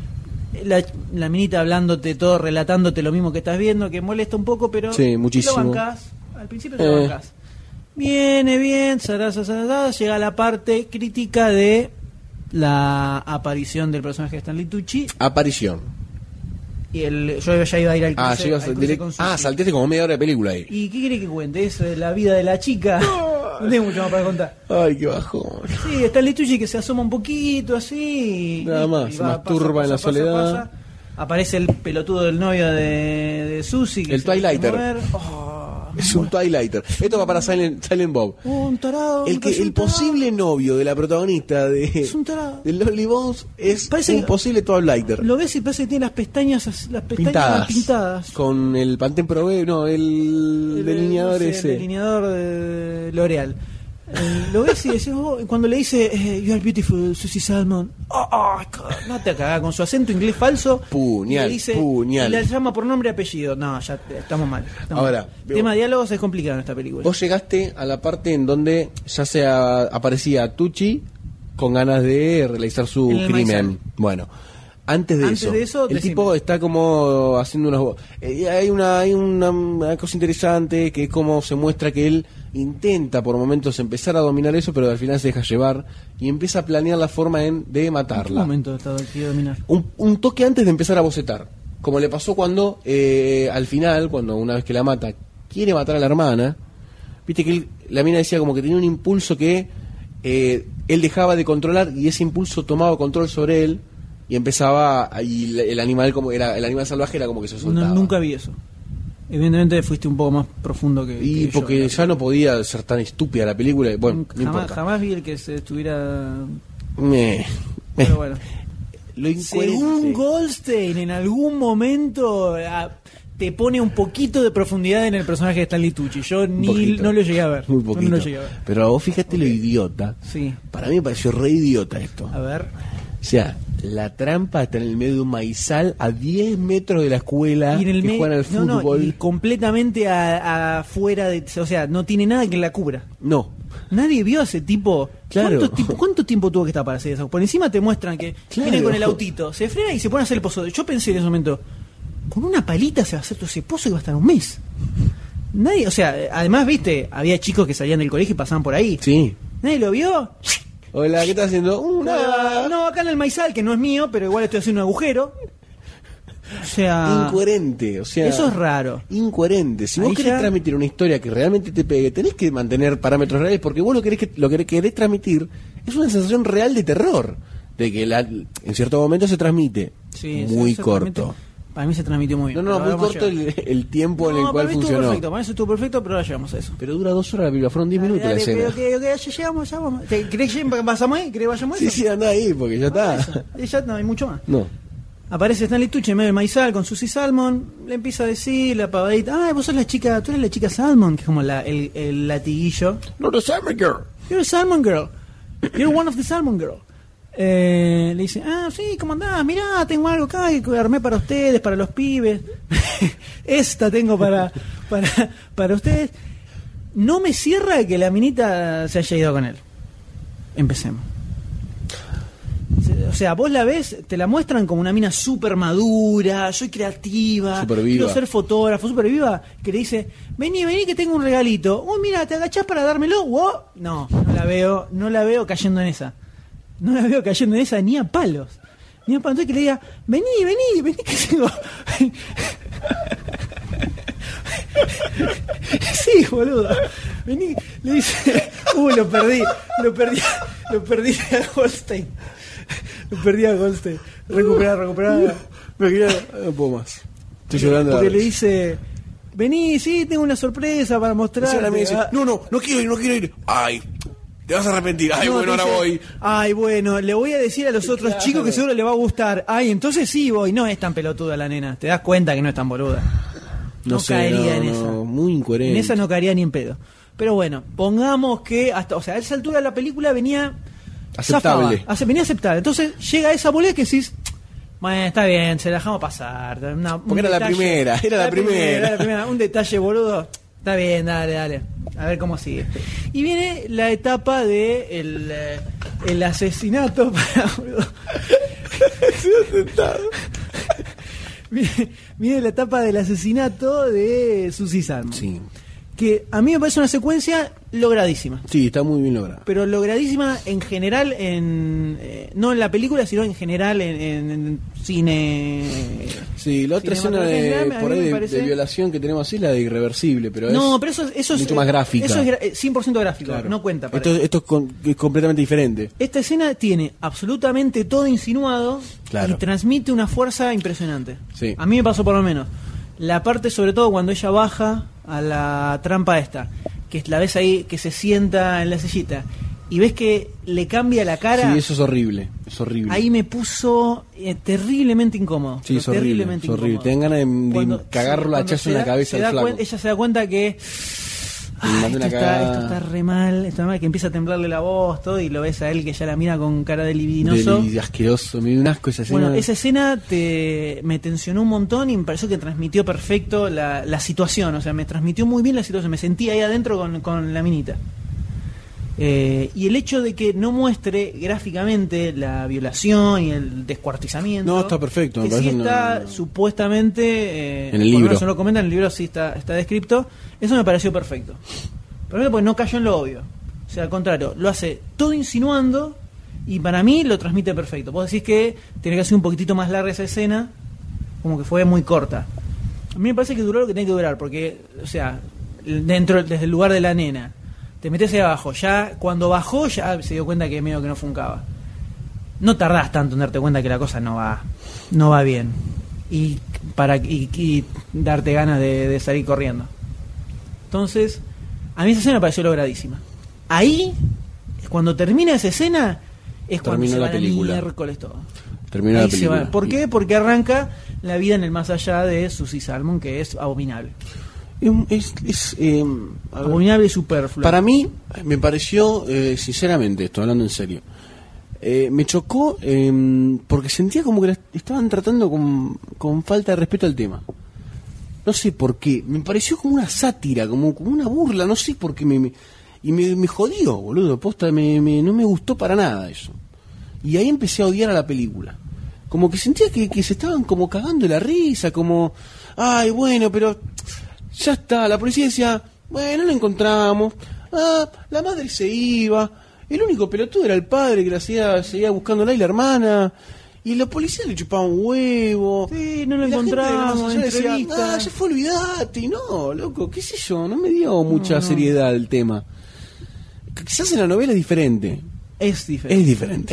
La minita hablándote todo, relatándote lo mismo que estás viendo, que molesta un poco, pero sí, muchísimo. Lo bancás. Al principio te lo bancás. Viene bien, llega la parte crítica de la aparición del personaje de Stanley Tucci. Aparición. Y yo ya iba a ir al cruce. Saltaste como media hora de película ahí. ¿Y qué quiere que cuente? Eso de la vida de la chica. No tengo mucho más para contar. Ay, qué bajón. Sí, está el Tucci que se asoma un poquito así. Nada más, se masturba en la soledad. Aparece el pelotudo del novio de Susie. El Twilighter. Es un Twilighter. Esto va para Silent Bob. Un tarado. El posible novio de la protagonista de Lonely Bones es un posible Twilighter. Lo ves y parece que tiene las pestañas pintadas. Con el Pantene Pro B, el delineador ese. El delineador de L'Oreal. Lo ves y decís, cuando le dice You are beautiful, Susie Salmon, no te cagás con su acento inglés falso. Puñal. Y la llama por nombre y apellido. No, ya estamos mal. Ahora, el tema de diálogos es complicado en esta película. Vos llegaste a la parte en donde ya aparecía Tucci con ganas de realizar su crimen. Maizal. Bueno. Antes de eso el tipo está como haciendo unos... hay una cosa interesante que es como se muestra que él intenta por momentos empezar a dominar eso, pero al final se deja llevar y empieza a planear la forma de matarla. ¿En qué momento quiere dominar? Un toque antes de empezar a bocetar. Como le pasó cuando, al final, cuando una vez que la mata, quiere matar a la hermana. Viste que la mina decía como que tenía un impulso que él dejaba de controlar y ese impulso tomaba control sobre él. Y empezaba, y el animal salvaje era como que se soltaba. Nunca vi eso. Evidentemente fuiste un poco más profundo que y que porque ya no podía ser tan estúpida la película. Bueno, jamás vi el que se estuviera... Pero bueno. Según Goldstein, en algún momento te pone un poquito de profundidad en el personaje de Stanley Tucci. Yo no lo llegué a ver. Muy poquito. No lo llegué a ver. Pero vos fíjate lo idiota. Sí. Para mí me pareció re idiota esto. A ver... O sea, la trampa está en el medio de un maizal a 10 metros de la escuela que juegan al fútbol. Y completamente afuera de... O sea, no tiene nada que la cubra. No. Nadie vio a ese tipo. Claro. ¿Cuánto tiempo tuvo que estar para hacer eso? Por encima te muestran que viene con el autito, se frena y se pone a hacer el pozo. Yo pensé en ese momento, con una palita se va a hacer todo ese pozo y va a estar un mes. Nadie, o sea, además, viste, había chicos que salían del colegio y pasaban por ahí. Sí. ¿Nadie lo vio? Hola, ¿qué estás haciendo? No, acá en el maizal, que no es mío, pero igual estoy haciendo un agujero. O sea, incoherente, o sea, eso es raro. Incoherente. Si vos Ahí querés ya... transmitir una historia que realmente te pegue, tenés que mantener parámetros reales, porque vos lo que querés transmitir es una sensación real de terror, de que en cierto momento se transmite muy corto. Para mí se transmitió muy bien. No, muy corto el tiempo en el cual funcionó. Perfecto, para eso estuvo perfecto, pero ahora llegamos a eso. Pero dura 2 horas la película, fueron 10 minutos la escena. Ya llegamos, ya vamos. ¿Crees que pasamos ahí? ¿Crees que vayamos a eso? Sí, anda ahí, porque ya está. Ya no hay mucho más. No. Aparece Stanley Tucci en medio del maizal con Susie Salmon, le empieza a decir la pavadita, vos sos la chica, tú eres la chica Salmon, que es como el latiguillo. No, the Salmon Girl. You're a Salmon Girl. You're one of the Salmon Girl. Le dice, sí, ¿cómo andás? Mirá, tengo algo acá que armé para ustedes, para los pibes. Esta tengo para ustedes. No me cierra que la minita se haya ido con él. Empecemos. O sea, vos la ves, te la muestran como una mina súper madura, soy creativa, quiero ser fotógrafo, súper viva, que le dice, vení que tengo un regalito. Mira, ¿te agachás para dármelo? No la veo cayendo en esa. No la veo cayendo en esa ni a palos. Entonces que le diga, vení, que tengo... Sí, boludo. Vení, le dice, lo perdí a Goldstein. Recuperar. No puedo más. Estoy llorando. Porque le dice, vení, sí, tengo una sorpresa para mostrarte. Dice, no quiero ir. Ay, te vas a arrepentir. Ay, bueno, ahora voy. Ay, bueno, le voy a decir a los otros chicos que seguro le va a gustar. Ay, entonces sí voy. No es tan pelotuda la nena. Te das cuenta que no es tan boluda. No caería en esa. Muy incoherente. En esa no caería ni en pedo. Pero bueno, pongamos que a esa altura de la película venía aceptable. Venía aceptable. Entonces llega esa boleta que decís, bueno, está bien, se la dejamos pasar. Porque era la primera. Un detalle, boludo. Está bien, dale. A ver cómo sigue. Y viene la etapa de el asesinato. Viene la etapa del asesinato de Susie Salmon. Sí. Que a mí me parece una secuencia logradísima. Sí, está muy bien lograda. Pero logradísima en general, no en la película, sino en general en cine. Sí, la otra escena de violación que tenemos así es la de Irreversible, pero pero eso es mucho más gráfica. Eso es 100% gráfico, claro. No cuenta. Esto es completamente diferente. Esta escena tiene absolutamente todo insinuado, claro, y transmite una fuerza impresionante. Sí. A mí me pasó por lo menos. La parte sobre todo cuando ella baja a la trampa esta, que la ves ahí que se sienta en la sillita y ves que le cambia la cara. Sí, eso es horrible. Ahí me puso terriblemente incómodo. Sí, es horrible. Te dan ganas de cagarlo a hachazo en la cabeza al flaco. Ella se da cuenta que esto está re mal, que empieza a temblarle la voz, todo, y lo ves a él que ya la mira con cara de libidinoso. Asqueroso, me dio un asco esa escena. Bueno, esa escena me tensionó un montón y me pareció que transmitió perfecto la situación, o sea, me transmitió muy bien la situación, me sentí ahí adentro con la minita. Y el hecho de que no muestre gráficamente la violación y el descuartizamiento. No, está perfecto. Que sí está supuestamente en el libro. Se lo comenta en el libro, sí está descrito. Eso me pareció perfecto. Pero porque no cayó en lo obvio. O sea, al contrario, lo hace todo insinuando y para mí lo transmite perfecto. Vos decís que tiene que ser un poquitito más larga esa escena, como que fue muy corta. A mí me parece que duró lo que tiene que durar, porque, o sea, desde el lugar de la nena, te metes ahí abajo, ya cuando bajó ya se dio cuenta que medio que no funcaba. No tardás tanto en darte cuenta que la cosa no va bien y darte ganas de salir corriendo. Entonces, a mí esa escena me pareció logradísima. Ahí, cuando termina esa escena, es cuando se va la miércoles todo. Termina la película. ¿Por qué? Porque arranca la vida en el más allá de Susie Salmon, que es abominable. Abominable y superfluo. Para mí, me pareció, sinceramente, estoy hablando en serio, me chocó porque sentía como que estaban tratando con falta de respeto al tema. No sé por qué, me pareció como una sátira, como una burla, no sé por qué me jodió, boludo, posta, no me gustó para nada eso. Y ahí empecé a odiar a la película. Como que sentía que se estaban como cagando de la risa, como, ay, bueno, pero ya está, la policía decía, bueno, la encontramos, la madre se iba, el único pelotudo era el padre que seguía buscándola y la hermana, Y los policías le chupaban un huevo. Sí, no lo encontramos. Decía, ya fue, olvidate. Y no, loco, qué sé yo, no me dio mucha seriedad el tema. Quizás en la novela es diferente. Es diferente.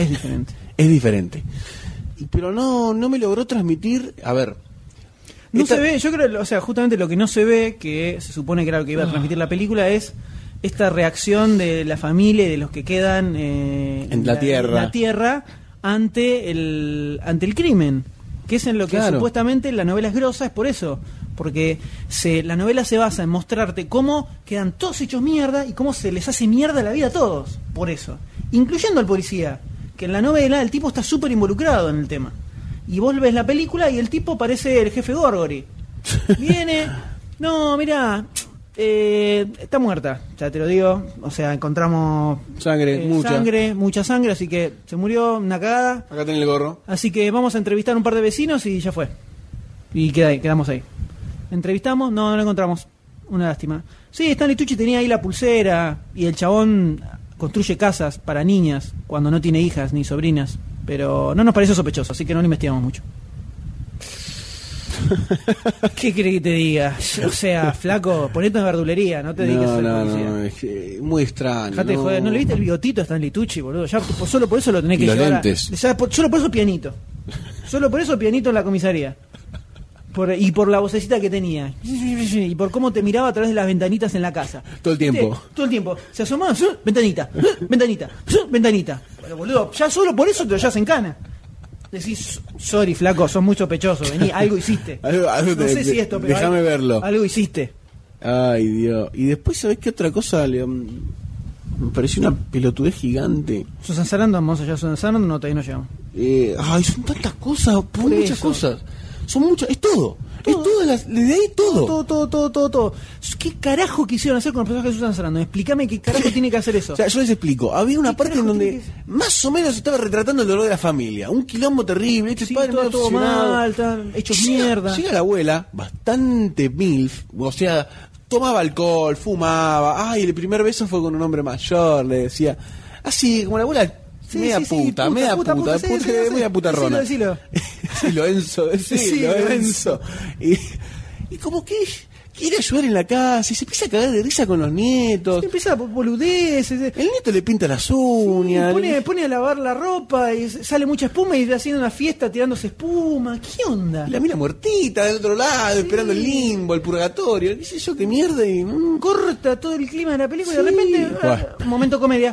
Pero no me logró transmitir. A ver. No se ve, yo creo, o sea, justamente lo que no se ve, que se supone que era lo que iba a transmitir la película, es esta reacción de la familia y de los que quedan en la tierra ante el crimen, que es en lo que supuestamente la novela es grosa, es por eso, porque la novela se basa en mostrarte cómo quedan todos hechos mierda y cómo se les hace mierda la vida a todos, por eso, incluyendo al policía, que en la novela el tipo está súper involucrado en el tema, y vos ves la película y el tipo parece el jefe Gorgory, viene, no, mirá, está muerta, ya te lo digo, o sea, encontramos mucha sangre, así que se murió, una cagada. Acá tenés el gorro. Así que vamos a entrevistar a un par de vecinos y ya fue. Y quedamos ahí. Entrevistamos, no lo encontramos. Una lástima. Sí, Stanley Tucci tenía ahí la pulsera y el chabón construye casas para niñas cuando no tiene hijas ni sobrinas, pero no nos pareció sospechoso, así que no lo investigamos mucho. ¿Qué crees que te diga? O sea, flaco, ponete en verdulería, no te dediques a ser policía. No, es muy extraño. Dejate de joder, ¿no le viste el bigotito a Stanley Tucci, boludo? Ya solo por eso lo tenés que llevar. Lentes. Solo por eso pianito. Solo por eso pianito en la comisaría. Y por la vocecita que tenía. Y por cómo te miraba a través de las ventanitas en la casa. Todo el tiempo. Todo el tiempo. Se asomaba, ventanita. Pero, boludo, ya solo por eso te lo llevas en cana. Decís, sorry, flaco, sos muy sospechoso, vení, algo hiciste. No sé si esto, pero déjame verlo. Algo hiciste. Ay, Dios. Y después, ¿sabés qué otra cosa? Me pareció una pelotudez gigante. Susan Sarandon, vamos allá, Susan Sarandon, no, todavía no llegamos. Ay, son tantas cosas, muchas cosas. Son muchas, es todo. Es todo, desde ahí todo. Todo. ¿Qué carajo quisieron hacer con los personajes de Susan Sarandon? Explícame qué carajo tiene que hacer eso. O sea, yo les explico. Había una parte en donde más o menos estaba retratando el dolor de la familia. Un quilombo terrible. Este padre todo mal, hechos mierda. Llega la abuela, bastante milf, o sea, tomaba alcohol, fumaba. Ay, el primer beso fue con un hombre mayor, le decía. Así, como la abuela... media putarrona. Decilo. Decilo, Enzo. Y como que quiere ayudar en la casa y se empieza a cagar de risa con los nietos. Se empieza a boludeces. El nieto le pinta las uñas. Pone a lavar la ropa y sale mucha espuma y está haciendo una fiesta tirándose espuma. ¿Qué onda? Y la mina muertita del otro lado, esperando el limbo, el purgatorio. ¿Qué sé yo? ¿Qué mierda? Y corta todo el clima de la película y de repente, momento comedia.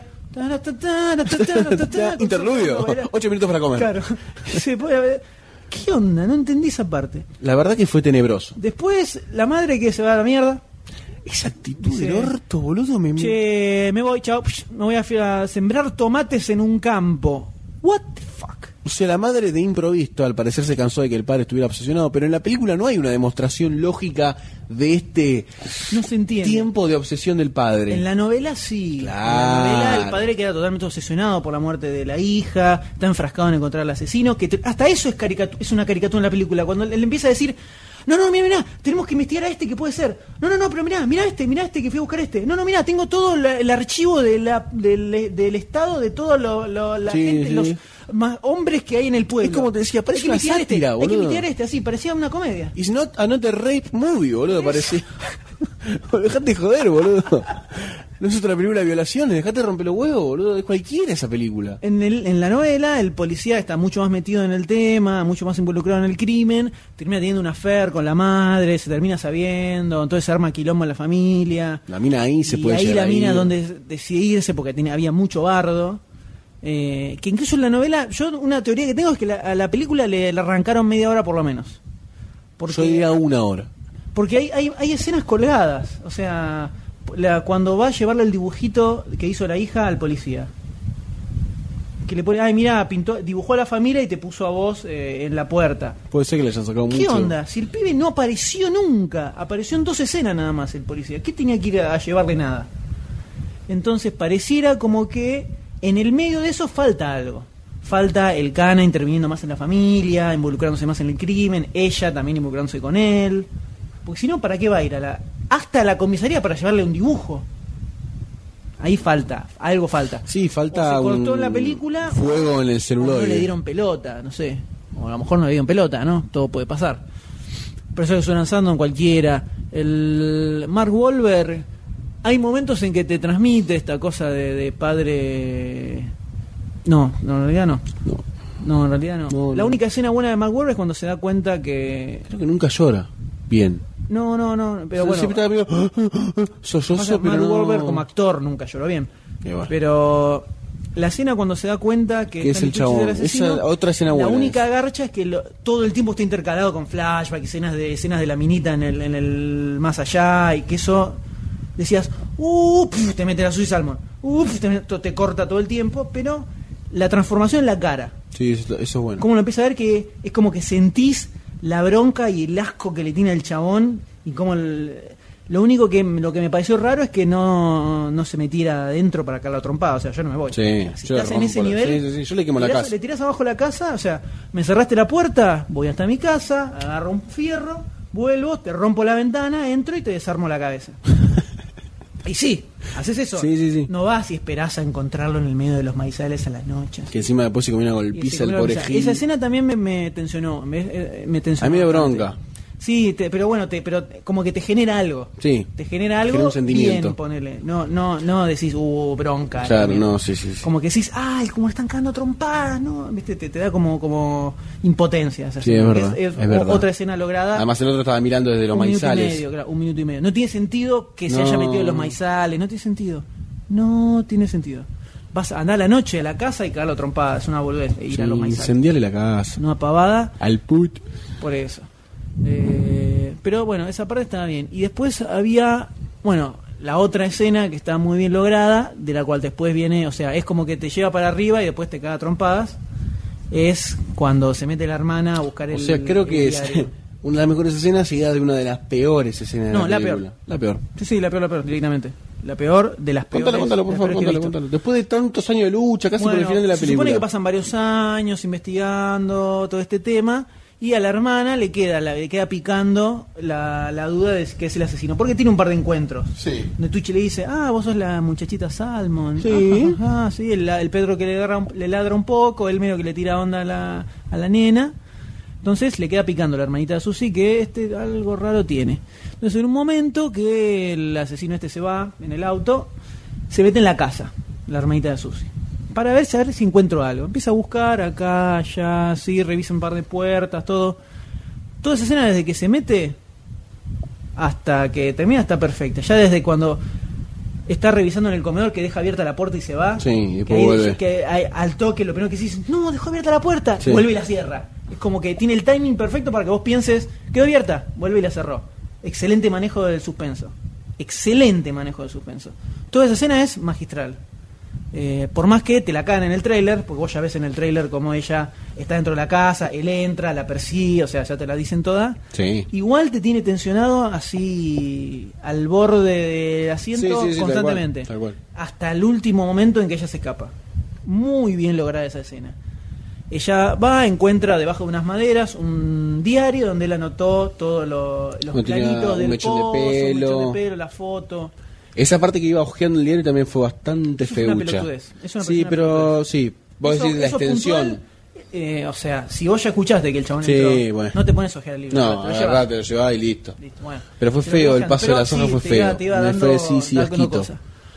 Interludio, 8 minutos para comer. Claro. Se puede ver. ¿Qué onda? No entendí esa parte. La verdad que fue tenebroso. Después, la madre que se va a la mierda. Esa actitud del orto, boludo. Che, me voy, chao. Me voy a sembrar tomates en un campo. What the fuck? O sea, la madre de improviso al parecer se cansó de que el padre estuviera obsesionado, pero en la película no hay una demostración lógica de este no se entiende. Tiempo de obsesión del padre. En la novela sí. Claro. En la novela el padre queda totalmente obsesionado por la muerte de la hija, está enfrascado en encontrar al asesino, que hasta eso es una caricatura en la película, cuando él empieza a decir... No, mirá, tenemos que investigar a este que puede ser. No, pero mirá este que fui a buscar este. No, mirá, tengo todo el archivo del estado de toda la gente, los más hombres que hay en el pueblo. Es como te decía, parece una sátira, boludo. Hay que investigar así, parecía una comedia. It's not a rape movie, boludo, parecía. Dejate joder, boludo. No es otra película de violaciones, dejate romper los huevos, boludo. Es cualquiera esa película. En la novela, el policía está mucho más metido en el tema, mucho más involucrado en el crimen, termina teniendo una affair con la madre, se termina sabiendo, entonces se arma quilombo en la familia. La mina ahí se puede llegar. Y ahí la mina donde decide irse porque había mucho bardo. Que incluso en la novela, yo una teoría que tengo es que a la película le arrancaron media hora por lo menos. Yo diría 1 hora. Porque hay escenas colgadas, o sea... cuando va a llevarle el dibujito que hizo la hija al policía, que le pone, ay mira, dibujó a la familia y te puso a vos en la puerta. Puede ser que le hayan sacado mucho. ¿Qué onda? Si el pibe no apareció nunca, apareció en 2 escenas nada más el policía, ¿qué tenía que ir a llevarle nada? Entonces pareciera como que en el medio de eso falta algo. Falta el Cana interviniendo más en la familia, involucrándose más en el crimen, ella también involucrándose con él. Porque si no, ¿para qué va a ir hasta la comisaría para llevarle un dibujo? Ahí falta, algo falta. Sí, falta o se cortó en la película, fuego en el celular. O no le dieron pelota, no sé. O a lo mejor no le dieron pelota, ¿no? Todo puede pasar. Pero eso que suena en cualquiera. El Mark Wahlberg, hay momentos en que te transmite esta cosa de padre. No, en realidad no. No, en realidad no. La única escena buena de Mark Wahlberg es cuando se da cuenta que... Creo que nunca llora bien. No, pero bueno. Siempre estaba medio... Mark Wahlberg como actor nunca lloró bien. Bueno. Pero la escena cuando se da cuenta que es el chabón. Asesino, esa otra escena buena. La única garcha es que todo el tiempo está intercalado con flashback, escenas de la minita en el más allá, y que eso decías, te mete la Suzy Salmon, te corta todo el tiempo, pero la transformación en la cara. Sí, eso es bueno. Como lo empieza a ver, que es como que sentís la bronca y el asco que le tiene el chabón, y como lo único que me pareció raro es que no se me tira adentro para caer la trompada. O sea, yo no me voy. Sí, si estás en ese nivel, sí, yo le quemo la casa. Le tirás abajo la casa, o sea, me cerraste la puerta, voy hasta mi casa, agarro un fierro, vuelvo, te rompo la ventana, entro y te desarmo la cabeza. Y sí, haces eso. Sí. No vas y esperás a encontrarlo en el medio de los maizales a las noches. Que encima después se comió una golpiza el pobre Gil. Esa escena también me tensionó. Me tensionó. A mí me bronca. Sí, pero bueno, pero como que te genera algo. Sí. Te genera algo. Genera un sentimiento. Bien, ponele. No decís, bronca. Claro, no, sí. Como que decís, ay, como están cagando trompadas, ¿no? ¿Viste? Te da como impotencia. Sí, es verdad. Es verdad. Otra escena lograda. Además, el otro estaba mirando desde los maizales. Un minuto y medio. No tiene sentido que se haya metido en los maizales. No tiene sentido. Vas a andar a la noche a la casa y cagarlo trompada. Es una boludez ir a los maizales. Incendiarle la casa. Una pavada. Al put. Por eso. Pero bueno, esa parte estaba bien. Y después había, la otra escena que está muy bien lograda, de la cual después viene, o sea, es como que te lleva para arriba y después te caga trompadas. Es cuando se mete la hermana a buscar el. O sea, creo que es una de las mejores escenas, seguida de una de las peores escenas de la película. La peor. Sí, la peor, directamente. La peor de las peores. Contalo, por favor, contalo. Después de tantos años de lucha, casi por el final de la película. Se supone que pasan varios años investigando todo este tema. Y a la hermana le queda picando la duda de que es el asesino. Porque tiene un par de encuentros. Sí. Donde Twitch le dice, vos sos la muchachita Salmon. Sí. Sí, el Pedro que le ladra un poco, el medio que le tira onda a la nena. Entonces le queda picando la hermanita de Suzy que algo raro tiene. Entonces en un momento que el asesino se va en el auto, se mete en la casa, la hermanita de Suzy. Para ver si encuentro algo. Empieza a buscar acá, allá, sí, revisa un par de puertas, todo. Toda esa escena desde que se mete hasta que termina está perfecta. Ya desde cuando está revisando en el comedor, que deja abierta la puerta y se va. Sí, y después vuelve. Que al toque lo primero que dice, no, dejó abierta la puerta. Sí. Vuelve y la cierra. Es como que tiene el timing perfecto para que vos pienses, quedó abierta, vuelve y la cerró. Excelente manejo del suspenso. Toda esa escena es magistral. Por más que te la cagan en el tráiler, porque vos ya ves en el tráiler como ella está dentro de la casa, él entra, la persigue, o sea, ya te la dicen toda. Sí. Igual te tiene tensionado así al borde del asiento constantemente. Tal cual. Hasta el último momento en que ella se escapa. Muy bien lograda esa escena. Ella encuentra debajo de unas maderas un diario donde él anotó todos los planitos del pozo, un mechón de pelo, la foto. Esa parte que iba hojeando el diario también fue bastante feucha. Sí, pero sí, vos decís la extensión. O sea, si vos ya escuchaste que el chabón entró, bueno, no te pones a hojear el libro. No, agarrá, te lo llevás y listo. Bueno, pero fue feo, el paso de las hojas fue feo. Te iba dando, asquito.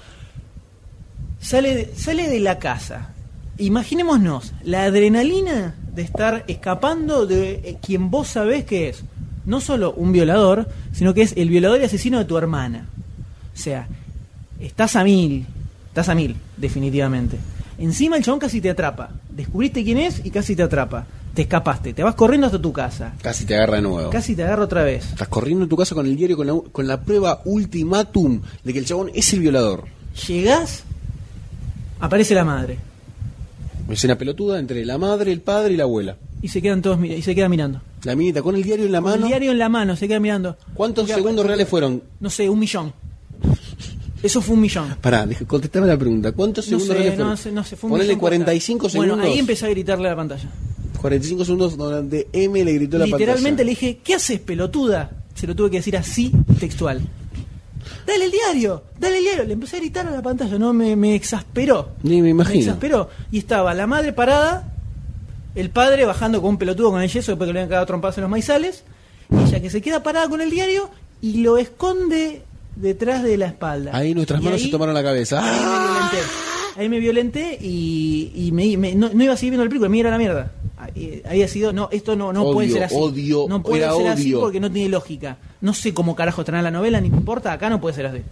Sale de la casa. Imaginémonos la adrenalina de estar escapando de quien vos sabés que es no solo un violador, sino que es el violador y asesino de tu hermana. O sea, estás a mil, definitivamente. Encima el chabón casi te atrapa. Descubriste quién es y casi te atrapa. Te escapaste, te vas corriendo hasta tu casa. Casi te agarra de nuevo. Casi te agarra otra vez. Estás corriendo en tu casa con el diario, con la prueba ultimátum de que el chabón es el violador. Llegás, aparece la madre. Escena pelotuda entre la madre, el padre y la abuela. Y se quedan todos y se queda mirando. La minita con el diario en la mano. El diario en la mano, se queda mirando. ¿Cuántos segundos reales fueron? No sé, 1 millón. Eso fue 1 millón. Pará, contestame la pregunta. ¿Cuántos segundos reales fueron? No sé, fue 1 Ponele millón. 45 segundos. Bueno, ahí empecé a gritarle a la pantalla. 45 segundos donde M le gritó a la pantalla. Literalmente le dije, ¿qué haces, pelotuda? Se lo tuve que decir así, textual. dale el diario. Le empecé a gritar a la pantalla, no, me exasperó. Ni me imagino. Me exasperó. Y estaba la madre parada, el padre bajando con un pelotudo con el yeso después que le habían quedado trompadas en los maizales, y ella que se queda parada con el diario y lo esconde detrás de la espalda. Ahí nuestras manos se tomaron la cabeza. Ahí me violenté y no iba a seguir viendo la película, me iba a la mierda. Había sido, no, esto no puede ser así. No puede ser así porque no tiene lógica. No sé cómo carajo estará la novela, ni me importa, acá no puede ser así.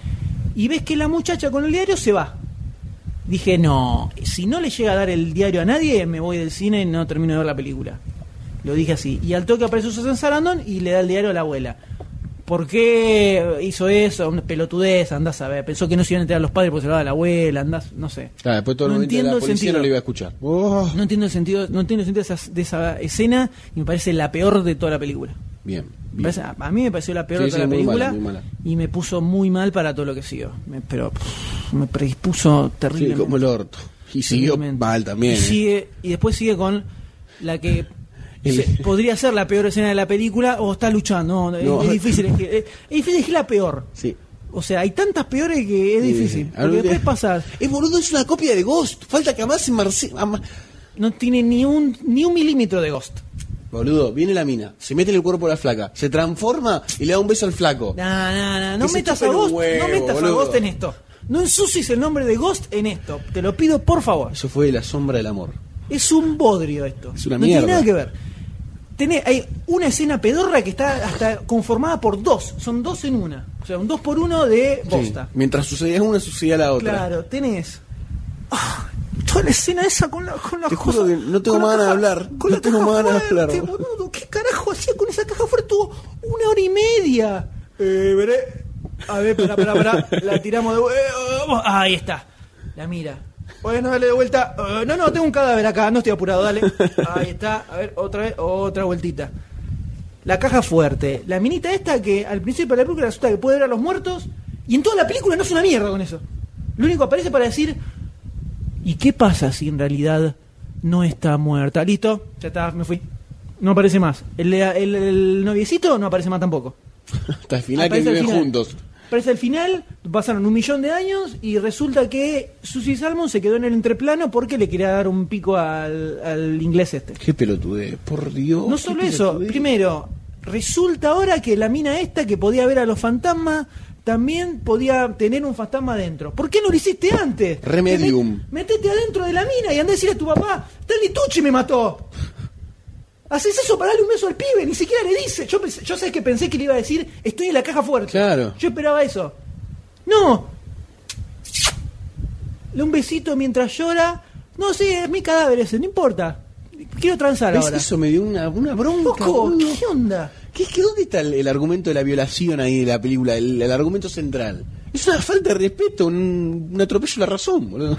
Y ves que la muchacha con el diario se va. Dije, no, si no le llega a dar el diario a nadie, me voy del cine y no termino de ver la película. Lo dije así. Y al toque aparece Susan Sarandon y le da el diario a la abuela. ¿Por qué hizo eso? Una pelotudez, andás a ver. Pensó que no se iban a enterar los padres porque se lo daba a la abuela, andás, no sé. Claro, después todo el de la policía no le iba a escuchar. No entiendo el sentido de esa escena y me parece la peor de toda la película. Bien. A mí me pareció la peor de toda la película, muy mala. Y me puso muy mal para todo lo que siguió. Pero me predispuso terriblemente. Sí, como el orto. Y siguió mal también. Y después sigue con la que podría ser la peor escena de la película o está luchando. Es difícil elegir la peor. Sí. O sea, hay tantas peores que es difícil. Porque después pasas. Boludo, es una copia de Ghost. Falta que además no tiene ni un milímetro de Ghost. Boludo, viene la mina, se mete en el cuerpo de la flaca, se transforma y le da un beso al flaco. No metas a Ghost en esto. No ensucies el nombre de Ghost en esto. Te lo pido, por favor. Eso fue La sombra del amor. Es un bodrio esto. Es una mierda. No tiene nada que ver. Hay una escena pedorra que está hasta conformada por dos. Son dos en una. O sea, un 2x1 de bosta. Sí. Mientras sucedía una, sucedía la otra. Claro, tenés... toda la escena esa con la te juro que no tengo más ganas de hablar. No tengo más ganas de hablar. Boludo, ¿qué carajo hacía con esa caja fuerte? Tuvo 1 hora y media. Veré. A ver, pará. La tiramos de vuelta. Ahí está. La mira. Bueno, dale de vuelta. No, tengo un cadáver acá. No estoy apurado, dale. Ahí está. A ver, otra vez. Otra vueltita. La caja fuerte. La minita esta que al principio de la película resulta que puede ver a los muertos. Y en toda la película no es una mierda con eso. Lo único que aparece para decir... ¿Y qué pasa si en realidad no está muerta? Listo, ya está, me fui. No aparece más. El noviecito no aparece más tampoco. Hasta el final aparece que viven juntos. Aparece al final, pasaron 1.000.000 de años y resulta que Susie Salmon se quedó en el entreplano porque le quería dar un pico al inglés este. Qué pelotudez, por Dios. No solo eso, primero, resulta ahora que la mina esta que podía ver a los fantasmas también podía tener un fantasma adentro. ¿Por qué no lo hiciste antes? Remedium. Metete adentro de la mina y andá a decirle a tu papá, Stanley Tucci me mató. Haces eso para darle un beso al pibe, ni siquiera le dice. Yo sé que pensé que le iba a decir, estoy en la caja fuerte. Claro. Yo esperaba eso. No. Un besito mientras llora. No sé, es mi cadáver ese, no importa. Quiero transar ahora. Eso me dio una bronca. Loco, ¿qué onda? ¿Dónde está el argumento de la violación ahí de la película? El argumento central. Es una falta de respeto, un atropello a la razón, boludo.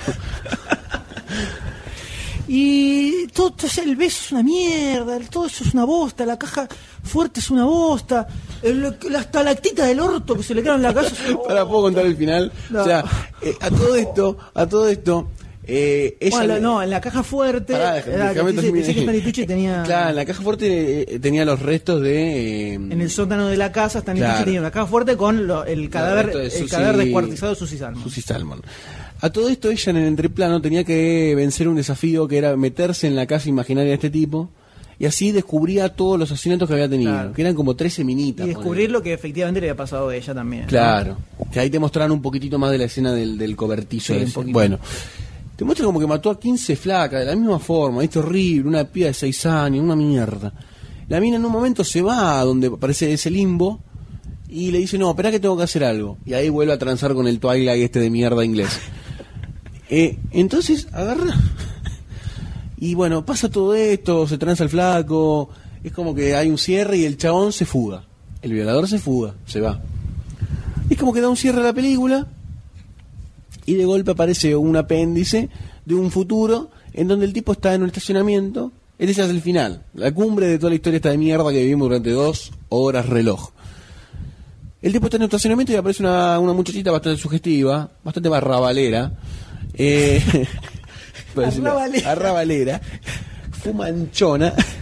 Y todo el beso es una mierda, todo eso es una bosta, la caja fuerte es una bosta, la estalactita del orto que se le quedaron en la casa. Para, ¿puedo contar el final? No. O sea, a todo esto... en la caja fuerte pensé que Stanley Tucci tenía... Claro, en la caja fuerte tenía los restos de... en el sótano de la casa Stanley Tucci tenía una caja fuerte con el cadáver descuartizado de Susie Salmon. A todo esto ella en el entreplano tenía que vencer un desafío que era meterse en la casa imaginaria de este tipo y así descubría todos los asesinatos que había tenido, que eran como 13 minitas. Y descubrir lo que efectivamente le había pasado a ella también. Claro, ¿no? Que ahí te mostraron un poquitito más de la escena del cobertizo. Bueno, te muestra como que mató a 15 flacas de la misma forma, esto es horrible, una piba de 6 años, una mierda. La mina en un momento se va a donde aparece ese limbo y le dice, no, espera que tengo que hacer algo. Y ahí vuelve a transar con el Twilight de mierda inglés. Entonces agarra y bueno, pasa todo esto, se tranza el flaco, es como que hay un cierre y el chabón se fuga, el violador se fuga, se va. Es como que da un cierre a la película y de golpe aparece un apéndice de un futuro en donde el tipo está en un estacionamiento. Ese es el final, la cumbre de toda la historia esta de mierda que vivimos durante 2 horas reloj. El tipo está en un estacionamiento y aparece una muchachita bastante sugestiva, bastante barrabalera, arrabalera, fumanchona,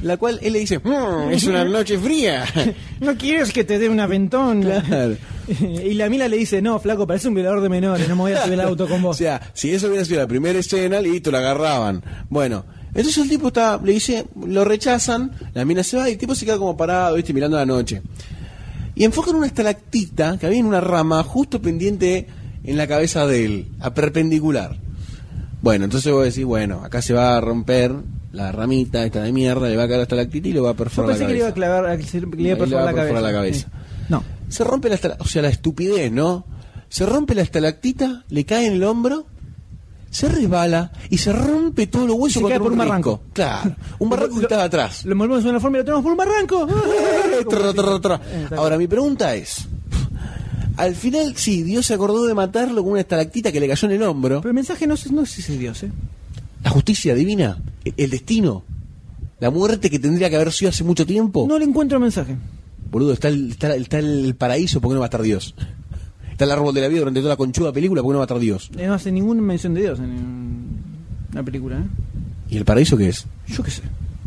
La cual él le dice, es una noche fría. ¿No quieres que te dé un aventón? Claro. Y la mina le dice, no, flaco, parece un violador de menores, no me voy a subir al auto con vos. O sea, si eso hubiera sido la primera escena, listo, lo agarraban. Bueno, entonces el tipo le dice, lo rechazan, la mina se va y el tipo se queda como parado, ¿viste? Mirando la noche. Y enfocan una estalactita que había en una rama justo pendiente en la cabeza de él, a perpendicular. Bueno, entonces voy a decir, bueno, acá se va a romper la ramita esta de mierda, le va a caer la estalactita y le va a perforar la cabeza. Yo pensé que le iba a clavar, que le iba a perforar la cabeza. Sí. No. Se rompe o sea, la estupidez, ¿no? Se rompe la estalactita, le cae en el hombro, se resbala y se rompe todo los huesos contra por un barranco. Claro, un barranco que estaba atrás. Lo envolvemos en una forma y lo tenemos por un barranco. Ahora, mi pregunta es, al final, sí, Dios se acordó de matarlo con una estalactita que le cayó en el hombro. Pero el mensaje no sé si es Dios, ¿eh? La justicia divina, el destino, la muerte que tendría que haber sido hace mucho tiempo. No le encuentro el mensaje. Boludo, está el paraíso, ¿por qué no va a estar Dios? Está el árbol de la vida durante toda la conchuda película, ¿por qué no va a estar Dios? No hace ninguna mención de Dios en la película, ¿eh? ¿Y el paraíso qué es? Yo qué sé.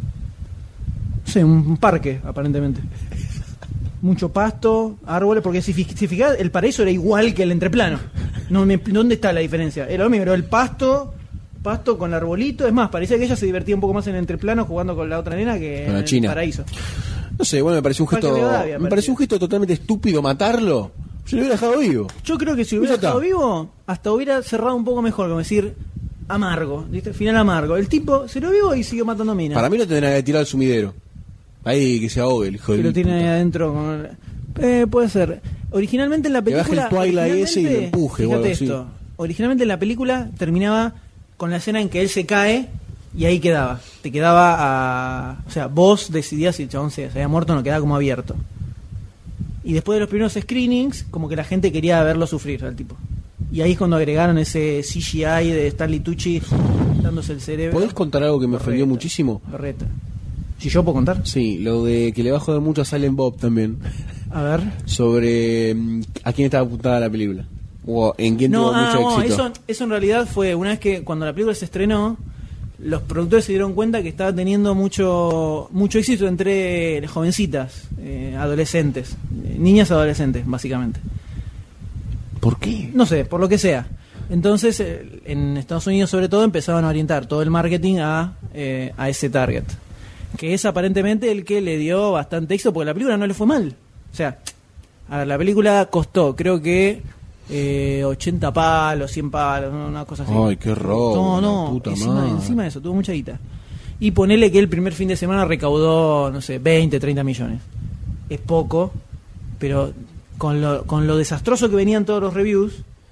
No sé, un parque, aparentemente. Mucho pasto, árboles, porque si fijás, el paraíso era igual que el entreplano. ¿Dónde está la diferencia? Era lo mismo, era el pasto con el arbolito. Es más, parecía que ella se divertía un poco más en el entreplano jugando con la otra nena que en el paraíso. No sé, bueno, me pareció un gesto totalmente estúpido matarlo. Se lo hubiera dejado vivo. Yo creo que si lo hubiera dejado vivo, hasta hubiera cerrado un poco mejor, como decir, amargo, ¿viste? Final amargo. El tipo se lo vivo y siguió matando minas. Para mí lo tendrían que tirar al sumidero. Ahí que se ahogue el hijo de lo tiene ahí adentro. Puede ser. Originalmente en la película. Que baje el Twilight ese y lo empuje. Fíjate esto. Originalmente en la película terminaba con la escena en que él se cae y ahí quedaba. Te quedaba o sea, vos decidías si el chabón se había muerto o no, quedaba como abierto. Y después de los primeros screenings, como que la gente quería verlo sufrir al tipo. Y ahí es cuando agregaron ese CGI de Stanley Tucci dándose el cerebro. ¿Podés contar algo que me ofendió muchísimo? Correcto. ¿Si yo puedo contar? Sí, lo de que le va a joder mucho a Silent Bob también. A ver. Sobre a quién estaba apuntada la película. O en quién tuvo mucho éxito. Eso en realidad fue una vez que cuando la película se estrenó, los productores se dieron cuenta que estaba teniendo mucho éxito entre jovencitas, adolescentes, niñas adolescentes, básicamente. ¿Por qué? No sé, por lo que sea. Entonces, en Estados Unidos sobre todo, empezaban a orientar todo el marketing a ese target, que es aparentemente el que le dio bastante éxito, porque la película no le fue mal. O sea, a ver, la película costó, creo que 80 palos, 100 palos, una cosa así. Ay, qué robo. No, encima de eso, tuvo mucha guita. Y ponele que el primer fin de semana recaudó, no sé, 20, 30 millones. Es poco, pero con lo desastroso que venían todos los reviews,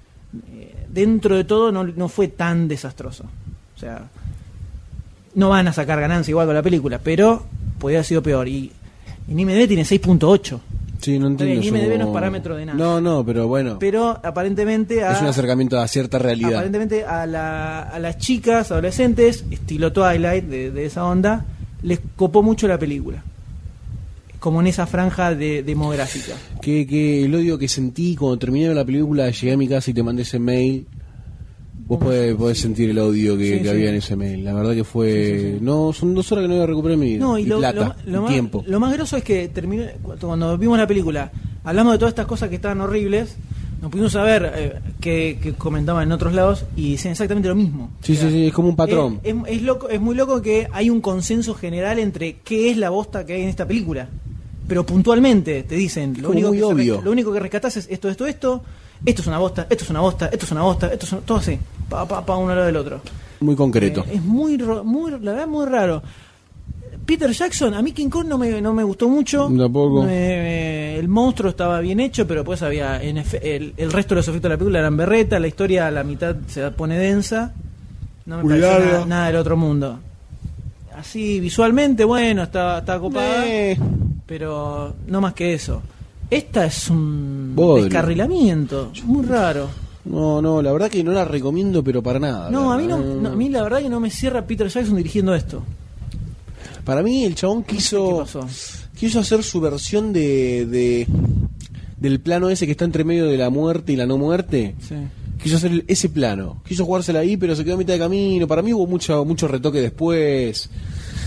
dentro de todo no fue tan desastroso. O sea, no van a sacar ganancia igual con la película, pero podría haber sido peor. Y en IMDb tiene 6.8. Sí, no entiendo. En IMDb no es parámetro de nada. No, pero bueno. Pero aparentemente es un acercamiento a cierta realidad. Aparentemente a las chicas, adolescentes, estilo Twilight, de esa onda, les copó mucho la película. Como en esa franja demográfica. Que el odio que sentí cuando terminé la película, llegué a mi casa y te mandé ese mail. Vos podés sentir el odio que había en ese mail. La verdad que fue... Sí. No, son 2 horas que no voy a recuperar mi vida. No, y plata, tiempo. Lo más groso es que cuando vimos la película, hablamos de todas estas cosas que estaban horribles, nos pudimos saber que comentaban en otros lados y dicen exactamente lo mismo. Sí, sí, es como un patrón. Es muy loco que hay un consenso general entre qué es la bosta que hay en esta película. Pero puntualmente te dicen, lo único que rescatás es esto es una bosta, esto es una bosta, esto es una bosta, todo así, pa uno al lado del otro. Muy concreto. Es la verdad muy raro. Peter Jackson, a mí King Kong no me gustó mucho. Tampoco. El monstruo estaba bien hecho, pero pues había el resto de los efectos de la película eran berreta, la historia a la mitad se pone densa. No me pareció nada del otro mundo. Así visualmente, bueno, está copada, pero no más que eso. Esta es un descarrilamiento, muy raro. No, la verdad que no la recomiendo, pero para nada. A mí la verdad que no me cierra Peter Jackson dirigiendo esto. Para mí el chabón quiso hacer su versión del plano ese que está entre medio de la muerte y la no muerte. Sí. Quiso hacer ese plano, quiso jugársela ahí, pero se quedó a mitad de camino. Para mí hubo mucho retoque después.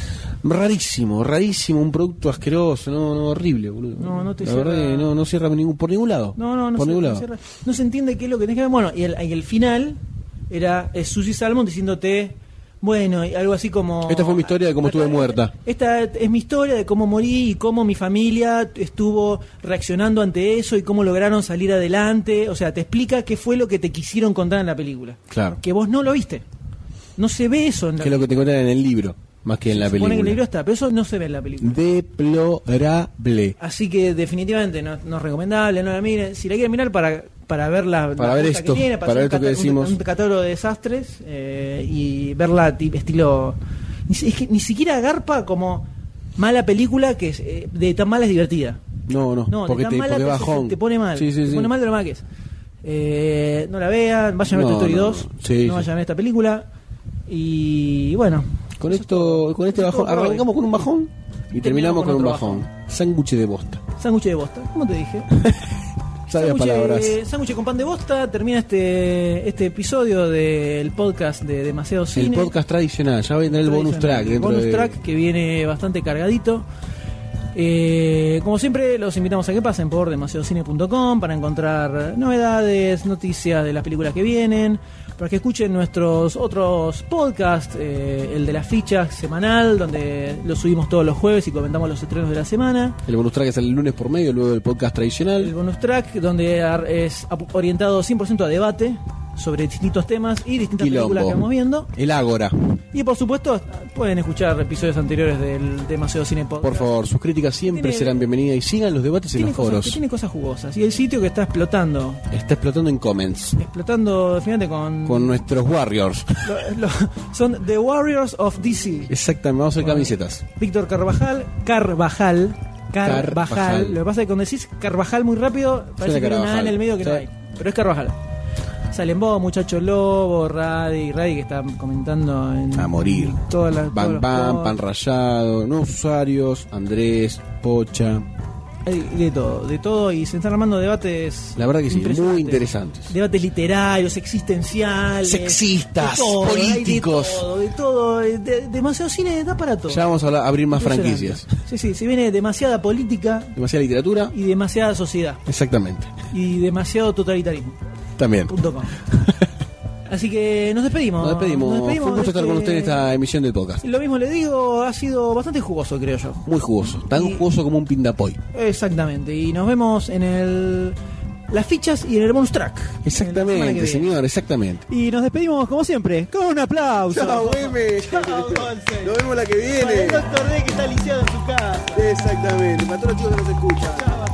Rarísimo, un producto asqueroso, no horrible, boludo. No te la cierra. verdad que no cierra por ningún lado. No por ningún lado. cierra. No se entiende qué es lo que tenés que ver. Bueno, y el final es Susie Salmon diciéndote, bueno, algo así como... Esta fue mi historia de cómo estuve muerta. Esta es mi historia de cómo morí y cómo mi familia estuvo reaccionando ante eso y cómo lograron salir adelante. O sea, te explica qué fue lo que te quisieron contar en la película. Claro. Que vos no lo viste. No se ve eso en la película. Que es lo que te cuentan en el libro, más que en la película. Se supone que el libro está, pero eso no se ve en la película. Deplorable. Asno definitivamente no es recomendable, no la miren. Si la quieren mirar para ver para ver esto, que viene, para ver esto que decimos. Un catálogo de desastres y verla estilo... Es que ni siquiera garpa como mala película que es, de tan mala es divertida. No, porque te bajón. Te pone mal. Sí. Te pone mal de lo mal que es. No la vean, vayan a ver Toy Story 2. No vayan a ver esta película. Y bueno, con este bajón arrancamos con un bajón y terminamos con un bajón. Sándwich de bosta. ¿Cómo te dije? Sabias palabras. Sándwich con pan de bosta. Termina este episodio del podcast de Demasiado Cine. El podcast tradicional. Ya va a tener el bonus track. El bonus track que viene bastante cargadito. Como siempre, los invitamos a que pasen por demasiadocine.com para encontrar novedades, noticias de las películas que vienen, para que escuchen nuestros otros podcasts, el de las fichas semanal, donde lo subimos todos los jueves y comentamos los estrenos de la semana. El bonus track es el lunes por medio, luego del podcast tradicional. El bonus track, donde es orientado 100% a debate sobre distintos temas y distintas películas que vamos viendo. El Ágora. Y por supuesto, pueden escuchar episodios anteriores del Demasiado Cine Podcast. Por favor, sus críticas siempre serán bienvenidas y sigan los debates en los foros. Tiene cosas jugosas. Y el sitio que está explotando. Está explotando en comments. Explotando, fíjate, con nuestros Warriors. Son The Warriors of DC. Exactamente, vamos a hacer camisetas. Víctor Carvajal. Lo que pasa es que cuando decís Carvajal muy rápido, parece que hay una A en el medio que no hay. Pero es Carvajal. Salen vos, Muchacho Lobo, Radi que está comentando a morir. Todas las Pan Rayado, nuevos usuarios, Andrés, Pocha. De todo, y se están armando debates. La verdad que sí, muy interesantes. Debates literarios, existenciales, sexistas, políticos. De todo. Demasiado cine da para todo. Ya vamos a abrir más franquicias. Sí, se viene demasiada política, demasiada literatura y demasiada sociedad. Exactamente. Y demasiado totalitarismo. También. .com. Así que nos despedimos. Fue un gusto estar con usted en esta emisión del podcast. Lo mismo le digo, ha sido bastante jugoso, creo yo. Muy jugoso, jugoso como un pindapoy. Exactamente, y nos vemos en las fichas y en el bonus track. Exactamente, señor, exactamente. Y nos despedimos como siempre, con un aplauso. Chao, M. Nos vemos la que viene. El Doctor D que está lisiado en su casa. Exactamente, para todos los chicos que nos escuchan. Chao.